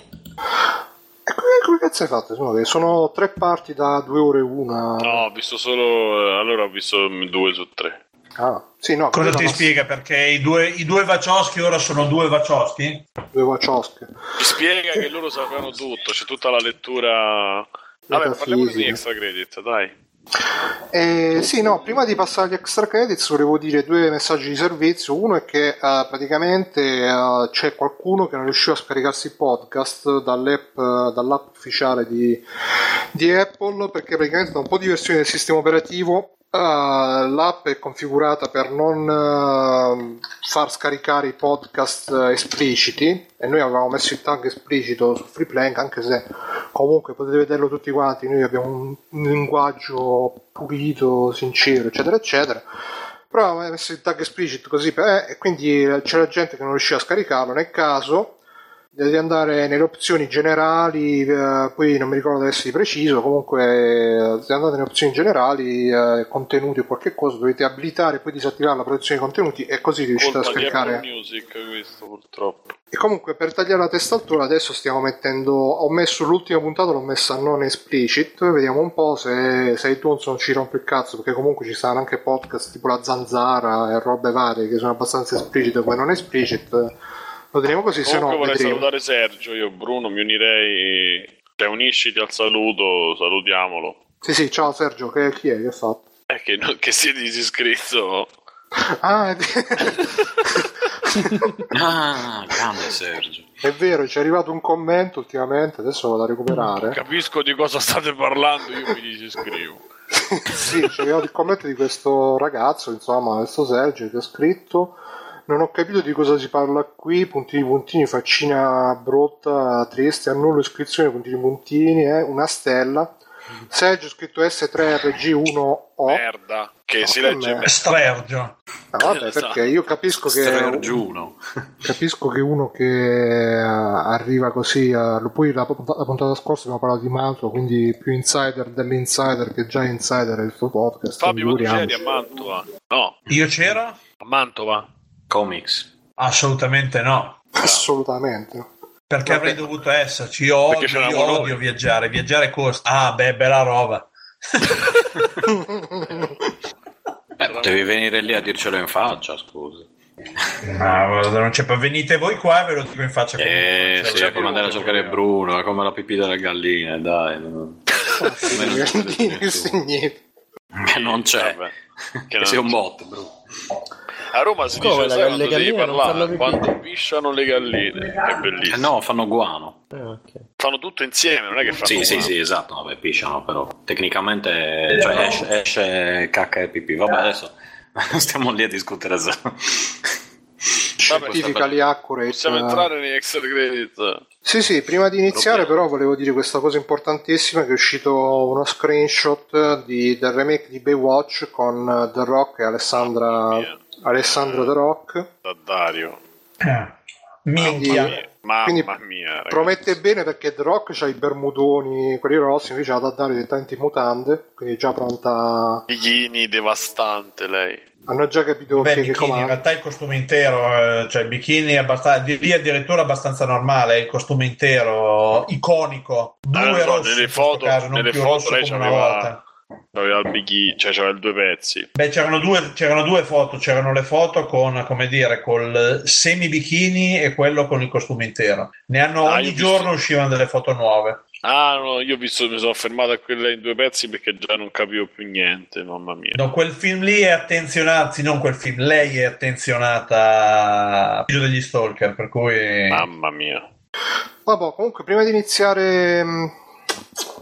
E come, come cazzo hai fatto? Sono, sono tre parti da due ore una. No, ho visto solo... Allora ho visto due su tre. Ah, sì, no. Cosa ti ma... spiega? Perché i due, i due Wachowski ora sono due Wachowski? Due Wachowski. Ti spiega che loro sapevano tutto, c'è tutta la lettura... Vabbè, parliamo di extra credit, dai. Eh, sì, no, prima di passare agli extra credits volevo dire due messaggi di servizio. Uno è che uh, praticamente uh, c'è qualcuno che non riusciva a scaricarsi il podcast dall'app, uh, dall'app ufficiale di, di Apple, perché praticamente da un po' di versioni del sistema operativo uh, l'app è configurata per non uh, far scaricare i podcast uh, espliciti, e noi avevamo messo il tag esplicito su Freeplank, anche se comunque potete vederlo tutti quanti, noi abbiamo un, un linguaggio pulito, sincero, eccetera eccetera, però avevamo messo il tag explicit così per, eh, e quindi c'era gente che non riusciva a scaricarlo. Nel caso di andare nelle opzioni generali, eh, poi non mi ricordo adesso di preciso, comunque eh, se andate nelle opzioni generali, eh, contenuti o qualche cosa, dovete abilitare e poi disattivare la protezione dei contenuti, e così riuscite a scaricare. Apple Music questo, purtroppo. E comunque per tagliare la testa altura adesso stiamo mettendo, ho messo l'ultima puntata, l'ho messa a non explicit, vediamo un po' se, se iTunes non ci rompe il cazzo, perché comunque ci saranno anche podcast tipo La Zanzara e robe varie che sono abbastanza esplicite come non explicit. Lo teniamo così, se no Comunque vorrei vedremo. salutare Sergio, io Bruno mi unirei, cioè unisciti al saluto, salutiamolo. Sì sì, ciao Sergio, che, chi è che ha fatto? È che, che si è disiscritto. Ah, è vero. Ah, grande Sergio. È vero, ci è arrivato un commento ultimamente, adesso vado a recuperare. Capisco di cosa state parlando, io mi disiscrivo. Sì, ci è arrivato il commento di questo ragazzo, insomma, questo Sergio, che ha scritto: non ho capito di cosa si parla qui, puntini puntini, faccina brutta, triste, annullo iscrizione, puntini puntini, eh, una stella. Sergio scritto S tre R G uno O. Merda, che no, si legge me... Stergio. Ah, vabbè, perché io capisco che Stergiuno. capisco che uno che arriva così a... poi la, la puntata scorsa abbiamo parlato di Mantova, quindi più insider dell'insider che già insider è il suo podcast. Fabio, ma tu c'eri a Mantova? No. Io c'era? A Mantova? Comics. Assolutamente no. Assolutamente. Perché Vabbè. avrei dovuto esserci? Io odio, io odio viaggiare. Viaggiare costa. Ah, beh, bella roba. Eh, potevi venire lì a dircelo in faccia, scusa. Ma guarda, non c'è per venite voi qua e ve lo dico in faccia. Eh, sì, è come andare a cercare Bruno, è come la pipì delle galline, dai. No. Che non c'è. Vabbè, che che non sei un c'è. bot, Bruno. A Roma si Come, dice, la- sai, le quando devi galline non fanno parlare, pipì? quando pisciano le galline, è Eh bellissimo. no, fanno guano. Ah, ok. Fanno tutto insieme, non è che fanno Sì, sì, guano. sì, esatto, vabbè, pisciano però. Tecnicamente, cioè, esce, esce cacca e pipì. Vabbè, adesso non stiamo lì a discutere. se- Scientifically accurate. Possiamo entrare nei extra credit. Sì, sì, prima di iniziare però volevo dire questa cosa importantissima, che è uscito uno screenshot di, del remake di Baywatch con The Rock e Alessandra, Mia. Alessandro The Rock. Da Dario. Minchia. Quindi- Mamma Quindi mia, ragazzi. promette bene, perché The Rock c'ha i bermudoni, quelli rossi, invece ha da dare direttamente in mutande, quindi è già pronta. Bikini devastante lei. Hanno già capito Beh, che, che bikini, in comanda. realtà il costume intero, eh, cioè il bikini è abbastanza, di lì addirittura abbastanza normale, il costume intero iconico, due Ah, non so, rossi nelle in questo foto- caso, non nelle più foto rosso lei come una c'aveva- volta. Aveva il bikini, cioè c'aveva i due pezzi. Beh, c'erano due, c'erano due foto, c'erano le foto con, come dire, col semi bikini e quello con il costume intero. Ne hanno Ah, ogni io ho giorno visto- uscivano delle foto nuove. Ah no, io ho visto, mi sono fermato a quella in due pezzi perché già non capivo più niente, mamma mia. No, quel film lì è attenzionato, anzi non quel film, lei è attenzionata a figlio degli stalker, per cui... Mamma mia. Vabbè, comunque prima di iniziare mh,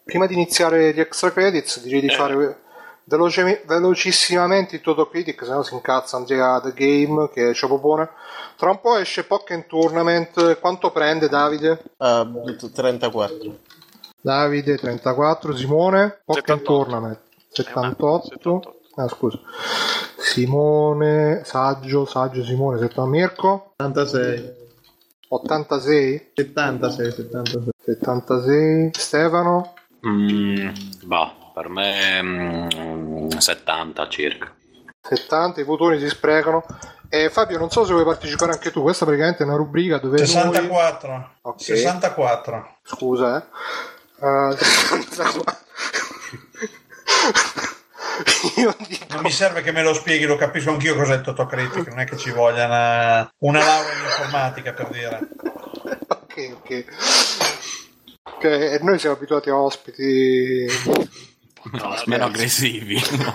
prima di iniziare gli extra credits direi di Eh. fare veloce- velocissimamente il Toto Critic, se no si incazza Andrea The Game che ci propone. Tra un po' esce Pokémon Tournament. Quanto prende Davide? Uh, trentaquattro. Davide trentaquattro, Simone Pokémon settantotto. Tournament settantotto. settantotto. Ah, scusa. Simone Saggio, Saggio Simone settantotto. Mirko ottantasei. ottantasei, settantasei, settantasei. settantasei. Stefano Mm, bah, per me mm, settanta circa. settanta. I votoni si sprecano. E Fabio, non so se vuoi partecipare anche tu. Questa praticamente è una rubrica dove sessantaquattro. noi... Ok. sessantaquattro. Scusa, eh. Uh, sessantaquattro. Io dico... Non mi serve che me lo spieghi, lo capisco anch'io cos'è il Totocritic, non è che ci voglia una, una laurea in informatica per dire. ok, ok. Ok, e noi siamo abituati a ospiti. No, meno aggressivi.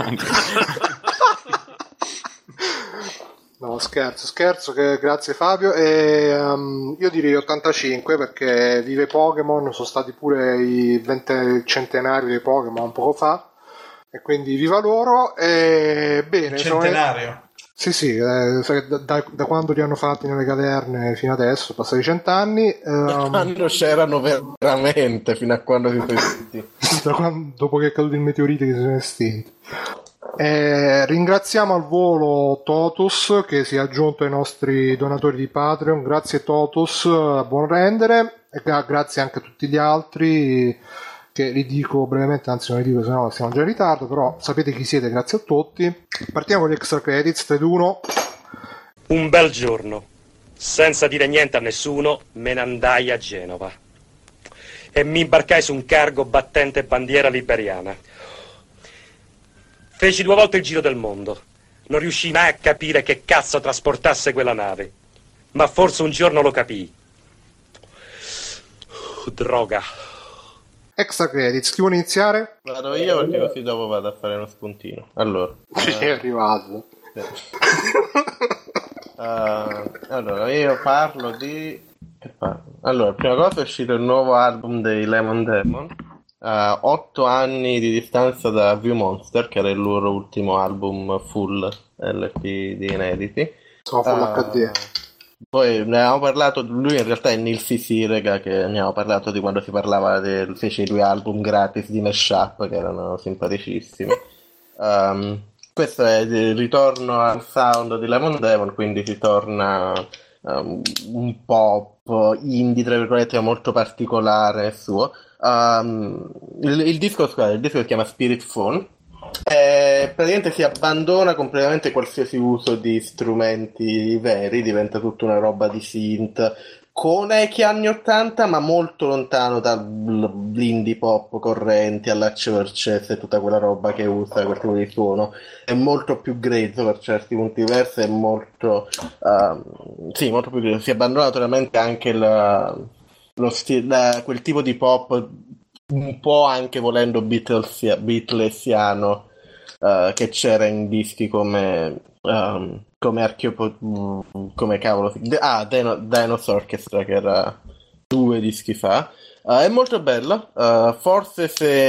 No, scherzo, scherzo, che grazie Fabio. E, um, io direi ottantacinque perché vive Pokémon, sono stati pure i venti centenari dei Pokémon poco fa. E quindi viva loro. E bene, Centenario. sono... Sì, sì, eh, da, da, da quando li hanno fatti nelle caverne fino adesso, passati cent'anni. Um, Quando c'erano veramente, fino a quando si sono estinti. da quando, dopo che è caduto il meteorite che si sono estinti. Eh, ringraziamo al volo Totus che si è aggiunto ai nostri donatori di Patreon. Grazie Totus, buon rendere. E gra- grazie anche a tutti gli altri che li dico brevemente, anzi non li dico sennò siamo già in ritardo, però sapete chi siete, grazie a tutti. Partiamo con gli extra credits. tre, due, uno. Un bel giorno, senza dire niente a nessuno, me ne andai a Genova e mi imbarcai su un cargo battente bandiera liberiana. Feci due volte il giro del mondo. Non riuscii mai a capire che cazzo trasportasse quella nave, ma forse un giorno lo capii. Uh, droga. Extra credits, chi vuole iniziare? Vado io perché così dopo vado a fare uno spuntino. Allora. Ci eh, è arrivato. Uh, allora, io parlo di... Che parlo? Allora, prima cosa è uscito il nuovo album dei Lemon Demon. Uh, otto anni di distanza da View Monster, che era il loro ultimo album full L P di inediti. Sono full Uh, acca di. Poi ne avevamo parlato, lui in realtà è Neil Sirega, che ne avevamo parlato di quando si parlava del, fece i due album gratis di Mashup, che erano simpaticissimi. Um, questo è il ritorno al sound di Lemon Demon, quindi si torna um, un pop indie, tra virgolette, molto particolare suo. Um, il, il disco, scusate, il disco si chiama Spirit Phone. Eh, praticamente si abbandona completamente qualsiasi uso di strumenti veri, diventa tutta una roba di synth con echi anni ottanta, ma molto lontano dall'indie pop correnti, all'Archworks e tutta quella roba che usa quel tipo di suono. È molto più grezzo per certi punti versi, è molto uh, sì, molto più grezzo. Si abbandona naturalmente anche la, lo sti- la, quel tipo di pop un po' anche volendo Beatles, Beatlesiano uh, che c'era in dischi come um, come Archeopo come cavolo ah Dino, Dinos Orchestra, che era due dischi fa. Uh, è molto bella, uh, forse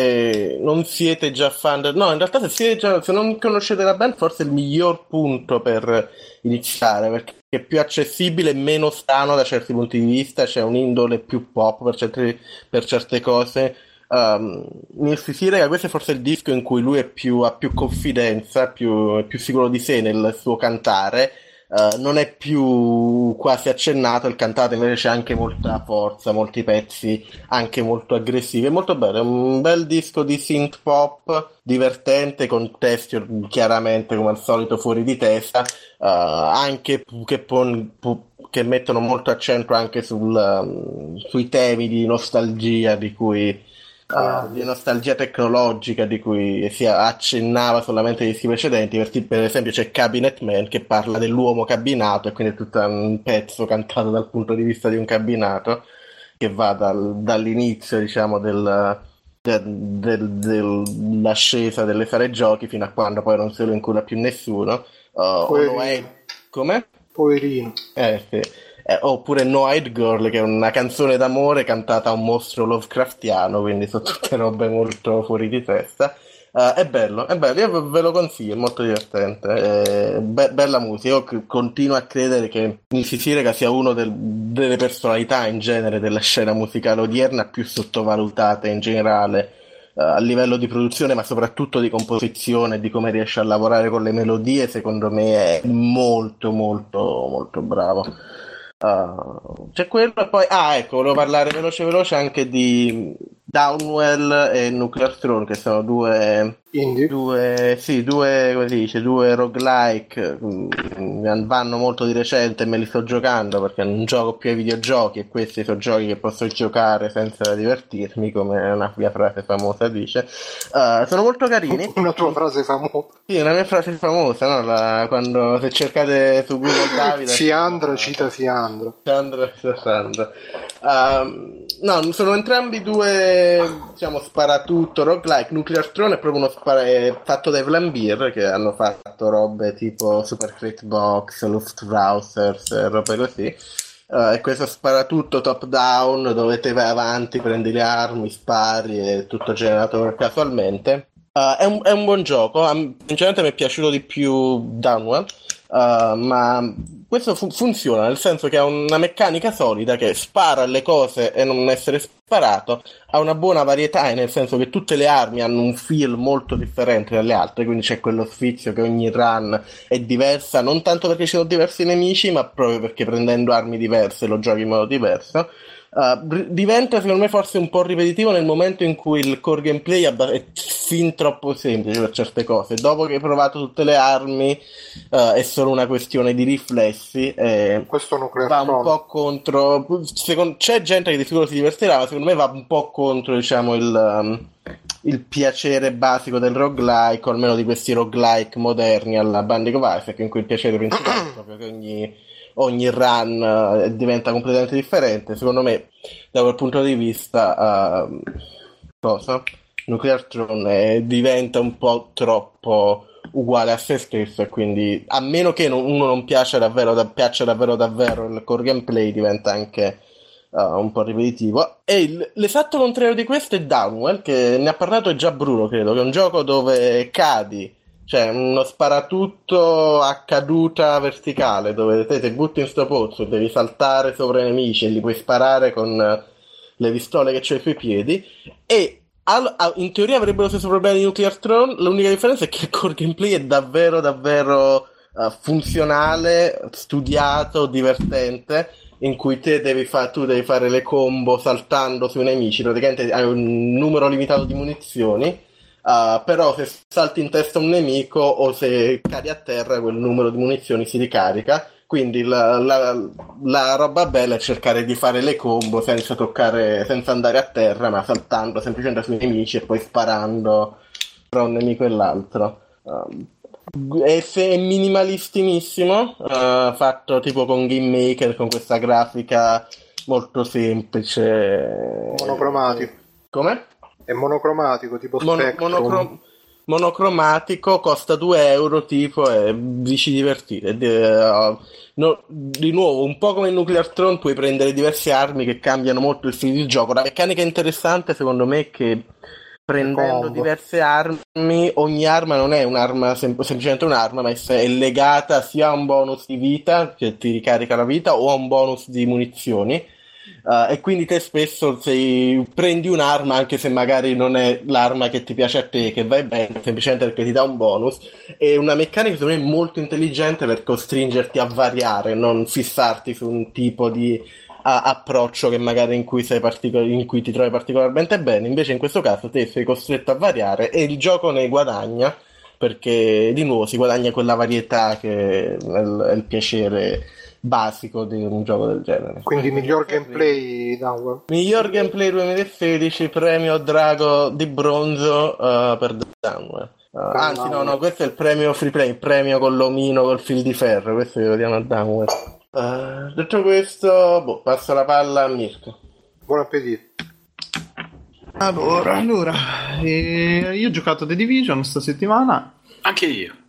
se non siete già fan del... no, in realtà se, siete già... se non conoscete la band forse è il miglior punto per iniziare, perché è più accessibile e meno strano da certi punti di vista, c'è un'indole più pop per, certi... per certe cose. Um, Neil Sirega, questo è forse il disco in cui lui è più, ha più confidenza, più, è più sicuro di sé nel suo cantare. Uh, non è più quasi accennato il cantato, invece c'è anche molta forza, molti pezzi anche molto aggressivi. È molto bello, è un bel disco di synth pop divertente, con testi chiaramente come al solito fuori di testa, uh, anche che, pon, che mettono molto accento anche sul, um, sui temi di nostalgia di cui Uh, di nostalgia tecnologica di cui si accennava solamente negli dischi precedenti. Per esempio c'è Cabinet Man che parla dell'uomo cabinato, e quindi è tutto un pezzo cantato dal punto di vista di un cabinato che va dal, dall'inizio, diciamo, del, del, del, dell'ascesa delle sale giochi fino a quando poi non se lo incula più nessuno. Uh, o lo è... Come? Poverino. Eh sì. eh, oppure No Eyed Girl, che è una canzone d'amore cantata a un mostro Lovecraftiano, quindi sono tutte robe molto fuori di testa. Uh, è bello, è bello, io ve lo consiglio, è molto divertente, è be- bella musica. Io c- continuo a credere che Missy Sirega sia una del- delle personalità in genere della scena musicale odierna più sottovalutate in generale, uh, a livello di produzione, ma soprattutto di composizione, di come riesce a lavorare con le melodie. Secondo me è molto molto molto bravo. Uh, c'è quello e poi, ah ecco, volevo parlare veloce veloce anche di Downwell e Nuclear Throne, che sono due Indie? due sì, due, come si dice, due roguelike, mm, vanno molto di recente e me li sto giocando perché non gioco più ai videogiochi e questi sono giochi che posso giocare senza divertirmi, come una mia frase famosa dice. Uh, sono molto carini. Una tua frase famosa. Sì, una mia frase famosa, no? La, quando se cercate su Google Davide Fiandra cita Fiandra. Fiandra, Fiandra. Um, no, sono entrambi due, diciamo, sparatutto roguelike. Nuclear Throne è proprio uno spara- è fatto dai Vlambeer, che hanno fatto robe tipo Super Crate Box, Luftrausers e robe così. Uh, e questo sparatutto top down, dove te vai avanti, prendi le armi, spari e tutto generato casualmente. Uh, è, un, è un buon gioco, sinceramente mi è piaciuto di più Downwell, uh, ma questo fu- funziona nel senso che ha una meccanica solida che spara alle cose e non essere sparato, ha una buona varietà, nel senso che tutte le armi hanno un feel molto differente dalle altre, quindi c'è quello sfizio che ogni run è diversa, non tanto perché ci sono diversi nemici, ma proprio perché prendendo armi diverse lo giochi in modo diverso. Uh, r- diventa secondo me forse un po' ripetitivo nel momento in cui il core gameplay è, abba- è fin troppo semplice per certe cose. Dopo che hai provato tutte le armi uh, è solo una questione di riflessi e Questo Nuclear va un Throne. po' contro, secondo, c'è gente che di sicuro si divertirà, ma secondo me va un po' contro, diciamo, il, um, il piacere basico del roguelike, o almeno di questi roguelike moderni alla Binding of Isaac, in cui il piacere principale è proprio che ogni ogni run uh, diventa completamente differente. Secondo me, da quel punto di vista, uh, cosa? Nuclear Throne eh, diventa un po' troppo uguale a se stesso, e quindi, a meno che non, uno non piaccia davvero, da, piaccia davvero davvero il core gameplay, diventa anche uh, un po' ripetitivo. E il, l'esatto contrario di questo è Downwell, che ne ha parlato già Bruno, credo, che è un gioco dove cadi, cioè uno sparatutto a caduta verticale, dove te ti butti in sto pozzo e devi saltare sopra i nemici e li puoi sparare con le pistole che c'hai sui piedi, e al, a, in teoria avrebbero lo stesso problema di Nuclear Throne. L'unica differenza è che il core gameplay è davvero davvero uh, funzionale, studiato, divertente, in cui te devi fa- tu devi fare le combo saltando sui nemici, praticamente hai un numero limitato di munizioni. Uh, però se salti in testa a un nemico o se cadi a terra, quel numero di munizioni si ricarica, quindi la, la, la roba bella è cercare di fare le combo senza toccare, senza andare a terra, ma saltando semplicemente sui nemici e poi sparando tra un nemico e l'altro. Um, è, è minimalistimissimo, uh, fatto tipo con Game Maker, con questa grafica molto semplice, Monocromatico. come? È monocromatico, tipo Mono, Spectrum. monocrom- monocromatico, costa due euro tipo e vi ci divertite. Di, uh, no, di nuovo, un po' come in Nuclear Throne, puoi prendere diverse armi che cambiano molto il stile di gioco. La meccanica interessante secondo me è che prendendo diverse armi, ogni arma non è un'arma sem- semplicemente un'arma, ma è legata sia a un bonus di vita, che ti ricarica la vita, o a un bonus di munizioni. Uh, e quindi te spesso sei, prendi un'arma anche se magari non è l'arma che ti piace a te, che vai bene, semplicemente perché ti dà un bonus. È una meccanica secondo me molto intelligente per costringerti a variare, non fissarti su un tipo di a- approccio che magari in cui, sei particol- in cui ti trovi particolarmente bene. Invece in questo caso te sei costretto a variare e il gioco ne guadagna, perché di nuovo si guadagna quella varietà che è il, è il piacere basico di un gioco del genere. Quindi miglior gameplay Downwell. Miglior gameplay duemilasedici, premio Drago di bronzo uh, per Downwell. Uh, anzi no, no, questo è il premio free play, il premio con l'omino col fil di ferro, questo glielo diamo a Downwell. Uh, detto questo, boh, passo la palla a Mirko. Buon appetito. Allora, allora eh, io ho giocato The Division sta settimana. Anche io.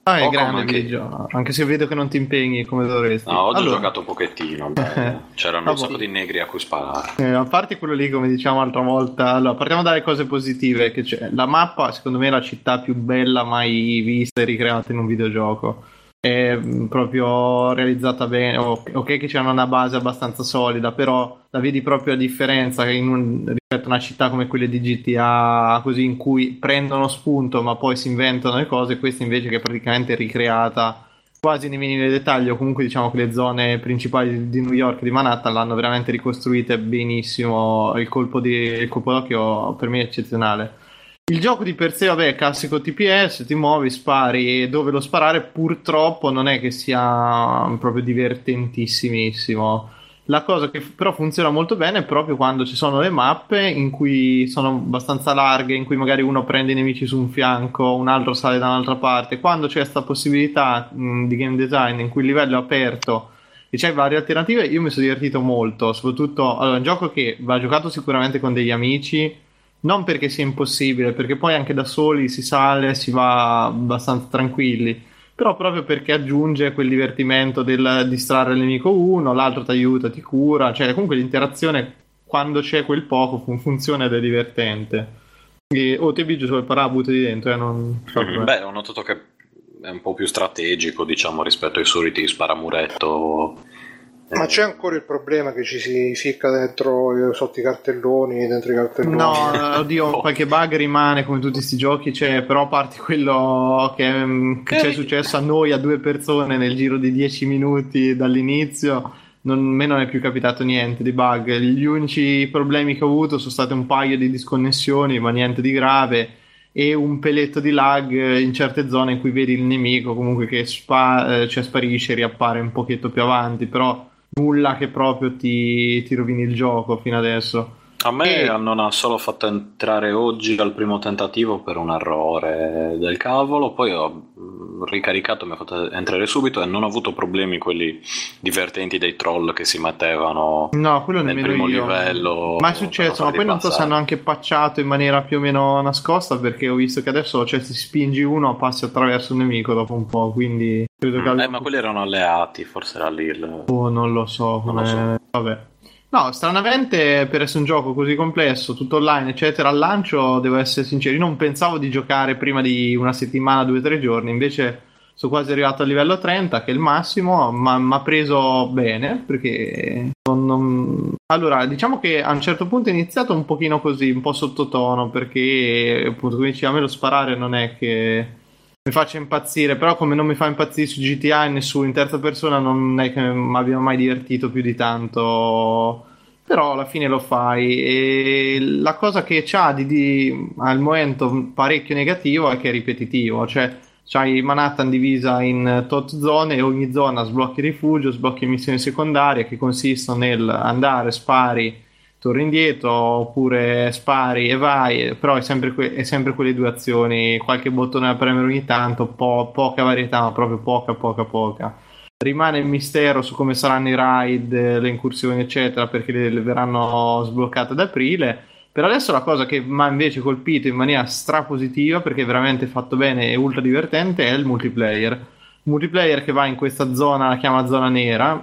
Ah, è Poco, grande ma anche- Biggio, anche se vedo che non ti impegni come dovresti. No, oggi Allora, ho giocato un pochettino, beh, c'erano Vabbè. un sacco di negri a cui sparare. eh, a parte quello lì, come diciamo l'altra volta, allora partiamo dalle cose positive. Che c'è. La mappa, secondo me, è la città più bella mai vista e ricreata in un videogioco. È mh, proprio realizzata bene. Ok, ok che c'è una base abbastanza solida, però la vedi proprio a differenza che in un- rispetto a una città come quelle di G T A, così, in cui prendono spunto ma poi si inventano le cose. Questa invece che è praticamente ricreata quasi nei minimi dettagli, o comunque diciamo che le zone principali di New York e di Manhattan l'hanno veramente ricostruite benissimo. Il colpo, di, il colpo d'occhio per me è eccezionale. Il gioco di per sé, vabbè, classico T P S, ti muovi, spari, e dove lo sparare purtroppo non è che sia proprio divertentissimissimo. La cosa che f- però funziona molto bene è proprio quando ci sono le mappe in cui sono abbastanza larghe, in cui magari uno prende i nemici su un fianco, un altro sale da un'altra parte. Quando c'è questa possibilità mh, di game design in cui il livello è aperto e c'hai varie alternative, io mi sono divertito molto. Soprattutto, allora, è un gioco che va giocato sicuramente con degli amici, non perché sia impossibile, perché poi anche da soli si sale, si va abbastanza tranquilli, però proprio perché aggiunge quel divertimento del distrarre il nemico uno, l'altro ti aiuta, ti cura, cioè comunque l'interazione quando c'è quel poco fun- funziona ed è divertente. E, oh, te Biggio sul parabuto di dentro, eh, non so Mm, com'è. Beh, ho notato che è un po' più strategico, diciamo, rispetto ai soliti sparamuretto. Ma Eh, c'è ancora il problema che ci si ficca dentro, eh, sotto i cartelloni, dentro i cartelloni. No, oddio, No. qualche bug rimane come tutti questi giochi, c'è, però a parte quello che, mm, che ci è successo a noi, a due persone nel giro di dieci minuti dall'inizio, non, a me non è più capitato niente di bug. Gli unici problemi che ho avuto sono state un paio di disconnessioni, ma niente di grave, e un peletto di lag in certe zone in cui vedi il nemico comunque che spa- eh, cioè sparisce, riappare un pochetto più avanti, però nulla che proprio ti, ti rovini il gioco fino adesso. A me E- hanno solo fatto entrare oggi al primo tentativo per un errore del cavolo, poi ho mm, ricaricato, mi ha fatto entrare subito e non ho avuto problemi quelli divertenti dei troll che si mettevano No, quello nel nemmeno primo io. livello. Ma è per successo, non ma poi farli non so se passare. hanno anche patchato in maniera più o meno nascosta, perché ho visto che adesso, cioè, se spingi uno passi attraverso un nemico dopo un po', quindi credo che Mm, abbia Eh, ma quelli erano alleati, forse era lì il... Oh, non lo so Non lo come. so. Vabbè. No, stranamente per essere un gioco così complesso, tutto online, eccetera, al lancio, devo essere sincero, io non pensavo di giocare prima di una settimana, due o tre giorni, invece sono quasi arrivato al livello trenta, che è il massimo, ma mi ha preso bene, perché non- non- allora, diciamo che a un certo punto è iniziato un pochino così, un po' sottotono, perché appunto come diceva, a me lo sparare non è che mi faccia impazzire, però come non mi fa impazzire su G T A e nessuno in terza persona, non è che mi abbia mai divertito più di tanto, però alla fine lo fai. E la cosa che c'ha di, di al momento parecchio negativo è che è ripetitivo, cioè c'hai Manhattan divisa in tot zone e ogni zona sblocchi rifugio, sblocchi missioni secondarie che consistono nel andare, spari, torni indietro, oppure spari e vai, però è sempre, que- è sempre quelle due azioni, qualche bottone da premere ogni tanto, po- poca varietà, ma proprio poca, poca, poca. Rimane il mistero su come saranno i raid, le incursioni, eccetera, perché le, le verranno sbloccate ad aprile. Per adesso la cosa che mi ha invece colpito in maniera strapositiva, perché è veramente fatto bene e ultra divertente, è il multiplayer. Il multiplayer che va in questa zona, la chiama zona nera,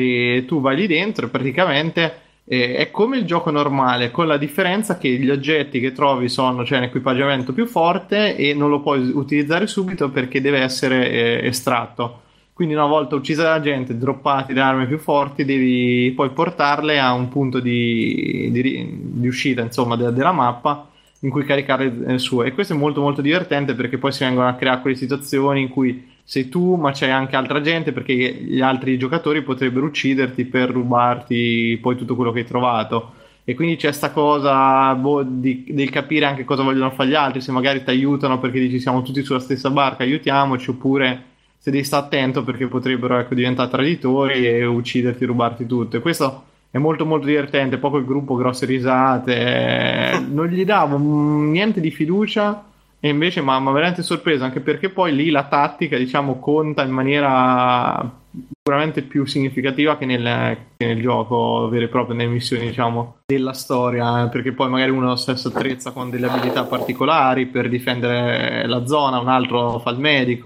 e tu vai lì dentro e praticamente eh, è come il gioco normale, con la differenza che gli oggetti che trovi sono, cioè, un equipaggiamento più forte e non lo puoi utilizzare subito perché deve essere eh, estratto. Quindi una volta uccisa la gente, droppati le armi più forti, devi poi portarle a un punto di, di, di uscita, insomma, de- della mappa in cui caricare il suo. E questo è molto molto divertente perché poi si vengono a creare quelle situazioni in cui sei tu, ma c'è anche altra gente, perché gli altri giocatori potrebbero ucciderti per rubarti poi tutto quello che hai trovato. E quindi c'è sta cosa boh, di, del capire anche cosa vogliono fare gli altri, se magari ti aiutano perché dici siamo tutti sulla stessa barca, aiutiamoci, oppure se devi stare attento perché potrebbero, ecco, diventare traditori e ucciderti, rubarti tutto. E questo è molto molto divertente, poi col gruppo grosse risate, eh, non gli davo mm, niente di fiducia e invece mi ha veramente sorpreso, anche perché poi lì la tattica, diciamo, conta in maniera sicuramente più significativa che nel, che nel gioco vero e proprio, nelle missioni, diciamo, della storia, eh, perché poi magari uno si attrezza con delle abilità particolari per difendere la zona, un altro fa il medico.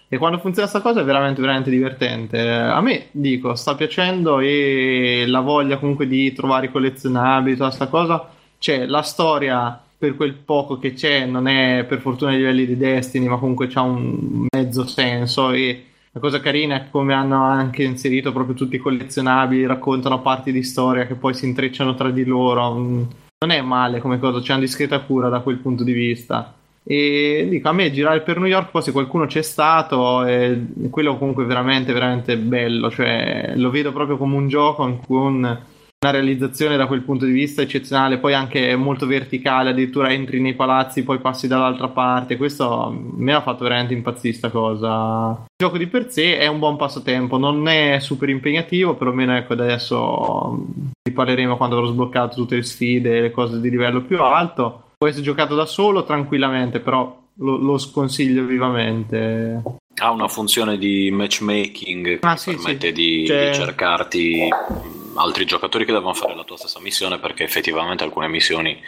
E quando funziona sta cosa è veramente veramente divertente. A me, dico, sta piacendo, e la voglia comunque di trovare i collezionabili, tutta sta cosa. C'è la storia, per quel poco che c'è, non è per fortuna ai livelli di Destiny, ma comunque c'ha un mezzo senso. E la cosa carina è come hanno anche inserito proprio tutti i collezionabili, raccontano parti di storia che poi si intrecciano tra di loro. Non è male come cosa, c'è una discreta cura da quel punto di vista. E dico, a me girare per New York, poi se qualcuno c'è stato, è quello comunque veramente veramente bello, cioè lo vedo proprio come un gioco con una realizzazione da quel punto di vista eccezionale, poi anche molto verticale, addirittura entri nei palazzi poi passi dall'altra parte. Questo mi ha fatto veramente impazzire sta cosa. Il gioco di per sé è un buon passatempo, non è super impegnativo, perlomeno ecco, adesso vi parleremo quando avrò sbloccato tutte le sfide e le cose di livello più alto. Può essere giocato da solo tranquillamente, però lo, lo sconsiglio vivamente. Ha una funzione di matchmaking che ah, ti sì, permette sì. Di, C'è... di cercarti altri giocatori che devono fare la tua stessa missione, perché effettivamente alcune missioni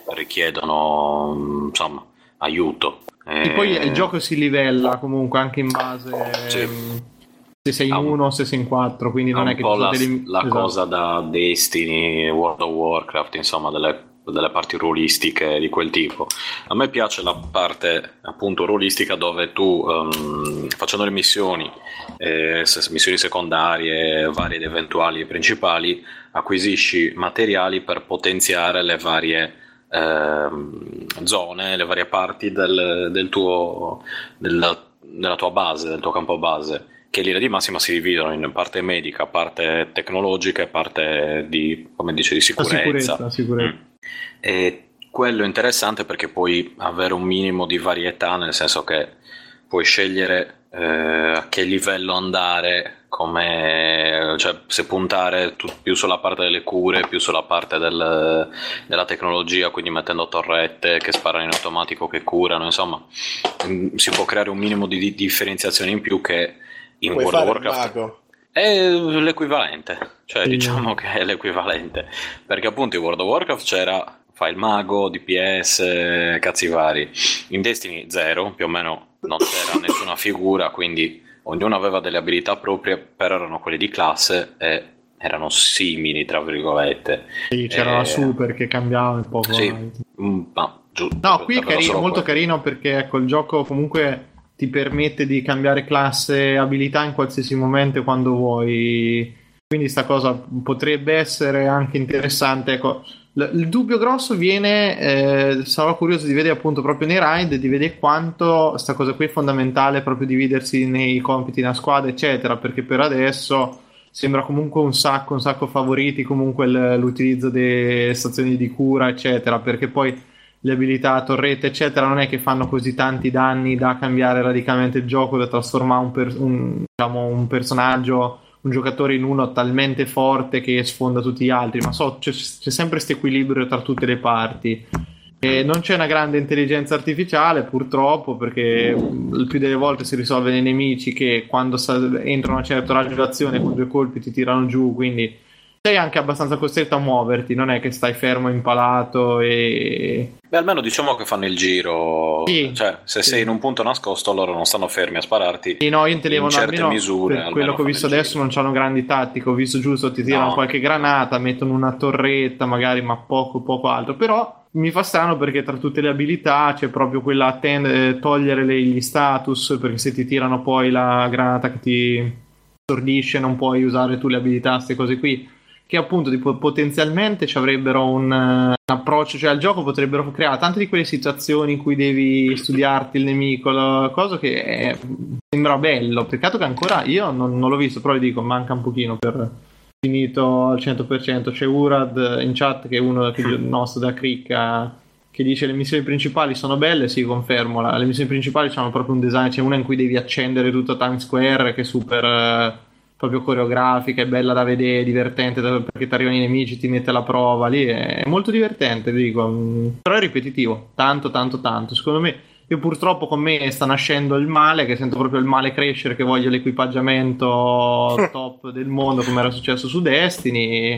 richiedono, insomma, aiuto. E poi il gioco si livella comunque anche in base sì. se sei in uno o se sei in quattro, quindi non è che po' la, delim- la esatto. cosa da Destiny, World of Warcraft, insomma, delle delle parti ruolistiche di quel tipo. A me piace la parte appunto ruolistica dove tu um, facendo le missioni eh, missioni secondarie varie ed eventuali e principali acquisisci materiali per potenziare le varie eh, zone, le varie parti del, del tuo del, della tua base, del tuo campo base, che in linea di massima si dividono in parte medica, parte tecnologica e parte di, come dice, di sicurezza. Sicurezza, sicurezza. Mm. E quello è interessante perché puoi avere un minimo di varietà, nel senso che puoi scegliere eh, a che livello andare, come, cioè se puntare tu, più sulla parte delle cure, più sulla parte del, della tecnologia, quindi mettendo torrette che sparano in automatico, che curano, insomma si può creare un minimo di, di differenziazione in più che in puoi World of fare Warcraft il mago. è l'equivalente, cioè sì. diciamo che è l'equivalente, perché appunto in World of Warcraft c'era fai il mago, D P S, cazzi vari. In Destiny zero, più o meno non c'era nessuna figura, quindi ognuno aveva delle abilità proprie, però erano quelle di classe e erano simili, tra virgolette. Sì, c'era e... la super che cambiava un po'. Sì, ma giù, no, qui è carino, molto quello. carino, perché ecco, il gioco comunque ti permette di cambiare classe e abilità in qualsiasi momento e quando vuoi, quindi sta cosa potrebbe essere anche interessante. Ecco, il dubbio grosso viene, eh, sarò curioso di vedere appunto proprio nei raid, di vedere quanto sta cosa qui è fondamentale, proprio dividersi nei compiti nella squadra eccetera, perché per adesso sembra comunque un sacco un sacco favoriti comunque l'utilizzo delle stazioni di cura eccetera, perché poi le abilità torrette eccetera non è che fanno così tanti danni da cambiare radicalmente il gioco, da trasformare un, per- un, diciamo, un personaggio, un giocatore in uno talmente forte che sfonda tutti gli altri, ma so, c'è, c'è sempre questo equilibrio tra tutte le parti. E non c'è una grande intelligenza artificiale purtroppo, perché il più delle volte si risolve nei nemici che quando sa- entrano a un certo raggio d'azione con due colpi ti tirano giù, quindi sei anche abbastanza costretto a muoverti, non è che stai fermo impalato e... Beh, almeno diciamo che fanno il giro, sì, cioè se sì. sei in un punto nascosto loro non stanno fermi a spararti. Sì, no, io intendevo in certe almeno, misure, per quello che ho visto adesso non c'hanno grandi tattiche, ho visto giusto ti tirano No. qualche granata, mettono una torretta magari, ma poco poco altro, però mi fa strano perché tra tutte le abilità c'è proprio quella attend- eh, togliere le- gli status, perché se ti tirano poi la granata che ti stordisce non puoi usare tu le abilità, queste cose qui, che appunto tipo, potenzialmente ci avrebbero un, uh, un approccio, cioè al gioco potrebbero creare tante di quelle situazioni in cui devi studiarti il nemico, la cosa che è, sembra bello. Peccato che ancora io non, non l'ho visto, però vi dico manca un pochino per finito al cento per cento. C'è Urad in chat che è uno del nostro da Cricca che dice le missioni principali sono belle, sì, confermo, la, le missioni principali hanno proprio un design, c'è una in cui devi accendere tutto Times Square che è super uh, proprio coreografica, è bella da vedere, divertente perché ti arrivano i nemici, ti mette alla prova, lì è molto divertente, vi dico, però è ripetitivo, tanto tanto tanto, secondo me. Io purtroppo con me sta nascendo il male, che sento proprio il male crescere, che voglio l'equipaggiamento top del mondo come era successo su Destiny,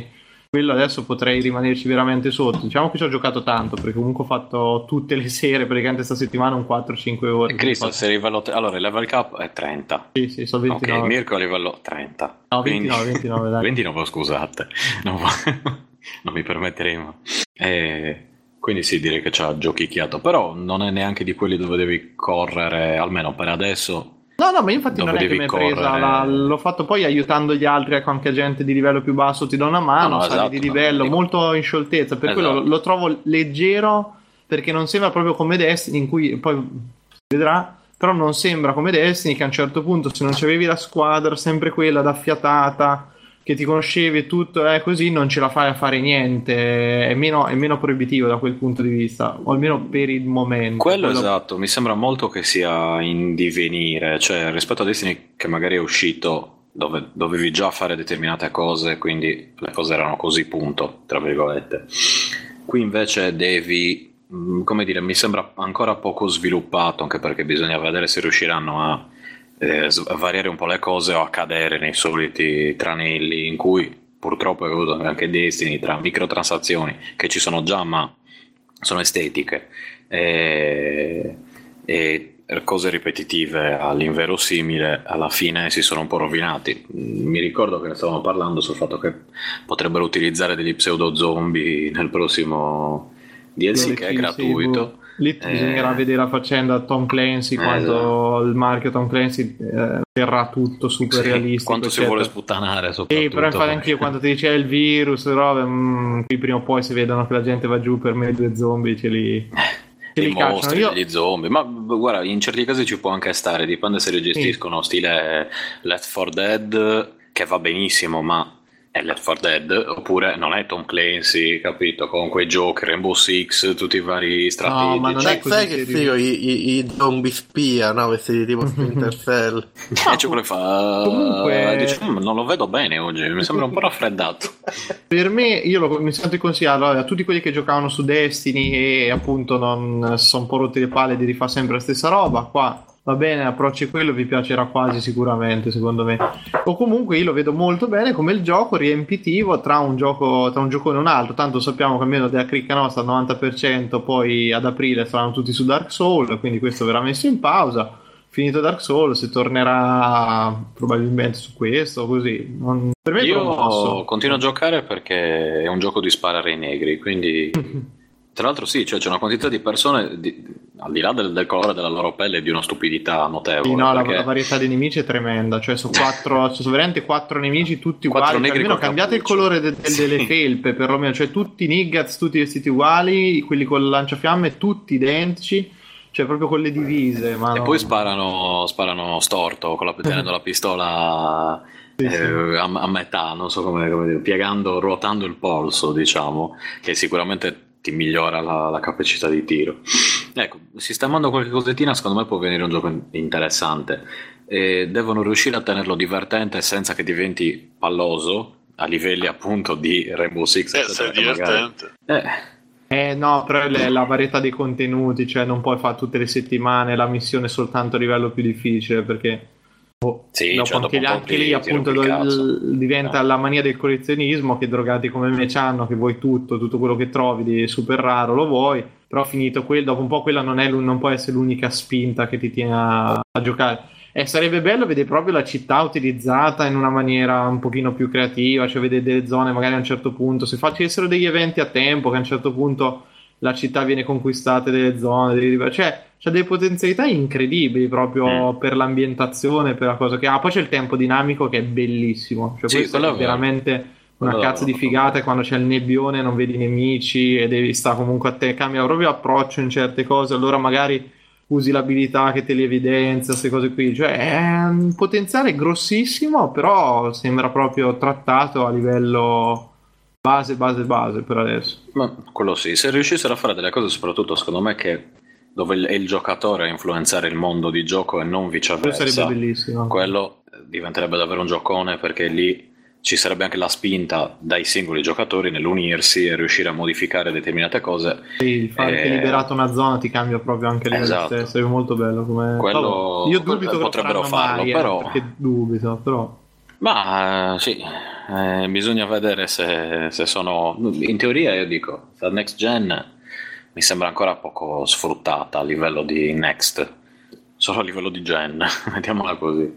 quello adesso potrei rimanerci veramente sotto. Diciamo che ci ho giocato tanto, perché comunque ho fatto tutte le sere praticamente sta settimana un quattro cinque ore. Cristo, se livello te- allora il level cap è trenta. Sì, sì, sono ventinove. Ok, Mirko a livello trenta. No, Quindi... ventinove, ventinove, dai. ventinove, scusate. Non, non mi permetteremo. Eh, quindi sì, direi che ci ha giochicchiato, però non è neanche di quelli dove devi correre, almeno per adesso. No, no, ma infatti Dove non è che devi mi è presa, correre. la- l'ho fatto poi aiutando gli altri, ecco, anche gente di livello più basso ti dà una mano, No, no, sali esatto, di no, livello, dico- molto in scioltezza, per quello lo, Esatto. lo trovo leggero, perché non sembra proprio come Destiny, in cui poi si vedrà, però non sembra come Destiny che a un certo punto se non c'avevi la squadra, sempre quella da affiatata, che ti conoscevi e tutto è così, non ce la fai a fare niente, è meno, è meno proibitivo da quel punto di vista, o almeno per il momento. Quello esatto, mi sembra molto che sia in divenire, cioè rispetto a Destiny che magari è uscito dove dovevi già fare determinate cose, quindi le cose erano così, punto, tra virgolette. Qui invece devi, mh, come dire, mi sembra ancora poco sviluppato, anche perché bisogna vedere se riusciranno a eh, variare un po' le cose o a cadere nei soliti tranelli in cui purtroppo è avuto anche Destiny, tra microtransazioni che ci sono già ma sono estetiche e, e cose ripetitive all'inverosimile, alla fine si sono un po' rovinati. Mi ricordo che ne stavamo parlando sul fatto che potrebbero utilizzare degli pseudo zombie nel prossimo D L C che è gratuito. Lì Eh, bisognerà vedere la faccenda Tom Clancy, eh, quando il marchio Tom Clancy eh, terrà tutto super sì, realistico, quanto si eccetera. vuole sputtanare soprattutto. Sì, però infatti anch'io quando ti dice il virus, robe, mm, qui prima o poi si vedono che la gente va giù per me due zombie, ce li, ce I li cacciano. mostri, Io, gli zombie, ma guarda, in certi casi ci può anche stare, dipende se li gestiscono stile Left four Dead, che va benissimo, ma è Left four Dead, oppure non è Tom Clancy, capito, con quei giochi Rainbow Six, tutti i vari strategici. ma non è Sai, così sai che serio. figo i, i, i zombie spia, no? Vestiti tipo Splinter Cell. E c'è quello che fa, comunque- dice, "Mm, non lo vedo bene oggi, mi sembra un po' raffreddato." per me, io lo, mi sento di consigliarlo a tutti quelli che giocavano su Destiny e appunto non sono un po' rotti le palle di rifare sempre la stessa roba. Qua va bene, approcci quello, vi piacerà quasi sicuramente, secondo me. O comunque io lo vedo molto bene come il gioco riempitivo tra un gioco tra un gioco e un altro. Tanto sappiamo che almeno della cricca nostra al novanta per cento, poi ad aprile saranno tutti su Dark Souls, quindi questo verrà messo in pausa. Finito Dark Souls si tornerà probabilmente su questo, così. Non, per me è Io promosso. continuo a giocare perché è un gioco di sparare ai negri, quindi tra l'altro sì, cioè c'è una quantità di persone di- al di là del, del colore della loro pelle di una stupidità notevole. Sì, no, la, perché- la varietà di nemici è tremenda, cioè su quattro, sono veramente quattro nemici tutti Quattro uguali, negri almeno col cambiate il cappuccio. colore de- de- Sì. delle felpe perlomeno, cioè tutti niggats, tutti vestiti uguali, quelli con il lanciafiamme tutti identici, cioè proprio con le divise, ma E no. poi sparano, sparano storto con la, tenendo la pistola eh, a, a metà, non so come, come dire, piegando, ruotando il polso, diciamo, che sicuramente ti migliora la, la capacità di tiro. Ecco, sistemando qualche cosettina, secondo me può venire un gioco interessante. E devono riuscire a tenerlo divertente senza che diventi palloso a livelli appunto di Rainbow Six. Eh, eccetera, sei che magari- divertente. Eh, Eh no, però è la varietà dei contenuti, cioè non puoi fare tutte le settimane la missione soltanto a livello più difficile, perché boh, Sì, dopo cioè, anche, dopo un po' anche ti- lì ti appunto rompi il do- cazzo. il- diventa Eh. la mania del collezionismo, che drogati come me c'hanno, che vuoi tutto, tutto quello che trovi di super raro lo vuoi, però finito quel, dopo un po' quella non, è, l'un- non può essere l'unica spinta che ti tiene a, a giocare. E sarebbe bello vedere proprio la città utilizzata in una maniera un pochino più creativa, cioè vedere delle zone magari a un certo punto, se facessero degli eventi a tempo, che a un certo punto la città viene conquistata, delle zone, delle- cioè c'ha delle potenzialità incredibili proprio Mm. per l'ambientazione, per la cosa che ha. Poi c'è il tempo dinamico che è bellissimo, cioè Sì, questo quello è è vero. veramente una Quello- cazzo di figata, quando c'è il nebbione non vedi i nemici e devi stare comunque a te, cambia proprio approccio in certe cose, allora magari usi l'abilità che te li evidenzia, queste cose qui, cioè è un potenziale grossissimo, però sembra proprio trattato a livello base, base, base per adesso. Ma quello sì, se riuscissero a fare delle cose, soprattutto secondo me, che dove il- è il giocatore a influenzare il mondo di gioco e non Quello viceversa, sarebbe bellissimo. quello diventerebbe davvero un giocone, perché lì ci sarebbe anche la spinta dai singoli giocatori nell'unirsi e riuscire a modificare determinate cose. Sì, il fatto che Eh, liberato una zona ti cambia proprio anche le Esatto. stesse, sarebbe molto bello come... Quello- Io dubito che lo potrebbero faranno farlo, mai, eh, però- perché dubito, però Ma uh, sì, eh, bisogna vedere se, se sono... In teoria io dico, la next gen mi sembra ancora poco sfruttata a livello di next, solo a livello di gen, mettiamola così.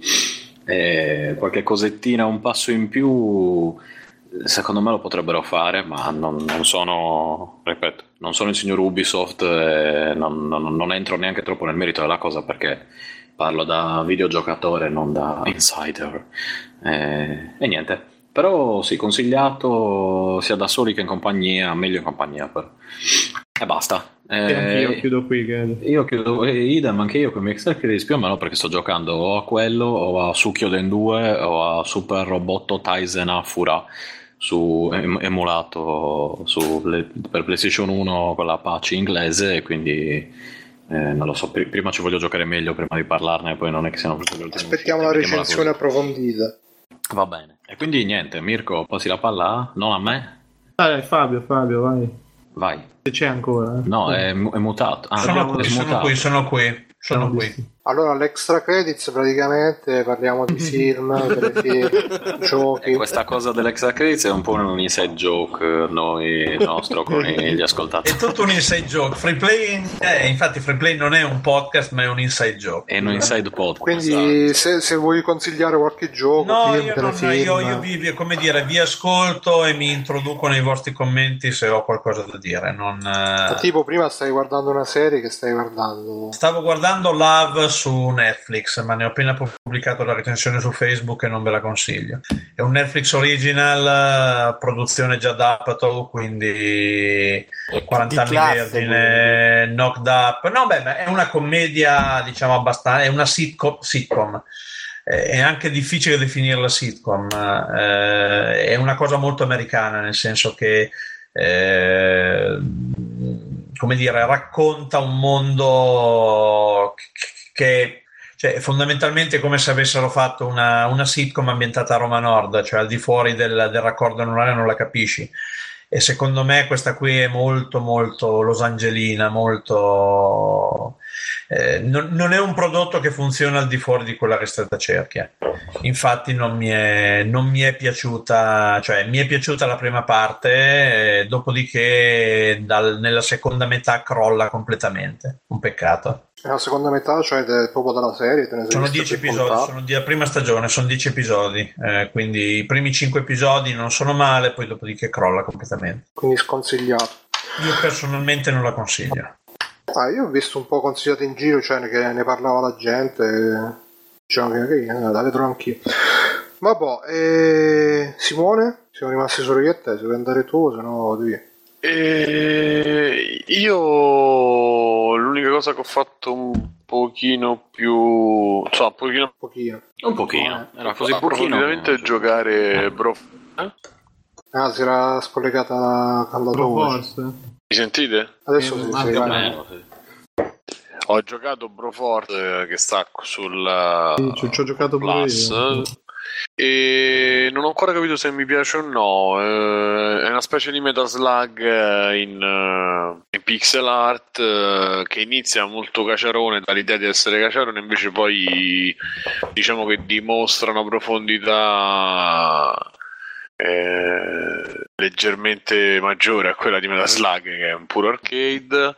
E qualche cosettina, un passo in più, secondo me lo potrebbero fare, ma non, non sono, ripeto, non sono il signor Ubisoft e non, non, non entro neanche troppo nel merito della cosa perché parlo da videogiocatore, non da insider. E, e niente, però sì, consigliato sia da soli che in compagnia, meglio in compagnia però. E basta. E anche io chiudo qui, credo. Io chiudo, eh, idem anche io con mi Extra Credits più o meno perché sto giocando o a quello o a Sukkyoden due o a Super Robotto Taisen Afura su em, emulato su, per PlayStation uno con la patch inglese e quindi eh, non lo so, pr- prima ci voglio giocare meglio prima di parlarne, poi non è che siano proprio le ultime aspettiamo la recensione approfondita. Va bene, e quindi niente, Mirko, passi la palla? Non a me? Dai, Fabio, Fabio, vai. Vai. Se c'è ancora. Eh. No, è, è mutato. Ah, sono, è qui, sono mutato. qui, sono qui, sono qui. Allora, all'Extra Credits praticamente parliamo di film, telefilm, giochi. E questa cosa dell'Extra Credits è un po' un inside joke noi nostro con gli ascoltatori. È tutto un inside joke. Free Play, eh, infatti Free Play non è un podcast ma è un inside joke. È un inside podcast. Quindi se, se vuoi consigliare qualche gioco, no, film, io, telefilm... non, io, io vi, vi, come dire, vi ascolto e mi introduco nei vostri commenti se ho qualcosa da dire. Non, eh... Tipo prima stai guardando una serie che stai guardando? Stavo guardando Love su Netflix, ma ne ho appena pubblicato la recensione su Facebook e non ve la consiglio. È un Netflix original, produzione già Apatow, quindi quaranta anni vergine, knocked up. No, beh, è una commedia, diciamo, abbastanza, è una sitcom, sitcom. È anche difficile definirla sitcom, eh, è una cosa molto americana, nel senso che eh, come dire, racconta un mondo che, cioè, fondamentalmente è come se avessero fatto una, una sitcom ambientata a Roma Nord, cioè al di fuori del, del raccordo neurale non la capisci. E secondo me questa qui è molto molto losangelina, molto eh, non, non è un prodotto che funziona al di fuori di quella ristretta cerchia. Infatti non mi è, non mi è piaciuta, cioè mi è piaciuta la prima parte, eh, dopodiché dal, nella seconda metà crolla completamente. Un peccato. La seconda metà, cioè de, proprio della serie, te ne sei sono dieci episodi, sono di la prima stagione, sono dieci episodi, eh, quindi i primi cinque episodi non sono male, poi dopodiché crolla completamente. Quindi sconsigliato. Io personalmente non la consiglio. Ah, io ho visto un po' consigliato in giro, cioè che ne parlava la gente, e... diciamo che, che la vedrò anch'io. Vabbè, e... Simone? Siamo rimasti solo io e te, se vuoi andare tu, se no vado via. E io l'unica cosa che ho fatto un pochino più, insomma, un pochino, un pochino, un pochino, era così approfonditamente pochino, giocare Bro. Eh? Ah, si era scollegata la cantatrice. Mi sentite? Adesso eh, sì, ah, sì, meno, sì. Ho giocato Broforce che sta sul sì, ci, ci ho giocato Plus pure io. E non ho ancora capito se mi piace o no. È una specie di Metaslug in, in pixel art che inizia molto caciarone, dall'idea di essere caciarone, invece poi diciamo che dimostra una profondità Eh, leggermente maggiore a quella di Metaslug, che è un puro arcade.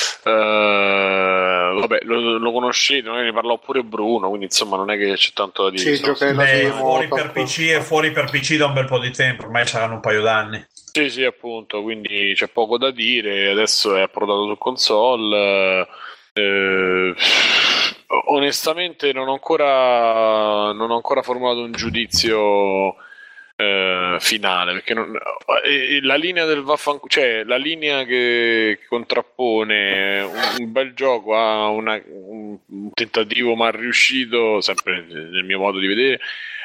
Uh, vabbè, lo, lo conoscete, ne parlò pure Bruno, quindi insomma non è che c'è tanto da dire. Sì, gioca Beh, fuori per P C e fuori per P C da un bel po' di tempo, ormai saranno un paio d'anni. Sì, sì, appunto, quindi c'è poco da dire. Adesso è approdato su console. Eh, onestamente non ho ancora non ho ancora formulato un giudizio Uh, finale, perché non, eh, la linea del vaffanculo, cioè la linea che contrappone un, un bel gioco a una, un, un tentativo mal riuscito, sempre nel mio modo di vedere,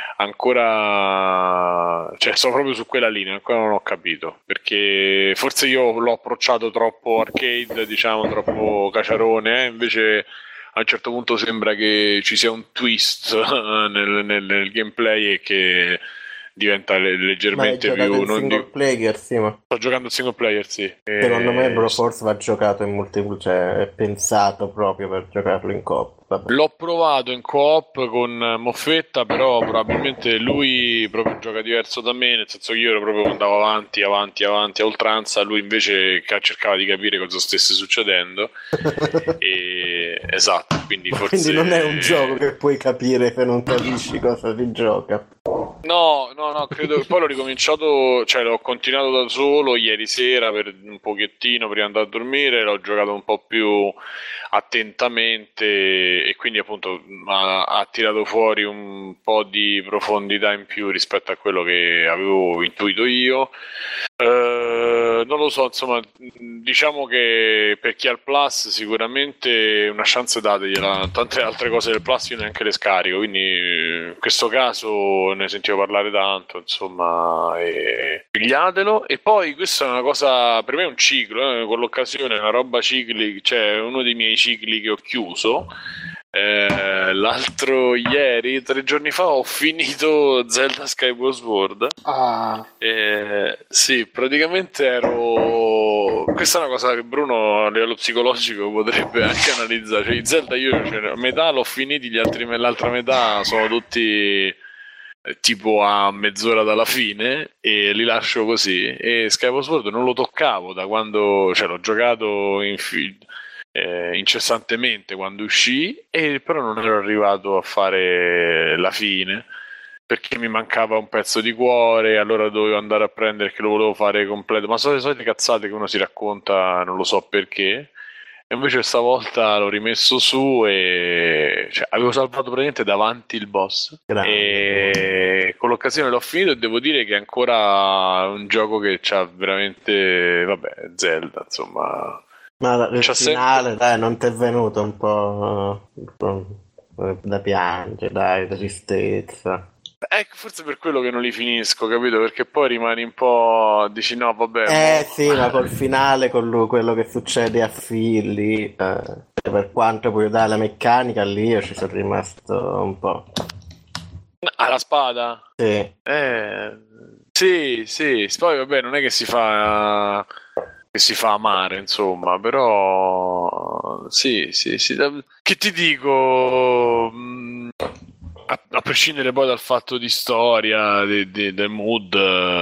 ancora, cioè sono proprio su quella linea, ancora non ho capito, perché forse io l'ho approcciato troppo arcade, diciamo troppo caciarone, eh? Invece a un certo punto sembra che ci sia un twist nel, nel, nel gameplay e che diventa leggermente ma più non single di... player, sì, ma sto giocando il single player, sì. Secondo e... me Broforce va giocato in multiplayer, cioè è pensato proprio per giocarlo in coop. Vabbè. L'ho provato in coop con Moffetta, però probabilmente lui proprio gioca diverso da me, nel senso che io ero proprio andavo avanti, avanti, avanti a oltranza, lui invece cercava di capire cosa stesse succedendo. E... esatto, quindi forse... Quindi non è un gioco che puoi capire se non capisci cosa si gioca. No, no, no, credo che poi l'ho ricominciato, cioè l'ho continuato da solo ieri sera per un pochettino prima di andare a dormire, l'ho giocato un po' più attentamente e quindi appunto ha, ha tirato fuori un po' di profondità in più rispetto a quello che avevo intuito io. Uh, non lo so, insomma, diciamo che per chi ha il Plus sicuramente una chance dategliela, tante altre cose del Plus io neanche le scarico, quindi in questo caso ne sentivo parlare tanto, insomma, e pigliatelo. E poi questa è una cosa, per me è un ciclo, eh, con l'occasione è una roba cicli, cioè uno dei miei cicli che ho chiuso. Eh, l'altro ieri, tre giorni fa, ho finito Zelda Skyward Sword. Ah. Eh, sì, praticamente ero. Questa è una cosa che Bruno a livello psicologico potrebbe anche analizzare. Cioè, Zelda io cioè, metà l'ho finiti, gli altri, l'altra metà sono tutti eh, tipo a mezz'ora dalla fine e li lascio così. E Skyward Sword non lo toccavo da quando, cioè l'ho giocato in fi- Eh, incessantemente quando uscì, e però non ero arrivato a fare la fine perché mi mancava un pezzo di cuore, allora dovevo andare a prendere che lo volevo fare completo, ma sono le solite cazzate che uno si racconta, non lo so perché. E invece stavolta l'ho rimesso su e cioè, avevo salvato praticamente davanti il boss. Grande. E con l'occasione l'ho finito e devo dire che è ancora un gioco che c'ha veramente, vabbè, Zelda, insomma. Ma il C'ha finale, sempre... dai, non ti è venuto un po', un po' da piangere, dai, da tristezza? Eh, forse per quello che non li finisco, capito? Perché poi rimani un po'... dici no, vabbè... Eh mo... sì, ma col finale, con lui, quello che succede a Phil lì, eh, per quanto puoi dare la meccanica lì, io ci sono rimasto un po'. Ah, la spada? Sì. Eh, sì, sì. Poi vabbè, non è che si fa... che si fa amare, insomma, però sì, sì, sì. Che ti dico, a, a prescindere poi dal fatto di storia, de, de, del mood,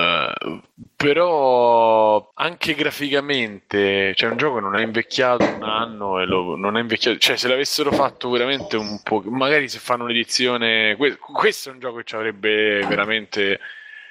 però anche graficamente, cioè un gioco che non è invecchiato un anno e lo, non è invecchiato, cioè se l'avessero fatto veramente un po', magari se fanno un'edizione, questo è un gioco che ci avrebbe veramente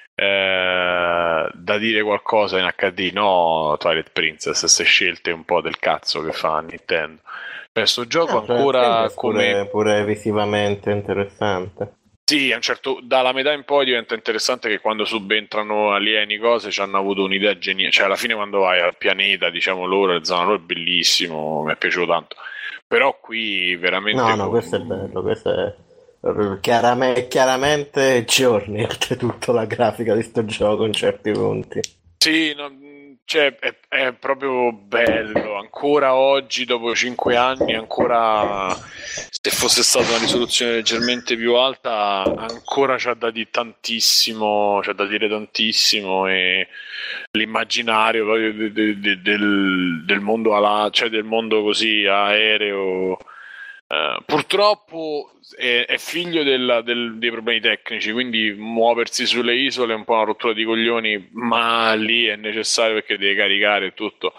Eh, da dire qualcosa in acca di, no Twilight Princess, queste scelte un po' del cazzo che fa Nintendo. Questo gioco eh, ancora come pure, pure visivamente interessante. sì, a un certo, dalla metà in poi diventa interessante che quando subentrano alieni cose ci hanno avuto un'idea geniale, cioè alla fine quando vai al pianeta, diciamo loro, la zona loro è bellissimo, mi è piaciuto tanto, però qui veramente no no con... questo è bello, questo è Chiaramente, chiaramente giorni oltretutto la grafica di sto gioco in certi punti. Sì, no, cioè, è, è proprio bello. Ancora oggi, dopo cinque anni, ancora se fosse stata una risoluzione leggermente più alta, ancora c'ha da dire tantissimo, c'ha da dire tantissimo. E l'immaginario de, de, de, del, del mondo ala, cioè del mondo così aereo. Uh, purtroppo è, è figlio della, del, dei problemi tecnici, quindi muoversi sulle isole è un po' una rottura di coglioni, ma lì è necessario perché deve caricare e tutto,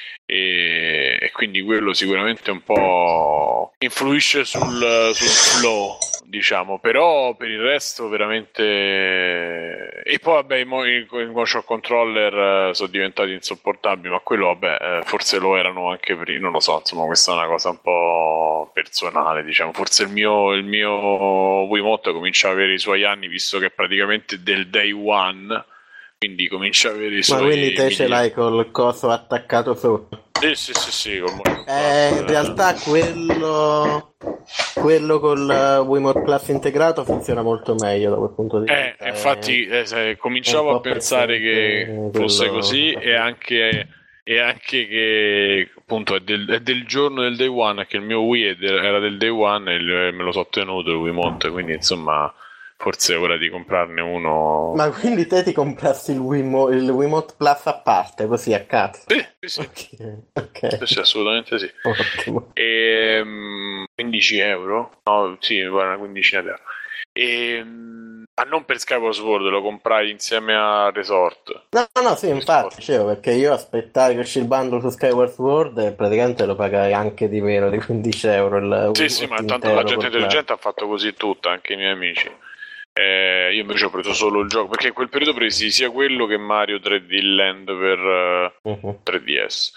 e, e quindi quello sicuramente un po' influisce sul, sul flow, diciamo, però per il resto veramente. E poi vabbè i, mo- i motion controller uh, sono diventati insopportabili, ma quello vabbè uh, forse lo erano anche prima, non lo so, insomma questa è una cosa un po' personale, diciamo, forse il mio il mio Wiimote comincia a avere i suoi anni, visto che è praticamente del day one, quindi comincia a avere i suoi. Ma quindi te miglia- ce l'hai col coso attaccato sotto? sì sì sì sì col motion Eh, plus, in realtà quello quello col uh, Wiimote Plus integrato funziona molto meglio da quel punto di eh, vista. infatti eh, se- È cominciavo un a po' pensare che pezzente fosse quello. così, e anche e anche che appunto è del, è del giorno del day one, che il mio Wii è del- era del day one e il- me lo so tenuto il Wiimote, quindi insomma forse è ora di comprarne uno. Ma quindi te ti comprassi il, Wiimo, il Wiimote Plus a parte, così a cazzo? Sì, sì, sì. Ok, ok. Sì, sì, assolutamente sì. Ottimo. E, quindici euro? No, sì, guarda, una quindicina di euro. E, Ah, non per Skyward Sword, lo comprai insieme a Resort. No, no, sì, infatti, dicevo, perché io aspettavo che uscì il bundle su Skyward Sword e praticamente lo pagai anche di meno, di quindici euro. Il, sì, sì, ma tanto la gente intelligente ha fatto così tutta, anche i miei amici. Eh, io invece ho preso solo il gioco, perché in quel periodo presi sia quello che Mario tre D Land per uh, uh-huh. tre D S.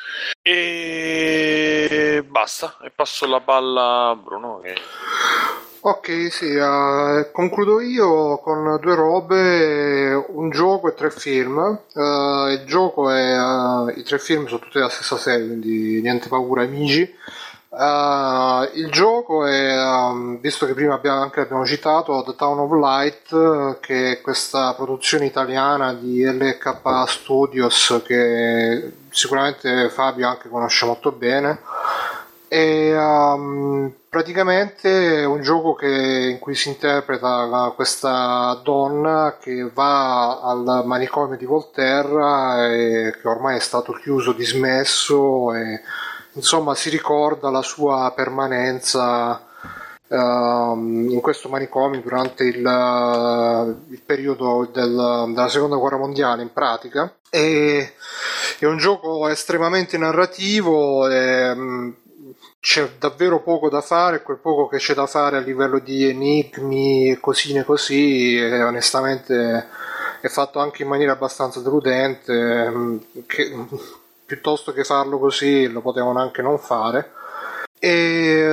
E basta, e passo la palla a Bruno. Che... Ok, sì, uh, concludo io con due robe, un gioco e tre film. Uh, il gioco è, uh, i tre film sono tutti della stessa serie, quindi niente paura amici. Uh, il gioco è, um, visto che prima abbiamo, anche abbiamo citato, The Town of Light, uh, che è questa produzione italiana di L K Studios che sicuramente Fabio anche conosce molto bene. E um, praticamente è un gioco che, in cui si interpreta questa donna che va al manicomio di Volterra e che ormai è stato chiuso, dismesso, e insomma si ricorda la sua permanenza um, in questo manicomio durante il, uh, il periodo del, della seconda guerra mondiale in pratica. E, è un gioco estremamente narrativo e, um, c'è davvero poco da fare, quel poco che c'è da fare a livello di enigmi e cosine così, e onestamente è fatto anche in maniera abbastanza deludente, che, piuttosto che farlo così lo potevano anche non fare. E,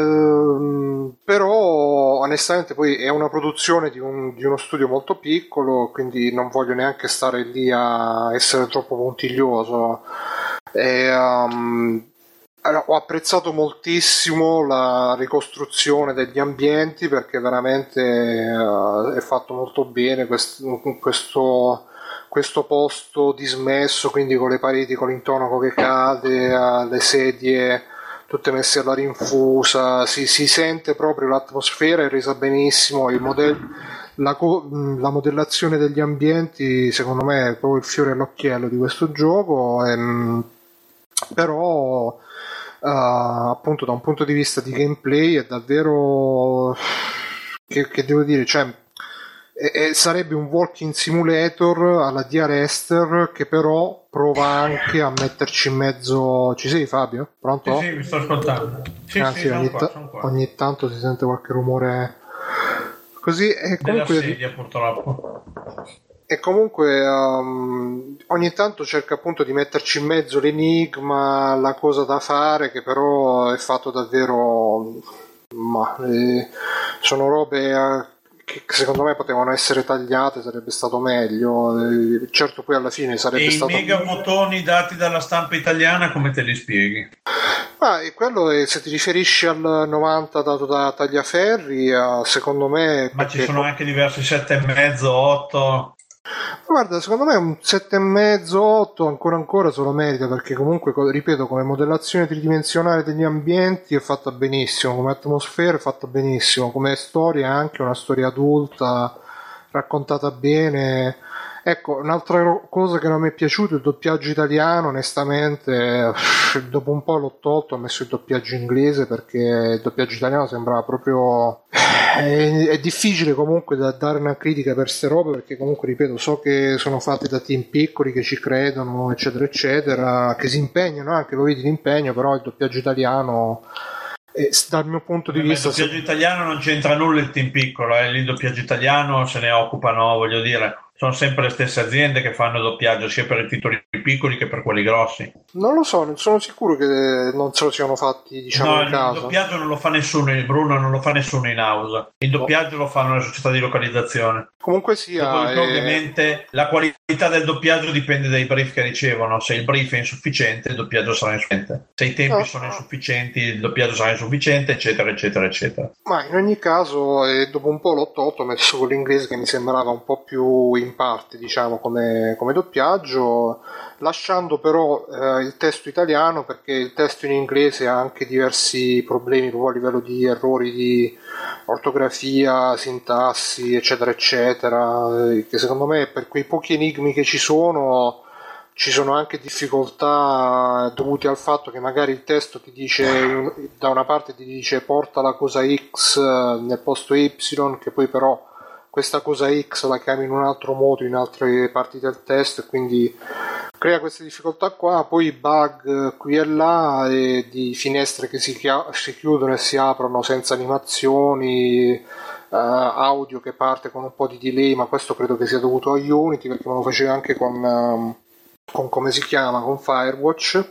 però onestamente poi è una produzione di, un, di uno studio molto piccolo, quindi non voglio neanche stare lì a essere troppo puntiglioso. E, um, Allora, ho apprezzato moltissimo la ricostruzione degli ambienti, perché veramente uh, è fatto molto bene questo, questo, questo posto dismesso, quindi con le pareti con l'intonaco che cade, uh, le sedie tutte messe alla rinfusa, si, si sente proprio l'atmosfera, è resa benissimo, il modello, la, la modellazione degli ambienti secondo me è proprio il fiore all'occhiello di questo gioco, e, però Uh, appunto da un punto di vista di gameplay è davvero, che, che devo dire, cioè è, è, sarebbe un walking simulator alla D R Ester, che però prova anche a metterci in mezzo. Ci sei, Fabio? Pronto? Sì, sì, mi sto ascoltando. Sì, ah, sì, sì, ogni, qua, ta- ogni tanto si sente qualche rumore così, e comunque della sedia, purtroppo. E comunque um, ogni tanto cerca appunto di metterci in mezzo l'enigma, la cosa da fare, che però è fatto davvero, ma eh, sono robe eh, che secondo me potevano essere tagliate, sarebbe stato meglio, eh, certo poi alla fine sarebbe e stato... E i mega bottoni dati dalla stampa italiana come te li spieghi? Ah, e quello è, se ti riferisci al novanta dato da Tagliaferri, eh, secondo me... Ma ci sono anche diversi sette e mezzo, otto... Guarda, secondo me un sette e mezzo otto ancora ancora se lo merita, perché comunque, ripeto, come modellazione tridimensionale degli ambienti è fatta benissimo, come atmosfera è fatta benissimo, come storia è anche una storia adulta raccontata bene. Ecco, un'altra cosa che non mi è piaciuto è il doppiaggio italiano, onestamente dopo un po' l'ho tolto, ho messo il doppiaggio inglese, perché il doppiaggio italiano sembrava proprio... È, è difficile comunque da dare una critica per ste robe, perché comunque, ripeto, so che sono fatte da team piccoli che ci credono, eccetera eccetera, che si impegnano, anche lo vedi l'impegno, però il doppiaggio italiano... E dal mio punto di Beh, vista, il doppiaggio se... italiano non c'entra nulla il team piccolo, eh. Il doppiaggio italiano se ne occupano, voglio dire, sono sempre le stesse aziende che fanno doppiaggio sia per i titoli piccoli che per quelli grossi. Non lo so, non sono sicuro che non se lo siano fatti, diciamo, no, in casa. Il doppiaggio non lo fa nessuno, il Bruno non lo fa nessuno in house, il doppiaggio no. Lo fanno le società di localizzazione. Comunque sia, Dopodiché, è... ovviamente la qualità del doppiaggio dipende dai brief che ricevono. Se il brief è insufficiente, il doppiaggio sarà insufficiente. Se i tempi oh. sono insufficienti, il doppiaggio sarà insufficiente, eccetera, eccetera, eccetera. Ma in ogni caso, eh, dopo un po' l'ho tolto, ho messo con l'inglese che mi sembrava un po' più in parte, diciamo, come, come doppiaggio, lasciando però eh, il testo italiano, perché il testo in inglese ha anche diversi problemi proprio a livello di errori di ortografia, sintassi, eccetera eccetera, che secondo me per quei pochi enigmi che ci sono ci sono anche difficoltà dovute al fatto che magari il testo ti dice, da una parte ti dice porta la cosa X nel posto Y, che poi però questa cosa X la chiami in un altro modo in altre parti del testo, e quindi crea queste difficoltà qua. Poi bug qui e là, e di finestre che si, chia- si chiudono e si aprono senza animazioni, uh, audio che parte con un po' di delay, ma questo credo che sia dovuto a Unity, perché me lo faceva anche con, um, con come si chiama, con Firewatch.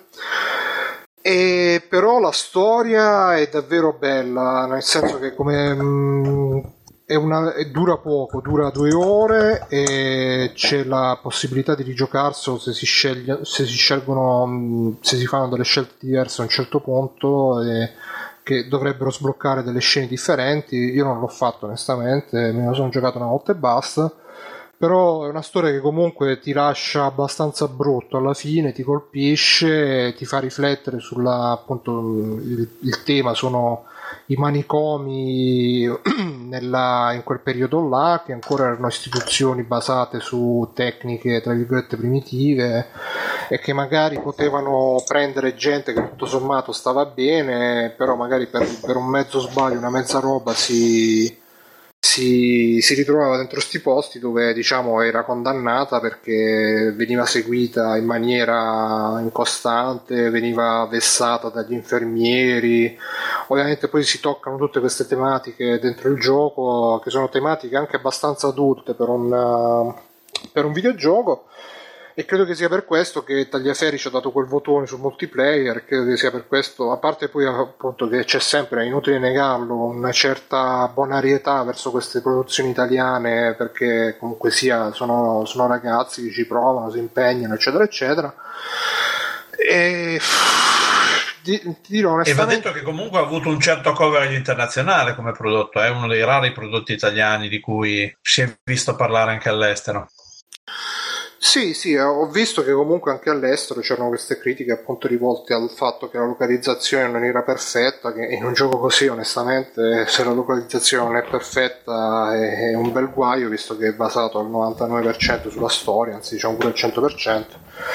E però la storia è davvero bella, nel senso che come mh, è una, è dura poco, dura due ore, e c'è la possibilità di rigiocarselo se si sceglie, se si scelgono mh, se si fanno delle scelte diverse a un certo punto, e che dovrebbero sbloccare delle scene differenti. Io non l'ho fatto onestamente, me la sono giocato una volta e basta. Però è una storia che comunque ti lascia abbastanza brutto alla fine, ti colpisce, ti fa riflettere sulla, appunto, il, il tema sono i manicomi nella, in quel periodo là, che ancora erano istituzioni basate su tecniche tra virgolette primitive, e che magari potevano prendere gente che tutto sommato stava bene, però magari per, per un mezzo sbaglio, una mezza roba si... Si, si ritrovava dentro sti posti dove, diciamo, era condannata perché veniva seguita in maniera incostante, veniva vessata dagli infermieri. Ovviamente poi si toccano tutte queste tematiche dentro il gioco, che sono tematiche anche abbastanza adulte per un, per un videogioco, e credo che sia per questo che Tagliaferri ci ha dato quel votone sul multiplayer. Credo che sia per questo, a parte poi appunto che c'è sempre, è inutile negarlo, una certa bonarietà verso queste produzioni italiane, perché comunque sia sono, sono ragazzi che ci provano, si impegnano, eccetera eccetera. E Di, ti dirò onestamente... E va detto che comunque ha avuto un certo coverage internazionale come prodotto, è uno dei rari prodotti italiani di cui si è visto parlare anche all'estero. Sì, sì, ho visto che comunque anche all'estero c'erano queste critiche appunto rivolte al fatto che la localizzazione non era perfetta, che in un gioco così onestamente se la localizzazione non è perfetta è un bel guaio, visto che è basato al novantanove per cento sulla storia, anzi diciamo pure al cento per cento.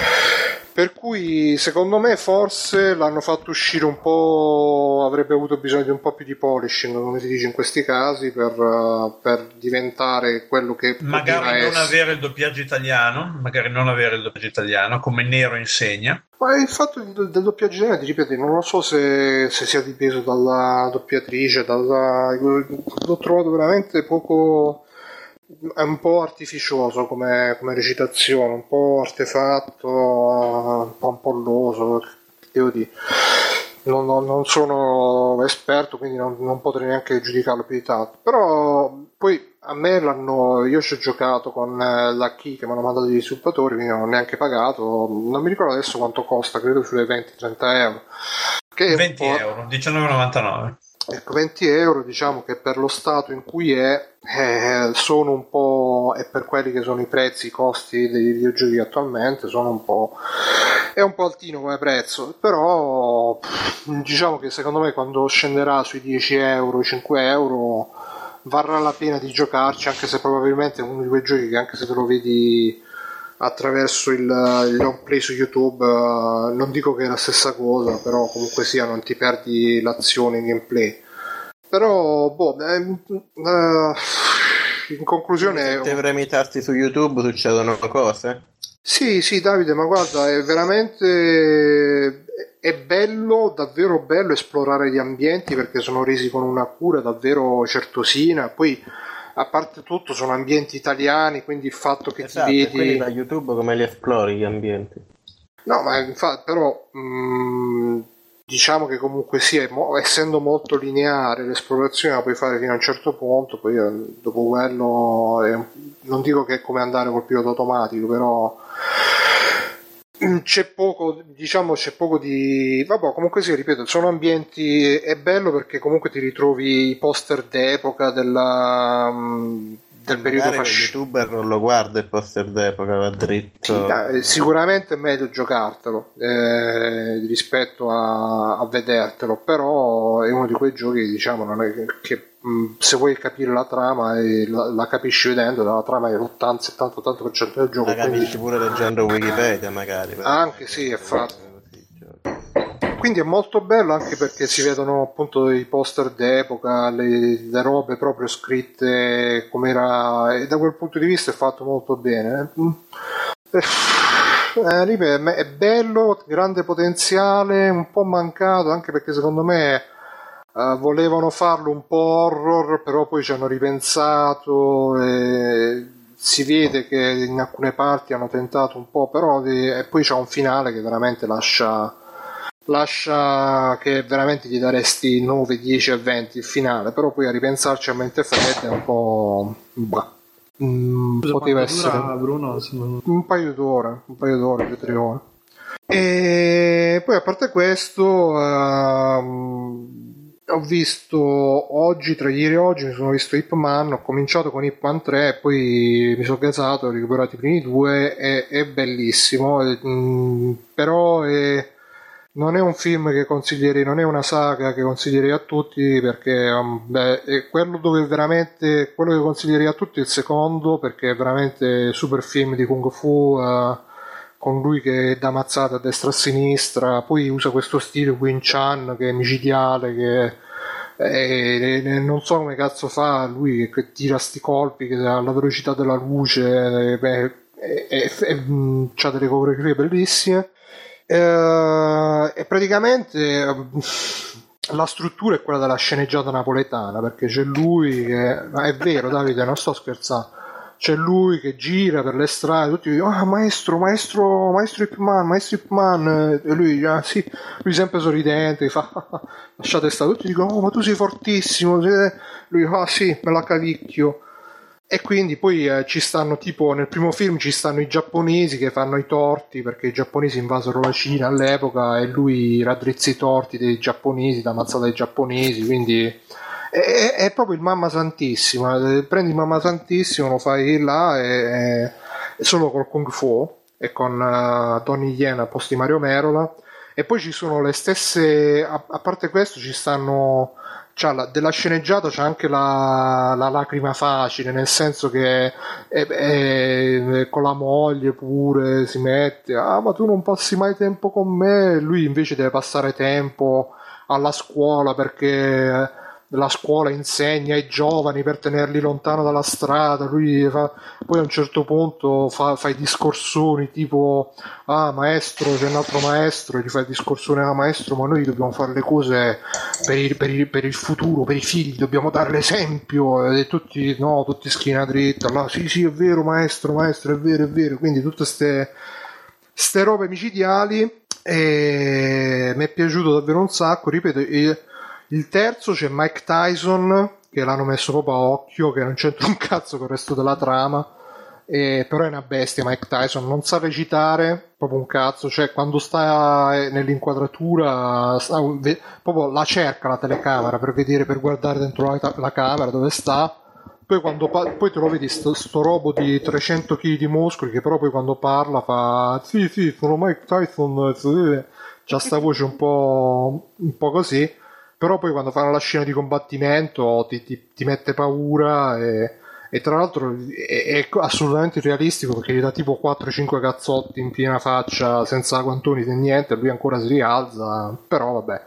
Per cui secondo me forse l'hanno fatto uscire un po', avrebbe avuto bisogno di un po' più di polishing, come si dice in questi casi, per, per diventare quello che magari non essere. avere il doppiaggio italiano, magari non avere il doppiaggio italiano, come Nero insegna. Ma il fatto del, del doppiaggio italiano, ti ripeto, non lo so se, se sia dipeso dalla doppiatrice, dalla... l'ho trovato veramente poco... è un po' artificioso come, come recitazione, un po' artefatto, un po' ampolloso, devo dire. Non, non, non sono esperto, quindi non, non potrei neanche giudicarlo più di tanto. Però poi a me l'hanno, io ci ho giocato con la key che mi hanno mandato gli sviluppatori, quindi non ho neanche pagato, non mi ricordo adesso quanto costa, credo sulle venti trenta euro. Che venti euro, diciannove virgola novantanove. Ecco, venti euro, diciamo che per lo stato in cui è, eh, sono un po', e per quelli che sono i prezzi, i costi dei videogiochi attualmente, sono un po', è un po' altino come prezzo, però diciamo che secondo me quando scenderà sui dieci euro, cinque euro, varrà la pena di giocarci, anche se probabilmente è uno di quei giochi che anche se te lo vedi attraverso il, il long play su YouTube, uh, non dico che è la stessa cosa, però comunque sia non ti perdi l'azione in gameplay. Però boh, eh, uh, in conclusione se devi imitarti su YouTube succedono cose? Sì, sì Davide, ma guarda, è veramente è bello, davvero bello esplorare gli ambienti, perché sono resi con una cura davvero certosina. Poi a parte tutto sono ambienti italiani, quindi il fatto che esatto, ti vedi... quindi da YouTube come li esplori gli ambienti? No, ma infatti però mh, diciamo che comunque sia, mo, essendo molto lineare l'esplorazione la puoi fare fino a un certo punto, poi dopo quello è, non dico che è come andare col pilota automatico, però c'è poco, diciamo c'è poco di vabbè, comunque sì, ripeto, sono ambienti, è bello perché comunque ti ritrovi i poster d'epoca della, del periodo fascista. YouTuber non lo guarda il poster d'epoca, va dritto. Sì, sicuramente è meglio giocartelo eh, rispetto a, a vedertelo, però è uno di quei giochi, diciamo, non è che, che mh, se vuoi capire la trama e la, la capisci vedendo, la trama è l'ottanta settanta ottanta per cento del gioco, la capisci quindi... pure leggendo Wikipedia magari, anche sì, è fatto. quindi è molto bello anche perché si vedono appunto i poster d'epoca, le, le robe proprio scritte come era, e da quel punto di vista è fatto molto bene. Eh, ripeto, è bello, grande potenziale, un po' mancato anche perché secondo me uh, volevano farlo un po' horror, però poi ci hanno ripensato e si vede che in alcune parti hanno tentato un po', però di, e poi c'è un finale che veramente lascia lascia che veramente gli daresti nove, dieci e venti il finale, però poi a ripensarci a mente fredda è un po' bah. Mm, Scusa, poteva essere dura, Bruno? un paio d'ore, un paio d'ore, due, tre ore. E poi a parte questo uh, ho visto oggi, tra ieri e oggi mi sono visto Ip Man, ho cominciato con Ip Man tre, poi mi sono gasato, ho recuperato i primi due, è, è bellissimo, è, mm, però è, non è un film che consiglierei, non è una saga che consiglierei a tutti perché um, beh, è quello dove veramente, quello che consiglierei a tutti è il secondo perché è veramente super film di Kung Fu, uh, con lui che dà mazzate a destra e a sinistra, poi usa questo stile Wing Chun che è micidiale, che è, è, non so come cazzo fa lui che, che tira sti colpi che alla velocità della luce, beh, ha delle coreografie bellissime. Uh, e praticamente uh, la struttura è quella della sceneggiata napoletana perché c'è lui che ma è vero Davide, non sto scherzando, c'è lui che gira per le strade, tutti dicono ah maestro, maestro, maestro Ip Man, maestro Ip Man, e lui ah, sì, lui sempre sorridente fa lasciate stare, tutti dicono oh ma tu sei fortissimo, lui ah sì, me la cavicchio. E quindi poi eh, ci stanno tipo nel primo film ci stanno i giapponesi che fanno i torti perché i giapponesi invasero la Cina all'epoca e lui raddrizza i torti dei giapponesi, da mazzata dei giapponesi, quindi è, è proprio il Mamma Santissima, prendi Mamma Santissimo, lo fai là e, e solo col Kung Fu e con uh, Donnie Yen a posto di Mario Merola, e poi ci sono le stesse, a, a parte questo ci stanno c'ha la, della sceneggiata c'è anche la, la lacrima facile, nel senso che è, è, con la moglie pure si mette ah ma tu non passi mai tempo con me, lui invece deve passare tempo alla scuola perché la scuola insegna ai giovani per tenerli lontano dalla strada, lui fa, poi a un certo punto fa, fa i discorsoni tipo ah maestro c'è un altro maestro e gli fa il discorsone ah maestro ma noi dobbiamo fare le cose per il, per il, per il futuro, per i figli, dobbiamo dare l'esempio e tutti no, tutti schiena dritta là, sì sì è vero maestro, maestro è vero è vero, quindi tutte ste ste robe micidiali e mi è piaciuto davvero un sacco, ripeto. il, Il terzo c'è Mike Tyson che l'hanno messo proprio a occhio, che non c'entra un cazzo con il resto della trama, e, però è una bestia Mike Tyson, non sa recitare proprio un cazzo, cioè quando sta nell'inquadratura sta, proprio la cerca la telecamera per vedere, per guardare dentro la, la camera dove sta, poi quando poi te lo vedi sto, sto robo di trecento chili di muscoli che però poi quando parla fa sì sì sono Mike Tyson, c'ha sta voce un po' un po' così. Però poi quando fanno la scena di combattimento ti, ti, ti mette paura e, e tra l'altro è, è assolutamente realistico perché gli dà tipo quattro cinque cazzotti in piena faccia senza guantoni né niente, lui ancora si rialza, però vabbè.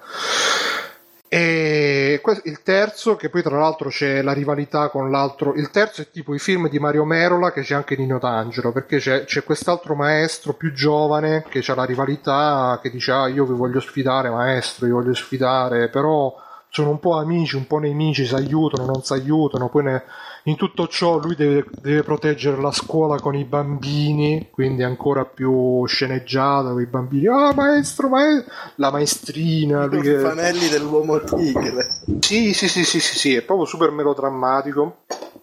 E il terzo, che poi tra l'altro c'è la rivalità con l'altro, il terzo è tipo i film di Mario Merola che c'è anche Nino D'Angelo, perché c'è, c'è quest'altro maestro più giovane che c'ha la rivalità, che dice ah io vi voglio sfidare maestro, vi voglio sfidare, però sono un po' amici, un po' nemici, si aiutano, non si aiutano, poi ne, in tutto ciò lui deve, deve proteggere la scuola con i bambini, quindi ancora più sceneggiata con i bambini, ah maestro, maestro, la maestrina, i orfanelli che... dell'uomo tigre. Sì, sì, sì, sì, sì, sì, è proprio super melodrammatico.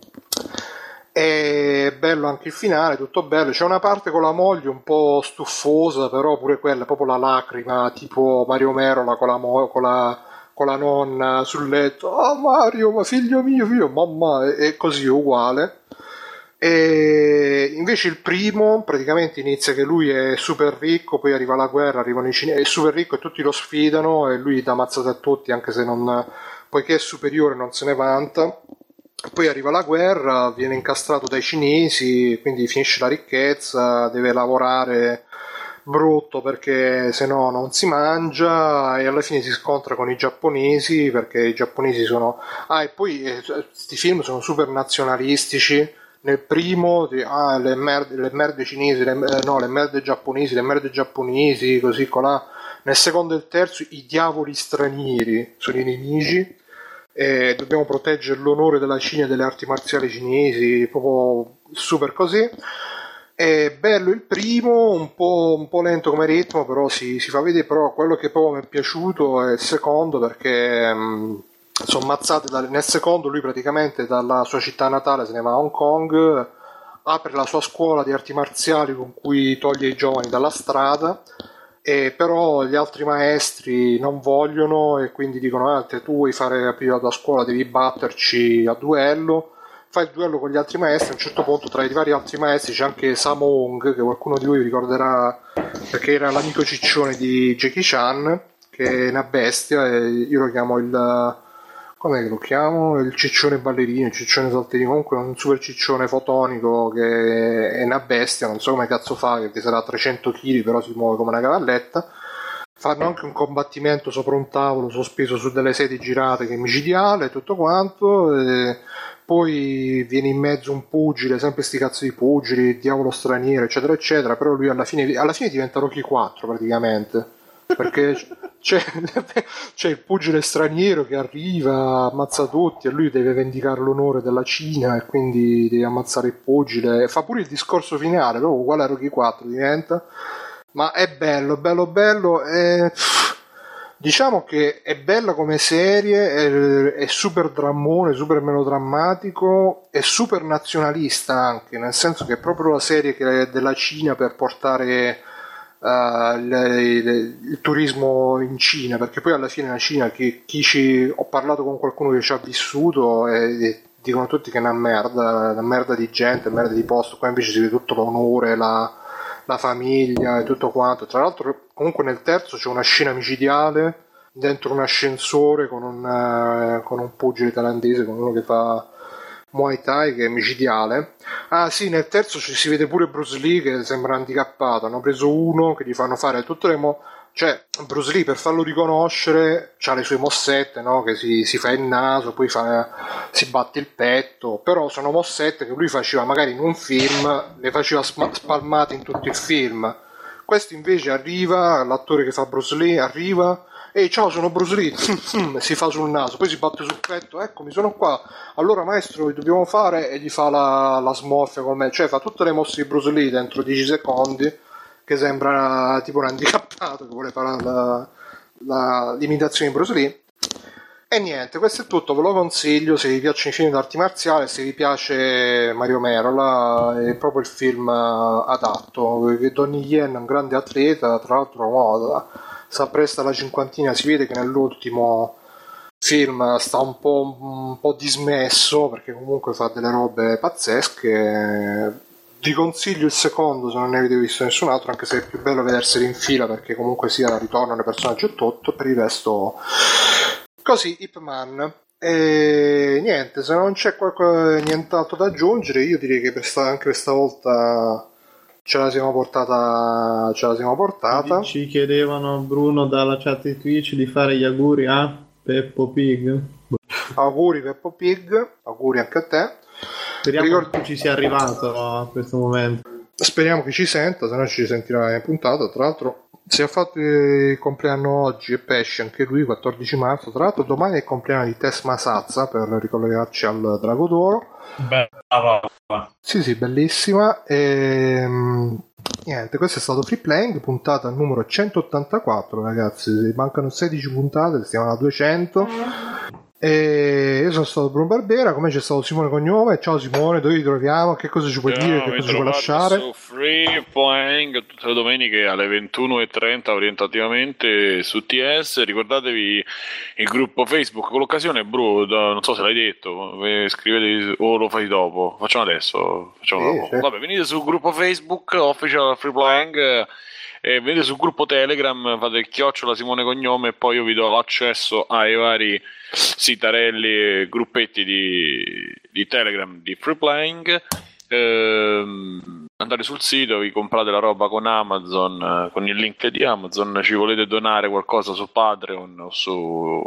È bello anche il finale, tutto bello. C'è una parte con la moglie un po' stuffosa, però pure quella è proprio la lacrima, tipo Mario Merola con la, mo- con la con la nonna sul letto, oh Mario, ma figlio mio, figlio, mamma, e così uguale. E invece il primo praticamente inizia che lui è super ricco, poi arriva la guerra, arrivano i cinesi, è super ricco e tutti lo sfidano e lui dà mazzate a tutti anche se non, poiché è superiore non se ne vanta. Poi arriva la guerra, viene incastrato dai cinesi, quindi finisce la ricchezza, deve lavorare brutto perché se no non si mangia, e alla fine si scontra con i giapponesi perché i giapponesi sono ah e poi questi eh, film sono super nazionalistici. Nel primo ah, le, merde, le merde cinesi, le, eh, no le merde giapponesi, le merde giapponesi, così colà. Nel secondo e il terzo i diavoli stranieri sono i nemici e dobbiamo proteggere l'onore della Cina e delle arti marziali cinesi, proprio super così. È bello il primo, un po', un po' lento come ritmo, però si, si fa vedere. Però quello che proprio mi è piaciuto è il secondo, perché mh, sono ammazzate dalle... nel secondo lui praticamente dalla sua città natale se ne va a Hong Kong, apre la sua scuola di arti marziali con cui toglie i giovani dalla strada, e però gli altri maestri non vogliono e quindi dicono ah, te tu vuoi fare aprire la tua scuola, devi batterci a duello. Fa il duello con gli altri maestri. A un certo punto tra i vari altri maestri c'è anche Sammo Hung, che qualcuno di voi ricorderà perché era l'amico ciccione di Jackie Chan, che è una bestia, e io lo chiamo il come lo chiamo? Il ciccione ballerino, il ciccione salterino, comunque un super ciccione fotonico che è una bestia, non so come cazzo fa, che sarà trecento chili però si muove come una cavalletta. Fanno anche un combattimento sopra un tavolo sospeso su delle sedie girate che è micidiale, tutto quanto. E poi viene in mezzo un pugile, sempre sti cazzo di pugili, il diavolo straniero, eccetera, eccetera. Però lui alla fine, alla fine diventa Rocky quattro praticamente. Perché c'è, c'è il pugile straniero che arriva, ammazza tutti e lui deve vendicare l'onore della Cina e quindi deve ammazzare il pugile. Fa pure il discorso finale, proprio uguale a Rocky quattro diventa. Ma è bello, bello, bello. E... diciamo che è bella come serie, è, è super drammone, super melodrammatico, è super nazionalista anche, nel senso che è proprio la serie che è della Cina per portare uh, le, le, il turismo in Cina, perché poi alla fine la Cina, chi, chi ci, ho parlato con qualcuno che ci ha vissuto e, e dicono tutti che è una merda, una merda di gente, una merda di posto. Qua invece si vede tutto l'onore, la la famiglia e tutto quanto. Tra l'altro comunque nel terzo c'è una scena micidiale dentro un ascensore con un, uh, con un pugile thailandese, con uno che fa Muay Thai, che è micidiale. Ah sì, nel terzo ci si vede pure Bruce Lee che sembra handicappato, hanno preso uno che gli fanno fare tutte le mo- cioè Bruce Lee, per farlo riconoscere, c'ha le sue mossette, no? Che si, si fa il naso, poi fa, si batte il petto, però sono mossette che lui faceva magari in un film, le faceva sma- spalmate in tutto il film. Questo invece arriva, l'attore che fa Bruce Lee arriva, ehi ciao sono Bruce Lee, si fa sul naso, poi si batte sul petto, eccomi sono qua, allora maestro dobbiamo fare, e gli fa la, la smorfia con me, cioè fa tutte le mosse di Bruce Lee dentro dieci secondi, che sembra tipo un handicappato che vuole fare la, la, l'imitazione di Bruce Lee. E niente, questo è tutto, ve lo consiglio se vi piacciono i film d'arti marziali, se vi piace Mario Merola, è proprio il film adatto. Donnie Yen è un grande atleta, tra l'altro no, si appresta alla cinquantina, si vede che nell'ultimo film sta un po', un po' dismesso perché comunque fa delle robe pazzesche. Vi consiglio il secondo se non ne avete visto nessun altro, anche se è più bello vederseli in fila perché comunque sia ritornano i personaggi e tutto. Per il resto così, Ip Man. E niente, se non c'è qualcosa, nient'altro da aggiungere, io direi che per sta, anche questa volta ce la siamo portata ce la siamo portata. Ci chiedevano, Bruno, dalla chat di Twitch di fare gli auguri a Peppo Pig. Auguri Peppo Pig, auguri anche a te. Speriamo Ricord- che ci sia arrivato a questo momento. Speriamo che ci senta, se no ci sentirà in puntata. Tra l'altro si è fatto il compleanno oggi e Pesce anche lui, quattordici marzo. Tra l'altro domani è il compleanno di Tess Masazza, per ricollegarci al Drago d'Oro. Brava. Sì sì, bellissima. E niente, questo è stato Free Playing, puntata numero centottantaquattro, ragazzi. Mancano sedici puntate, stiamo a duecento. E io sono stato Bruno Barbera, come c'è stato Simone Cognome. Ciao Simone, dove ti troviamo? Che cosa ci puoi Ciao, dire? Che cosa ci puoi lasciare? Su Free Playing tutte le domeniche alle ventuno e trenta orientativamente su T S. Ricordatevi il gruppo Facebook. Con l'occasione, Bru, non so se l'hai detto, scrivete o lo fai dopo. Facciamo adesso. Facciamo Sì, dopo. sì. Vabbè, venite sul gruppo Facebook Official Free Playing. E venite sul gruppo Telegram, fate il chiocciola Simone Cognome e poi io vi do l'accesso ai vari sitarelli e gruppetti di, di Telegram di Free Playing. Ehm, andate sul sito, vi comprate la roba con Amazon, eh, con il link di Amazon, ci volete donare qualcosa su Patreon o su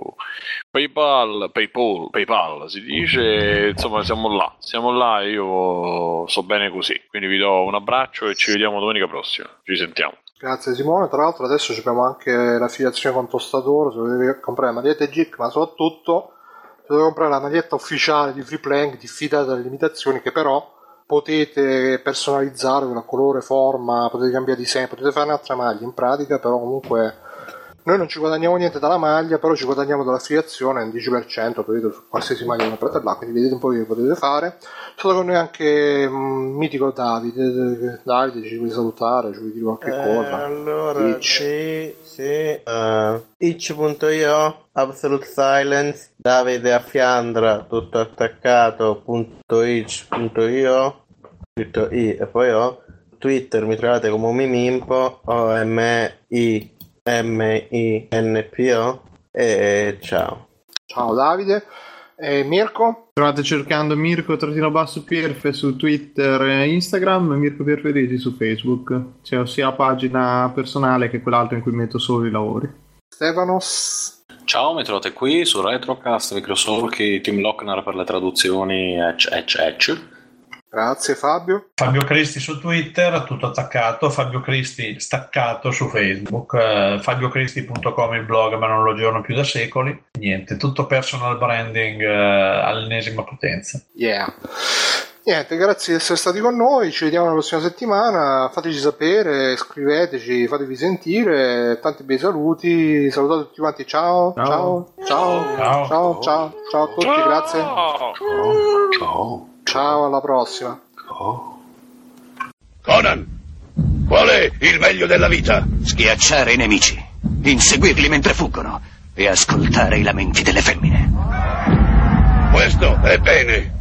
PayPal, PayPal, PayPal si dice, insomma siamo là, siamo là e io so bene così, quindi vi do un abbraccio e ci vediamo domenica prossima, ci sentiamo. Grazie Simone, tra l'altro adesso abbiamo anche l'affiliazione con Tostatore, se volete comprare magliette G I C, ma soprattutto se volete comprare la maglietta ufficiale di Free Playing diffidata dalle limitazioni, che però potete personalizzare con colore, forma, potete cambiare disegno, potete fare un'altra maglia in pratica, però comunque noi non ci guadagniamo niente dalla maglia, però ci guadagniamo dall'affiliazione, un dieci per cento potete su qualsiasi maglia che comprate là, quindi vedete un po' che potete fare. C'è stato con noi anche um, mitico Davide. Davide, ci vuoi salutare, ci vuoi dire qualche eh, cosa? Allora, Itch. sì, sì. Uh, itch punto io, Absolute Silence, Davide a Fiandra, tutto attaccato, punto itch punto io, scritto i e poi o. Twitter mi trovate come Mimimpo, O M I M I N P O, e ciao. Ciao Davide. E Mirko? Trovate cercando Mirko trattino basso Pierfe su Twitter e Instagram, Mirko Pierfediti su Facebook. C'è sia la pagina personale che quell'altra in cui metto solo i lavori. Stefanos? Ciao, mi trovate qui su Retrocast, Microsolchi, Tim Lochner per le traduzioni, ecc, ecc, ecc. Grazie Fabio. Fabio Cristi su Twitter, tutto attaccato, Fabio Cristi staccato su Facebook, eh, fabio cristi punto com il blog, ma non lo aggiorno più da secoli. Niente, tutto personal branding eh, all'ennesima potenza. Yeah. Niente, grazie di essere stati con noi, ci vediamo la prossima settimana, fateci sapere, scriveteci, fatevi sentire, tanti bei saluti, salutate tutti quanti, ciao, ciao, ciao, ciao, ciao, ciao, ciao a tutti, grazie. Ciao. Ciao. Ciao, alla prossima. Ciao. Conan, qual è il meglio della vita? Schiacciare i nemici, inseguirli mentre fuggono e ascoltare i lamenti delle femmine. Questo è bene.